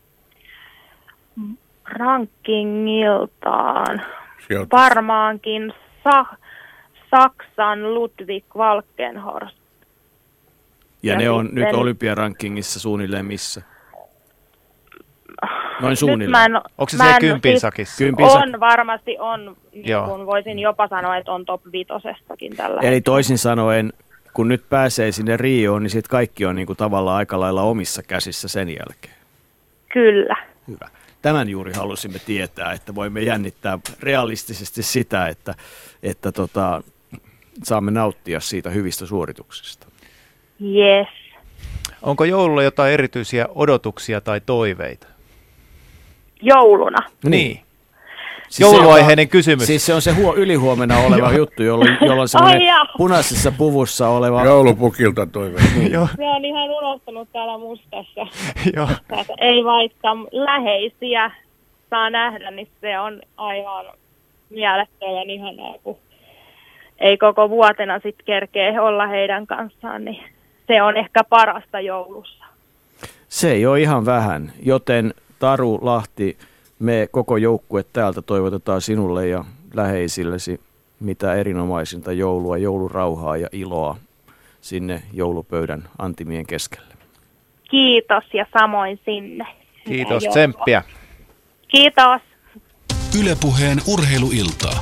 Rankingiltaan varmaankin Saksan Ludwig Walkenhorst. Ja ne on nyt olympiarankingissa suunnilleen missä? Noin suunnilleen. Onko se siellä 10 sakissa? On, varmasti on. Niin kun voisin jopa sanoa, että on top 5 tällä Eli toisin sanoen, kun nyt pääsee sinne Rioon, niin sitten kaikki on niin kuin tavallaan aika lailla omissa käsissä sen jälkeen. Kyllä. Hyvä. Tämän juuri halusimme tietää, että voimme jännittää realistisesti sitä, että saamme nauttia siitä hyvistä suorituksista. Yes. Onko joululla jotain erityisiä odotuksia tai toiveita? Jouluna? Niin. Siis jouluaiheinen kysymys. Siis se on se ylihuomenna oleva juttu, jolla on semmoinen punaisessa puvussa oleva... Joulupukilta toiveita. Se on ihan unohtunut täällä mustassa. Ei vaikka läheisiä saa nähdä, niin se on aivan mielettömän ihanaa, kun ei koko vuotena sitten kerkeä olla heidän kanssaan, niin se on ehkä parasta joulussa. Se ei ole ihan vähän, joten Taru Lahti, me koko joukkue täältä toivotetaan sinulle ja läheisillesi mitä erinomaisinta joulua, joulurauhaa ja iloa sinne joulupöydän antimien keskelle. Kiitos ja samoin sinne. Kiitos, tsemppiä. Kiitos. Yle Puheen urheiluiltaa.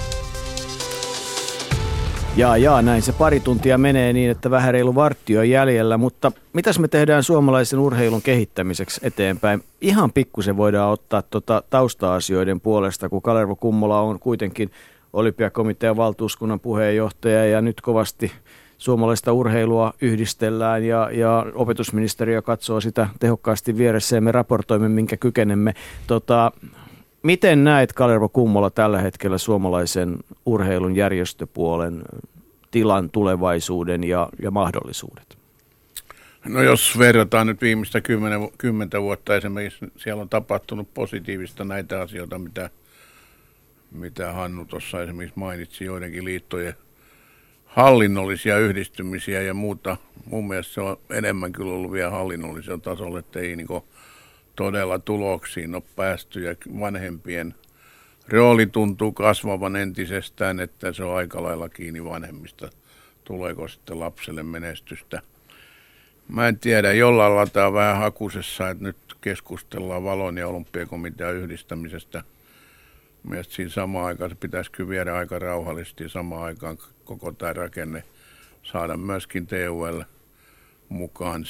Näin se pari tuntia menee niin, että vähän reilu vartti on jäljellä, mutta mitäs me tehdään suomalaisen urheilun kehittämiseksi eteenpäin? Ihan pikkusen voidaan ottaa tausta-asioiden puolesta, kun Kalervo Kummola on kuitenkin Olympiakomitean valtuuskunnan puheenjohtaja ja nyt kovasti suomalaista urheilua yhdistellään ja opetusministeriö katsoo sitä tehokkaasti vieressä ja me raportoimme, minkä kykenemme. Miten näet, Kalervo Kummola, tällä hetkellä suomalaisen urheilun järjestöpuolen tilan, tulevaisuuden ja mahdollisuudet? No jos verrataan nyt viimeistä 10 vuotta esimerkiksi, siellä on tapahtunut positiivista näitä asioita, mitä Hannu tuossa esimerkiksi mainitsi, joidenkin liittojen hallinnollisia yhdistymisiä ja muuta. Mun mielestä se on enemmän kyllä ollut vielä hallinnollisella tasolla, että ei niinku todella tuloksiin ole päästy ja vanhempien rooli tuntuu kasvavan entisestään, että se on aika lailla kiinni vanhemmista. Tuleeko sitten lapselle menestystä? Mä en tiedä, jollain lailla tämä on vähän hakusessa, että nyt keskustellaan Valon ja Olympiakomitean yhdistämisestä. Mielestäni siinä samaan aikaan se pitäisi kyllä viedä aika rauhallisesti ja samaan aikaan koko tämä rakenne saada myöskin TUL mukaan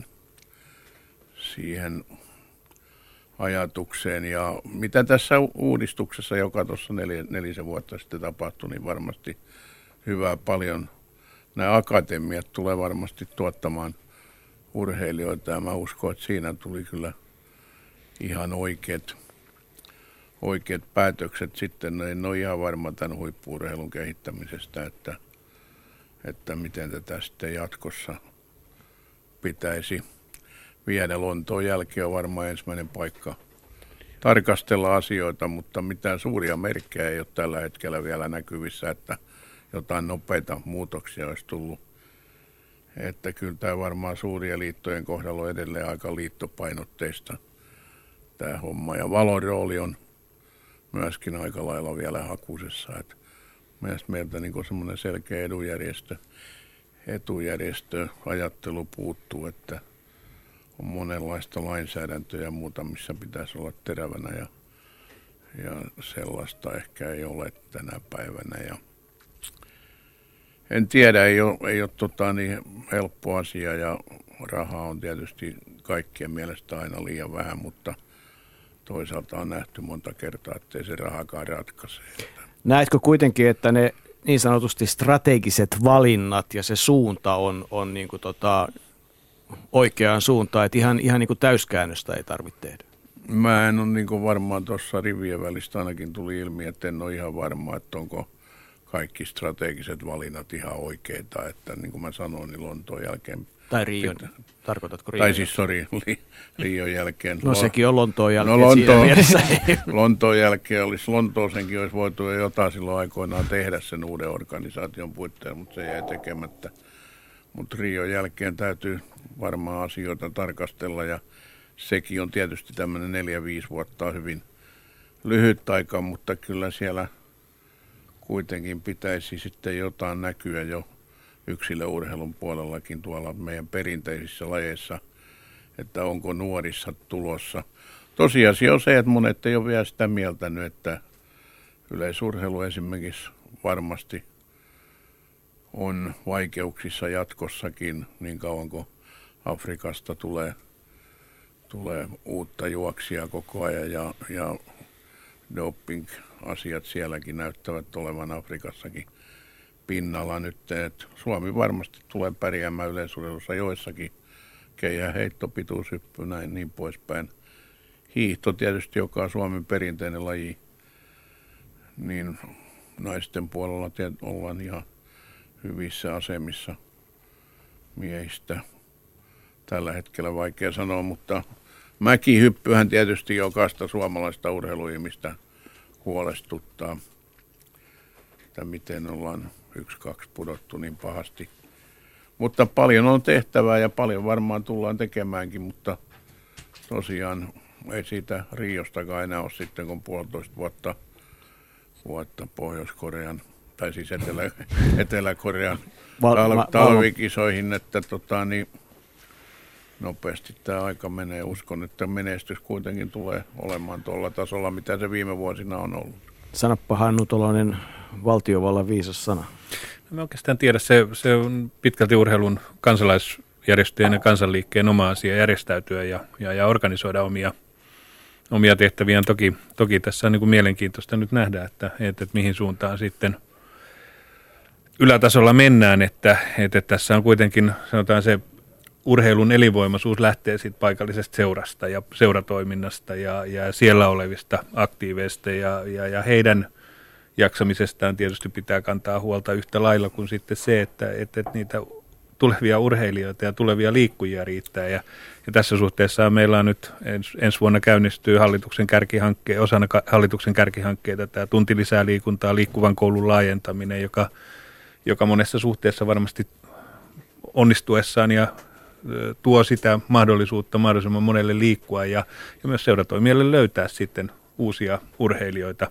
siihen ajatukseen. Ja mitä tässä uudistuksessa, joka tuossa 4 vuotta sitten tapahtui, niin varmasti hyvää paljon. Nämä akatemiat tulee varmasti tuottamaan urheilijoita ja mä uskon, että siinä tuli kyllä ihan oikeat päätökset sitten. En ole ihan varma tämän huippu-urheilun kehittämisestä, että miten tätä sitten jatkossa pitäisi viedä. Lontoon jälkeen on varmaan ensimmäinen paikka tarkastella asioita, mutta mitään suuria merkkejä ei ole tällä hetkellä vielä näkyvissä, että jotain nopeita muutoksia olisi tullut. Että kyllä tämä varmaan suurien liittojen kohdalla on edelleen aika liittopainotteista tämä homma. Ja Valon rooli on myöskin aika lailla vielä hakusessa. Että meiltä niin semmoinen selkeä etujärjestöajattelu puuttuu, että on monenlaista lainsäädäntöä ja muuta, missä pitäisi olla terävänä ja sellaista ehkä ei ole tänä päivänä. Ja en tiedä, ei ole niin helppo asia ja rahaa on tietysti kaikkien mielestä aina liian vähän, mutta toisaalta on nähty monta kertaa, ettei se rahakaan ratkaise. Näetkö kuitenkin, että ne niin sanotusti strategiset valinnat ja se suunta on niin kuin oikeaan suuntaan, että ihan niin kuin täyskäännöstä ei tarvitse tehdä? Mä en ole niin kuin varmaan tuossa rivien välistä ainakin tuli ilmi, että en ole ihan varma, että onko kaikki strategiset valinnat ihan oikeita, että niin kuin mä sanoin, niin Lontoon jälkeen... Tai Rion, tarkoitatko Rion? Tai siis, Rion jälkeen. No sekin on Lontoon jälkeen siinä mielessä. Lontoon jälkeen Lontoosenkin olisi voitu jo jotain silloin aikoinaan tehdä sen uuden organisaation puitteissa, mutta se jäi tekemättä. Mutta Rion jälkeen täytyy varmaan asioita tarkastella ja sekin on tietysti tämmöinen 4-5 vuotta hyvin lyhyt aika, mutta kyllä siellä kuitenkin pitäisi sitten jotain näkyä jo yksilöurheilun puolellakin tuolla meidän perinteisissä lajeissa, että onko nuorissa tulossa. Tosiasia on se, että monet ei ole vielä sitä mieltänyt, että yleisurheilu esimerkiksi varmasti on vaikeuksissa jatkossakin niin kauan kuin Afrikasta tulee uutta juoksia koko ajan ja doping-asiat sielläkin näyttävät olevan Afrikassakin pinnalla nyt. Et Suomi varmasti tulee pärjäämään yleisurheilussa joissakin, keihäheitto, pituushyppy, näin niin poispäin. Hiihto tietysti, joka on Suomen perinteinen laji, niin naisten puolella ollaan ihan hyvissä asemissa miehistä. Tällä hetkellä vaikea sanoa, mutta mäkihyppyhän tietysti jokaista suomalaista urheiluihmistä huolestuttaa, että miten ollaan 1-2 pudottu niin pahasti. Mutta paljon on tehtävää ja paljon varmaan tullaan tekemäänkin, mutta tosiaan ei siitä Riostakaan enää ole sitten, kun 1,5 vuotta Pohjois-Korean, tai siis Etelä-Korean talvikisoihin, että niin nopeasti tämä aika menee. Uskon, että menestys kuitenkin tulee olemaan tuolla tasolla, mitä se viime vuosina on ollut. Sanoppa Hannu Tolonen, valtiovallan viisas sana. No, mä oikeastaan tiedä, se on pitkälti urheilun kansalaisjärjestöjen ja kansanliikkeen oma asia järjestäytyä ja organisoida omia tehtäviään. Toki tässä on niin kuin mielenkiintoista nyt nähdä, että mihin suuntaan sitten ylätasolla mennään, että tässä on kuitenkin, sanotaan se urheilun elinvoimaisuus lähtee siitä paikallisesta seurasta ja seuratoiminnasta ja siellä olevista aktiiveista ja heidän jaksamisestaan tietysti pitää kantaa huolta yhtä lailla kuin sitten se, että niitä tulevia urheilijoita ja tulevia liikkujia riittää. Ja tässä suhteessa meillä on nyt ensi vuonna käynnistyy osana hallituksen kärkihankkeita tämä tunti lisää liikuntaa, liikkuvan koulun laajentaminen, joka monessa suhteessa varmasti onnistuessaan ja tuo sitä mahdollisuutta mahdollisimman monelle liikkua ja myös seuratoimijalle löytää sitten uusia urheilijoita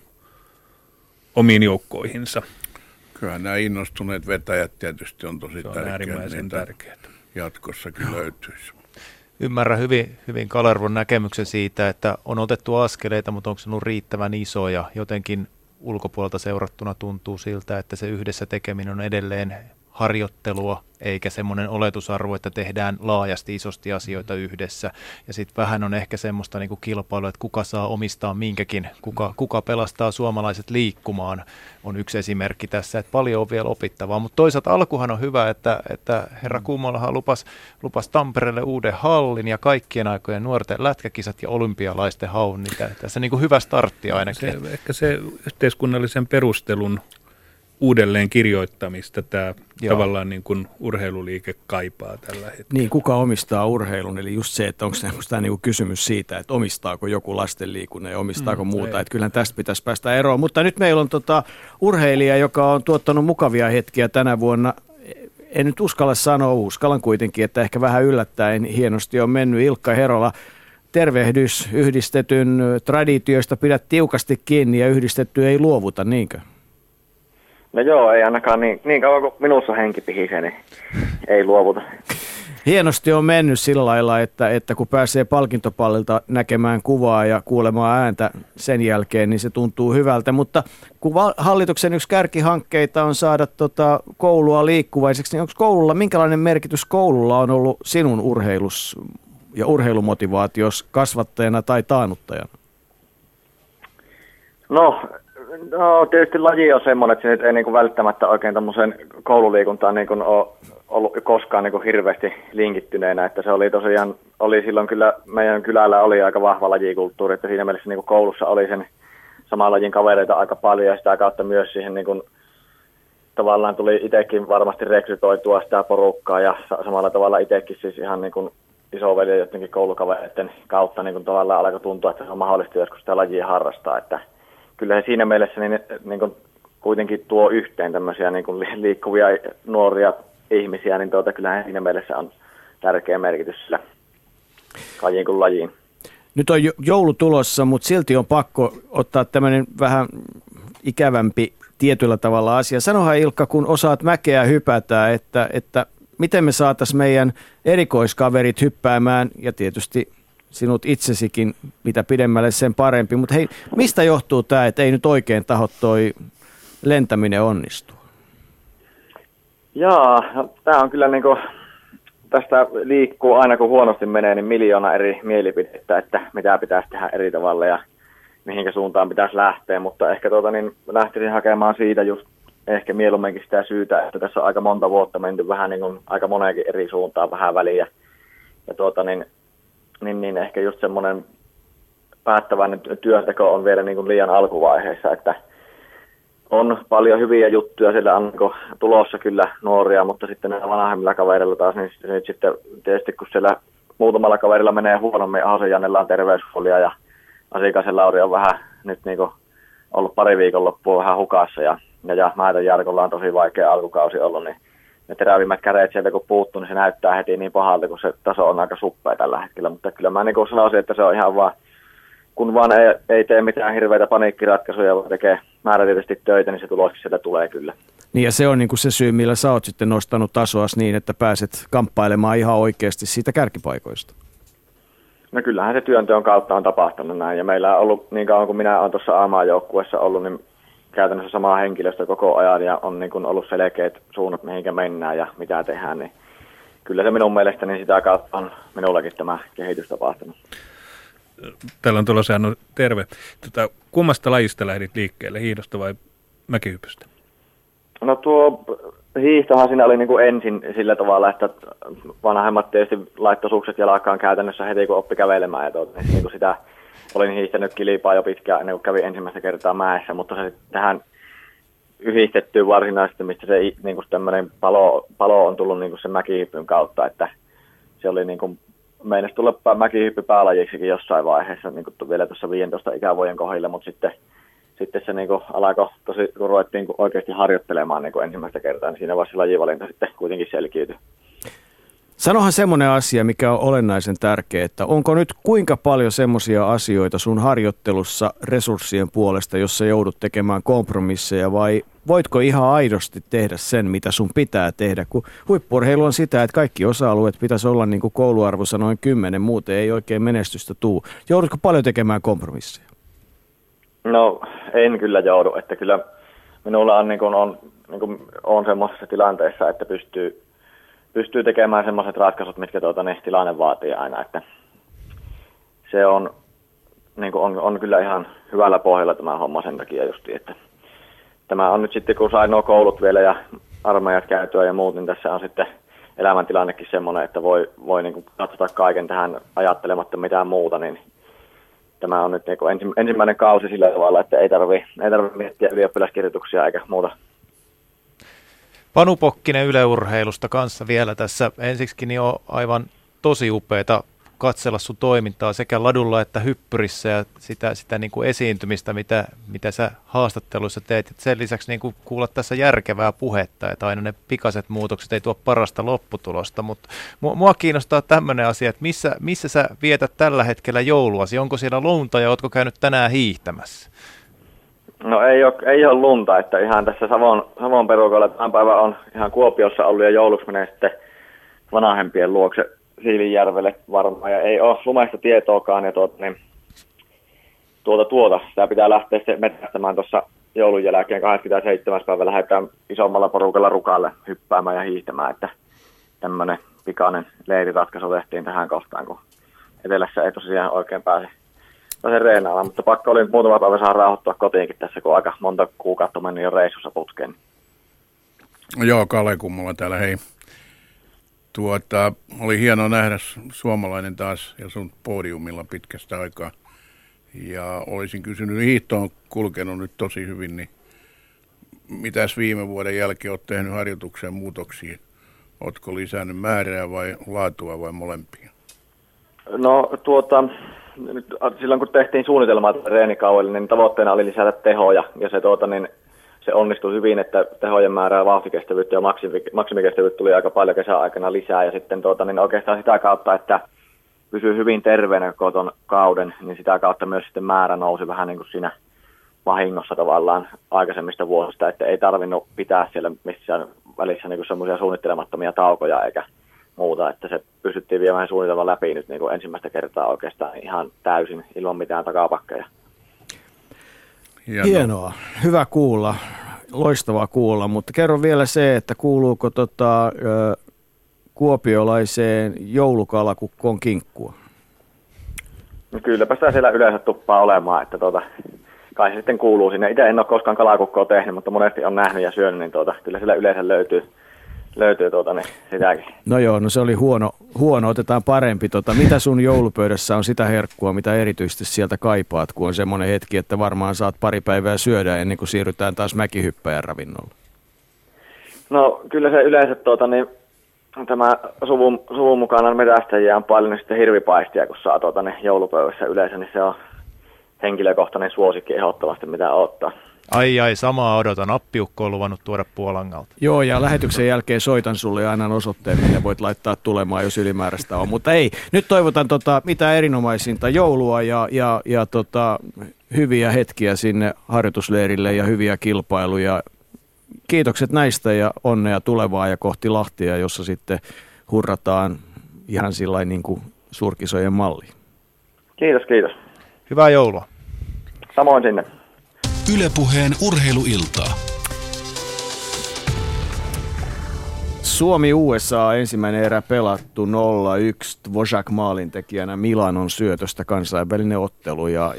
omiin joukkoihinsa. Kyllähän nämä innostuneet vetäjät tietysti on tosi äärimmäisen tärkeää. Jatkossakin löytyisi. Ymmärrän hyvin Kalervon näkemyksen siitä, että on otettu askeleita, mutta onko se ollut riittävän iso ja jotenkin ulkopuolelta seurattuna tuntuu siltä, että se yhdessä tekeminen on edelleen harjoittelua, eikä semmoinen oletusarvo, että tehdään laajasti isosti asioita yhdessä. Ja sitten vähän on ehkä semmoista niinku kilpailua, että kuka saa omistaa minkäkin, kuka pelastaa suomalaiset liikkumaan, on yksi esimerkki tässä, että paljon on vielä opittavaa. Mutta toisaalta alkuhan on hyvä, että herra Kummolahan lupas Tampereelle uuden hallin ja kaikkien aikojen nuorten lätkäkisat ja olympialaisten haun. Niin tässä niinku hyvä startti ainakin. Ehkä se yhteiskunnallisen perustelun uudelleen kirjoittamista tämä tavallaan niin kuin urheiluliike kaipaa tällä hetkellä. Niin, kuka omistaa urheilun? Eli just se, että onko tämä niin kuin kysymys siitä, että omistaako joku lastenliikunnan ja omistaako muuta. Että kyllähän tästä pitäisi päästä eroon. Mutta nyt meillä on urheilija, joka on tuottanut mukavia hetkiä tänä vuonna. En nyt uskallan kuitenkin, että ehkä vähän yllättäen hienosti on mennyt. Ilkka Herola, tervehdys, yhdistetyn traditioista pidät tiukasti kiinni ja yhdistetty ei luovuta, niinkö? No joo, ei ainakaan niin kauan kuin minussa henki pihisee, niin ei luovuta. Hienosti on mennyt sillä lailla, että kun pääsee palkintopallilta näkemään kuvaa ja kuulemaan ääntä sen jälkeen, niin se tuntuu hyvältä. Mutta kun hallituksen yksi kärkihankkeita on saada koulua liikkuvaiseksi, niin minkälainen merkitys koululla on ollut sinun urheilus ja urheilumotivaatios kasvattajana tai taannuttajana? No tietysti laji on semmoinen, että se nyt ei niin kuin välttämättä oikein tämmöiseen koululiikuntaan niin kuin ole ollut koskaan niin kuin hirveästi linkittyneenä, että se oli tosiaan, silloin kyllä, meidän kylällä oli aika vahva lajikulttuuri, että siinä mielessä niin kuin koulussa oli sen saman lajin kavereita aika paljon ja sitä kautta myös siihen niin kuin, tavallaan tuli itsekin varmasti rekrytoitua sitä porukkaa ja samalla tavalla itsekin siis ihan niin kuin isoveli jotenkin koulukavereiden kautta niin kuin tavallaan alkoi tuntua, että se on mahdollista joskus sitä lajia harrastaa, että kyllä se siinä mielessä niin kuin kuitenkin tuo yhteen tämmöisiä niin kuin liikkuvia nuoria ihmisiä, niin kyllähän siinä mielessä on tärkeä merkitys sillä lajiin kuin lajiin. Nyt on joulu tulossa, mutta silti on pakko ottaa tämmöinen vähän ikävämpi tietyllä tavalla asia. Sanohan Ilkka, kun osaat mäkeä hypätä, että miten me saataisiin meidän erikoiskaverit hyppäämään ja tietysti sinut itsesikin, mitä pidemmälle sen parempi. Mutta hei, mistä johtuu tämä, että ei nyt oikein taho toi lentäminen onnistua? No, tämä on kyllä niinku, tästä liikkuu aina kun huonosti menee, niin 1,000,000 eri mielipidettä, että mitä pitäisi tehdä eri tavalla ja mihinkä suuntaan pitäisi lähteä. Mutta ehkä lähtisin hakemaan siitä just ehkä mieluumminkin sitä syytä, että tässä on aika monta vuotta menty vähän niin kuin aika moneenkin eri suuntaan vähän väliä. Ja niin ehkä just semmoinen päättäväinen työnteko on vielä niin kuin liian alkuvaiheessa, että on paljon hyviä juttuja, siellä on tulossa kyllä nuoria, mutta sitten näillä vanhemmilla kavereilla taas, niin nyt sitten tietysti kun siellä muutamalla kaverilla menee huonommin, Ahosen Jannella on terveyshuolia ja Asikaisen Lauri on vähän nyt niin kuin ollut pari viikonloppua vähän hukassa ja ja Mäetön Jarkolla on tosi vaikea alkukausi ollut, niin ne terävimmät käreet sieltä kun puuttuu, niin se näyttää heti niin pahalta, kun se taso on aika suppea tällä hetkellä. Mutta kyllä mä niin kuin sanoisin, että se on ihan vaan, kun vaan ei tee mitään hirveitä paniikkiratkaisuja, vaan tekee määrätietoisesti töitä, niin se tuloskin sieltä tulee kyllä. Niin ja se on niin kuin se syy, millä sä oot sitten nostanut tasoas niin, että pääset kamppailemaan ihan oikeasti siitä kärkipaikoista. No kyllähän se työnteon kautta on tapahtunut näin, ja meillä on ollut niin kauan kuin minä olen tuossa A-maajoukkueessa ollut, niin käytännössä samaa henkilöstö koko ajan, ja on niin kuin ollut selkeät suunnat, mihinkä mennään ja mitä tehdään, niin kyllä se minun mielestäni sitä kautta on minullakin tämä kehitys tapahtunut. Täällä on tuolla no, terve. Kummasta lajista lähdit liikkeelle, hiihdosta vai mäkihypystä? No tuo hiihtohan siinä oli niin kuin ensin sillä tavalla, että vanhemmat tietysti laittoi sukset jalkaan käytännössä heti kun oppi kävelemään. Ja niin kuin sitä olin hiihtänyt kilpaa jo pitkään ennen kuin kävin ensimmäistä kertaa mäessä, mutta se tähän yhdistettyy varsinaisesti, mistä se niin kuin tämmöinen palo on tullut niin kuin sen mäkihyppyn kautta, että se oli niin kuin meinasi tulla mäkihyppy päälajiksikin jossain vaiheessa niin kuin vielä tuossa 15 ikävuoden kohdilla, mutta sitten se niin kuin alkoi kun ruvettiin oikeasti harjoittelemaan niin kuin ensimmäistä kertaa, niin siinä vaiheessa lajivalinta sitten kuitenkin selkiytyi. Sanohan semmoinen asia, mikä on olennaisen tärkeä, että onko nyt kuinka paljon semmoisia asioita sun harjoittelussa resurssien puolesta, jossa joudut tekemään kompromisseja, vai voitko ihan aidosti tehdä sen, mitä sun pitää tehdä, kun huippu-urheilu on sitä, että kaikki osa-alueet pitäisi olla niin kuin kouluarvossa noin 10, muuten ei oikein menestystä tule. Joudutko paljon tekemään kompromisseja? No en kyllä joudu, että kyllä minulla on semmoisessa tilanteessa, että pystyy tekemään semmoiset ratkaisut, mitkä tilanne vaatii aina, että se on, niin kuin on kyllä ihan hyvällä pohjalla tämä homma sen takia justi, että tämä on nyt sitten, kun sai nuo koulut vielä ja armeijat käytyä ja muut, niin tässä on sitten elämäntilannekin semmoinen, että voi niin kuin katsota kaiken tähän ajattelematta mitään muuta, niin tämä on nyt niin kuin ensimmäinen kausi sillä tavalla, että ei tarvitse miettiä ylioppilaskirjoituksia eikä muuta. Panu Pokkinen Yle Urheilusta kanssa vielä tässä. Ensiksikin niin on aivan tosi upeata katsella sun toimintaa sekä ladulla että hyppyrissä ja sitä niin kuin esiintymistä, mitä sä haastatteluissa teet. Sen lisäksi niin kuin kuulla tässä järkevää puhetta, että aina ne pikaiset muutokset ei tuo parasta lopputulosta, mutta mua kiinnostaa tämmöinen asia, että missä sä vietät tällä hetkellä jouluasi? Onko siellä lunta ja ootko käynyt tänään hiihtämässä? No ei ole lunta, että ihan tässä Savon perukoilla tämän päivän on ihan Kuopiossa ollut ja jouluksi menee sitten vanhempien luokse Siilinjärvelle varmaan ja ei ole lumesta tietoakaan ja sitä pitää lähteä sitten metästämään tuossa joulun jälkeen 27. päivä lähdetään isommalla porukalla Rukalle hyppäämään ja hiihtämään, että tämmöinen pikainen leiriratkaisu tehtiin tähän kohtaan, kun etelässä ei tosiaan oikein pääse reenaamaan, mutta pakko oli muutama päivä saada rauhoittua kotiinkin tässä, kun aika monta kuukautta meni jo reissussa putkeen. Joo, Kalle Kummola täällä, hei. Oli hienoa nähdä suomalainen taas ja sun podiumilla pitkästä aikaa. Ja olisin kysynyt, hiihto on kulkenut nyt tosi hyvin, niin mitäs viime vuoden jälkeen olet tehnyt harjoitukseen muutoksia? Oletko lisännyt määrää vai laatua vai molempia? No nyt silloin kun tehtiin suunnitelmaa treenikaudelle, niin tavoitteena oli lisätä tehoja ja se onnistui hyvin, että tehojen määrää, vauhtikestävyyttä ja maksimikestävyyttä tuli aika paljon kesän aikana lisää ja sitten oikeastaan sitä kautta, että pysyy hyvin terveenä koko ton kauden, niin sitä kautta myös sitten määrä nousi vähän niin kuin siinä vahingossa tavallaan aikaisemmista vuosista, että ei tarvinnut pitää siellä missään välissä niin kuin semmoisia suunnittelemattomia taukoja eikä muuta, että se pystyttiin viemään suunnitelman läpi nyt niin kuin ensimmäistä kertaa oikeastaan ihan täysin ilman mitään takapakkeja. Hienoa. Hyvä kuulla. Loistavaa kuulla, mutta kerro vielä se, että kuuluuko kuopiolaiseen joulukalakukkoon kinkkua? No kylläpä sitä siellä yleensä tuppaa olemaan, että kai se sitten kuuluu sinne. Itse en ole koskaan kalakukkoa tehnyt, mutta monesti on nähnyt ja syönyt, niin kyllä siellä yleensä löytyy sitäkin. No joo, no se oli huono, otetaan parempi. Mitä sun joulupöydässä on sitä herkkua, mitä erityisesti sieltä kaipaat, kun on semmoinen hetki, että varmaan saat pari päivää syödä ennen kuin siirrytään taas mäkihyppäjän ravinnolle? No kyllä se yleensä tämä suvun mukana metästäjiä on paljon, niin sitten hirvipaistia, kun saa joulupöydässä yleensä, niin se on henkilökohtainen suosikki ehdottomasti, mitä odottaa. Ai, samaa odotan. Appiukko on luvannut tuoda Puolangalta. Joo, ja lähetyksen jälkeen soitan sulle ja annan osoitteen, minne voit laittaa tulemaan, jos ylimääräistä on. Mutta ei, nyt toivotan mitä erinomaisinta joulua ja hyviä hetkiä sinne harjoitusleirille ja hyviä kilpailuja. Kiitokset näistä ja onnea tulevaa ja kohti Lahtia, jossa sitten hurrataan ihan sillain niin kuin suurkisojen malliin. Kiitos. Hyvää joulua. Samoin sinne. Yle Puheen urheiluiltaa. Suomi-USA ensimmäinen erä pelattu 0-1 Dvořák maalintekijänä Milanon syötöstä, kansainvälinen ottelu ja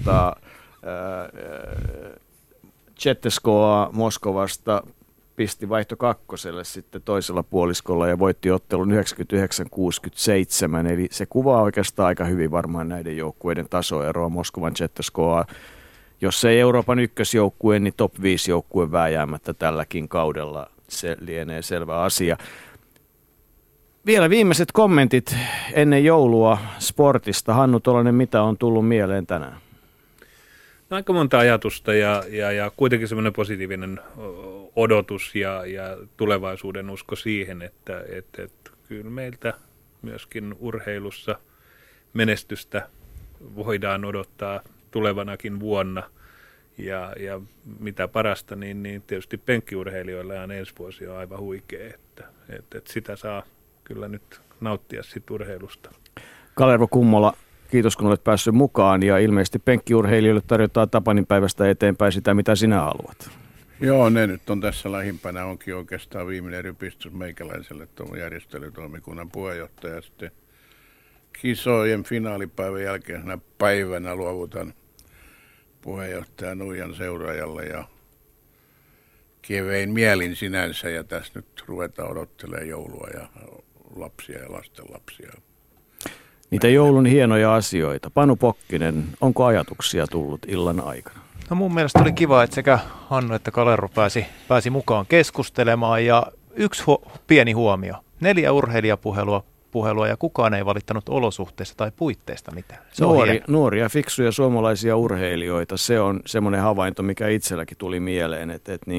Czeteskoa Moskovasta pisti vaihto kakkoselle sitten toisella puoliskolla ja voitti ottelun 99-67, eli se kuvaa oikeastaan aika hyvin varmaan näiden joukkueiden tasoeroa. Moskovan Czeteskoa, jos ei Euroopan ykkösjoukkue, niin top 5 joukkue vääjäämättä tälläkin kaudella, se lienee selvä asia. Vielä viimeiset kommentit ennen joulua sportista. Hannu Tolonen, mitä on tullut mieleen tänään? No, aika monta ajatusta ja kuitenkin semmoinen positiivinen odotus ja tulevaisuuden usko siihen, että kyllä meiltä myöskin urheilussa menestystä voidaan odottaa tulevanakin vuonna. Ja mitä parasta, niin tietysti penkkiurheilijoilla on ensi vuosi on aivan huikea, että sitä saa kyllä nyt nauttia sit urheilusta. Kalervo Kummola, kiitos kun olet päässyt mukaan ja ilmeisesti penkkiurheilijoille tarjotaan Tapaninpäivästä eteenpäin sitä, mitä sinä haluat. Joo, ne nyt on tässä lähimpänä, onkin oikeastaan viimeinen rypistys meikäläiselle tuon järjestelytoimikunnan puheenjohtaja. Sitten kisojen finaalipäivän jälkeisenä päivänä luovutan puheenjohtaja Nuijan seuraajalle ja kevein mielin sinänsä, ja tässä nyt ruvetaan odottelemaan joulua ja lapsia ja lastenlapsia. Niitä joulun hienoja asioita. Panu Pokkinen, onko ajatuksia tullut illan aikana? No mun mielestä oli kiva, että sekä Hannu että Kalervo pääsi mukaan keskustelemaan, ja yksi pieni huomio. 4 urheilijapuhelua ja kukaan ei valittanut olosuhteista tai puitteista mitään. Nuoria, fiksuja suomalaisia urheilijoita, se on semmoinen havainto, mikä itselläkin tuli mieleen.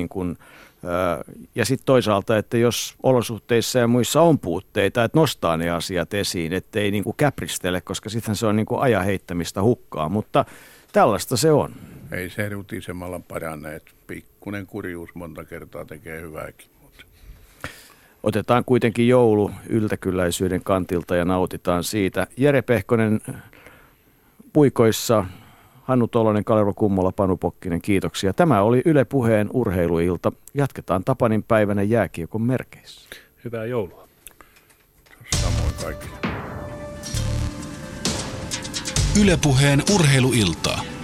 Ja sitten toisaalta, että jos olosuhteissa ja muissa on puutteita, että nostaa ne asiat esiin, ettei niin kuin käpristele, koska sitten se on niin kuin ajan heittämistä hukkaa, mutta tällaista se on. Ei se rutisemalla paranne, että pikkuinen kurjuus monta kertaa tekee hyvääkin. Otetaan kuitenkin joulu yltäkylläisyyden kantilta ja nautitaan siitä. Jere Pehkonen puikoissa, Hannu Tolonen, Kalervo Kummola, Panu Pokkinen, kiitoksia. Tämä oli Yle Puheen urheiluilta. Jatketaan Tapaninpäivänä jääkiekon merkeissä. Hyvää joulua. Samoin kaikille. Yle Puheen urheiluiltaa.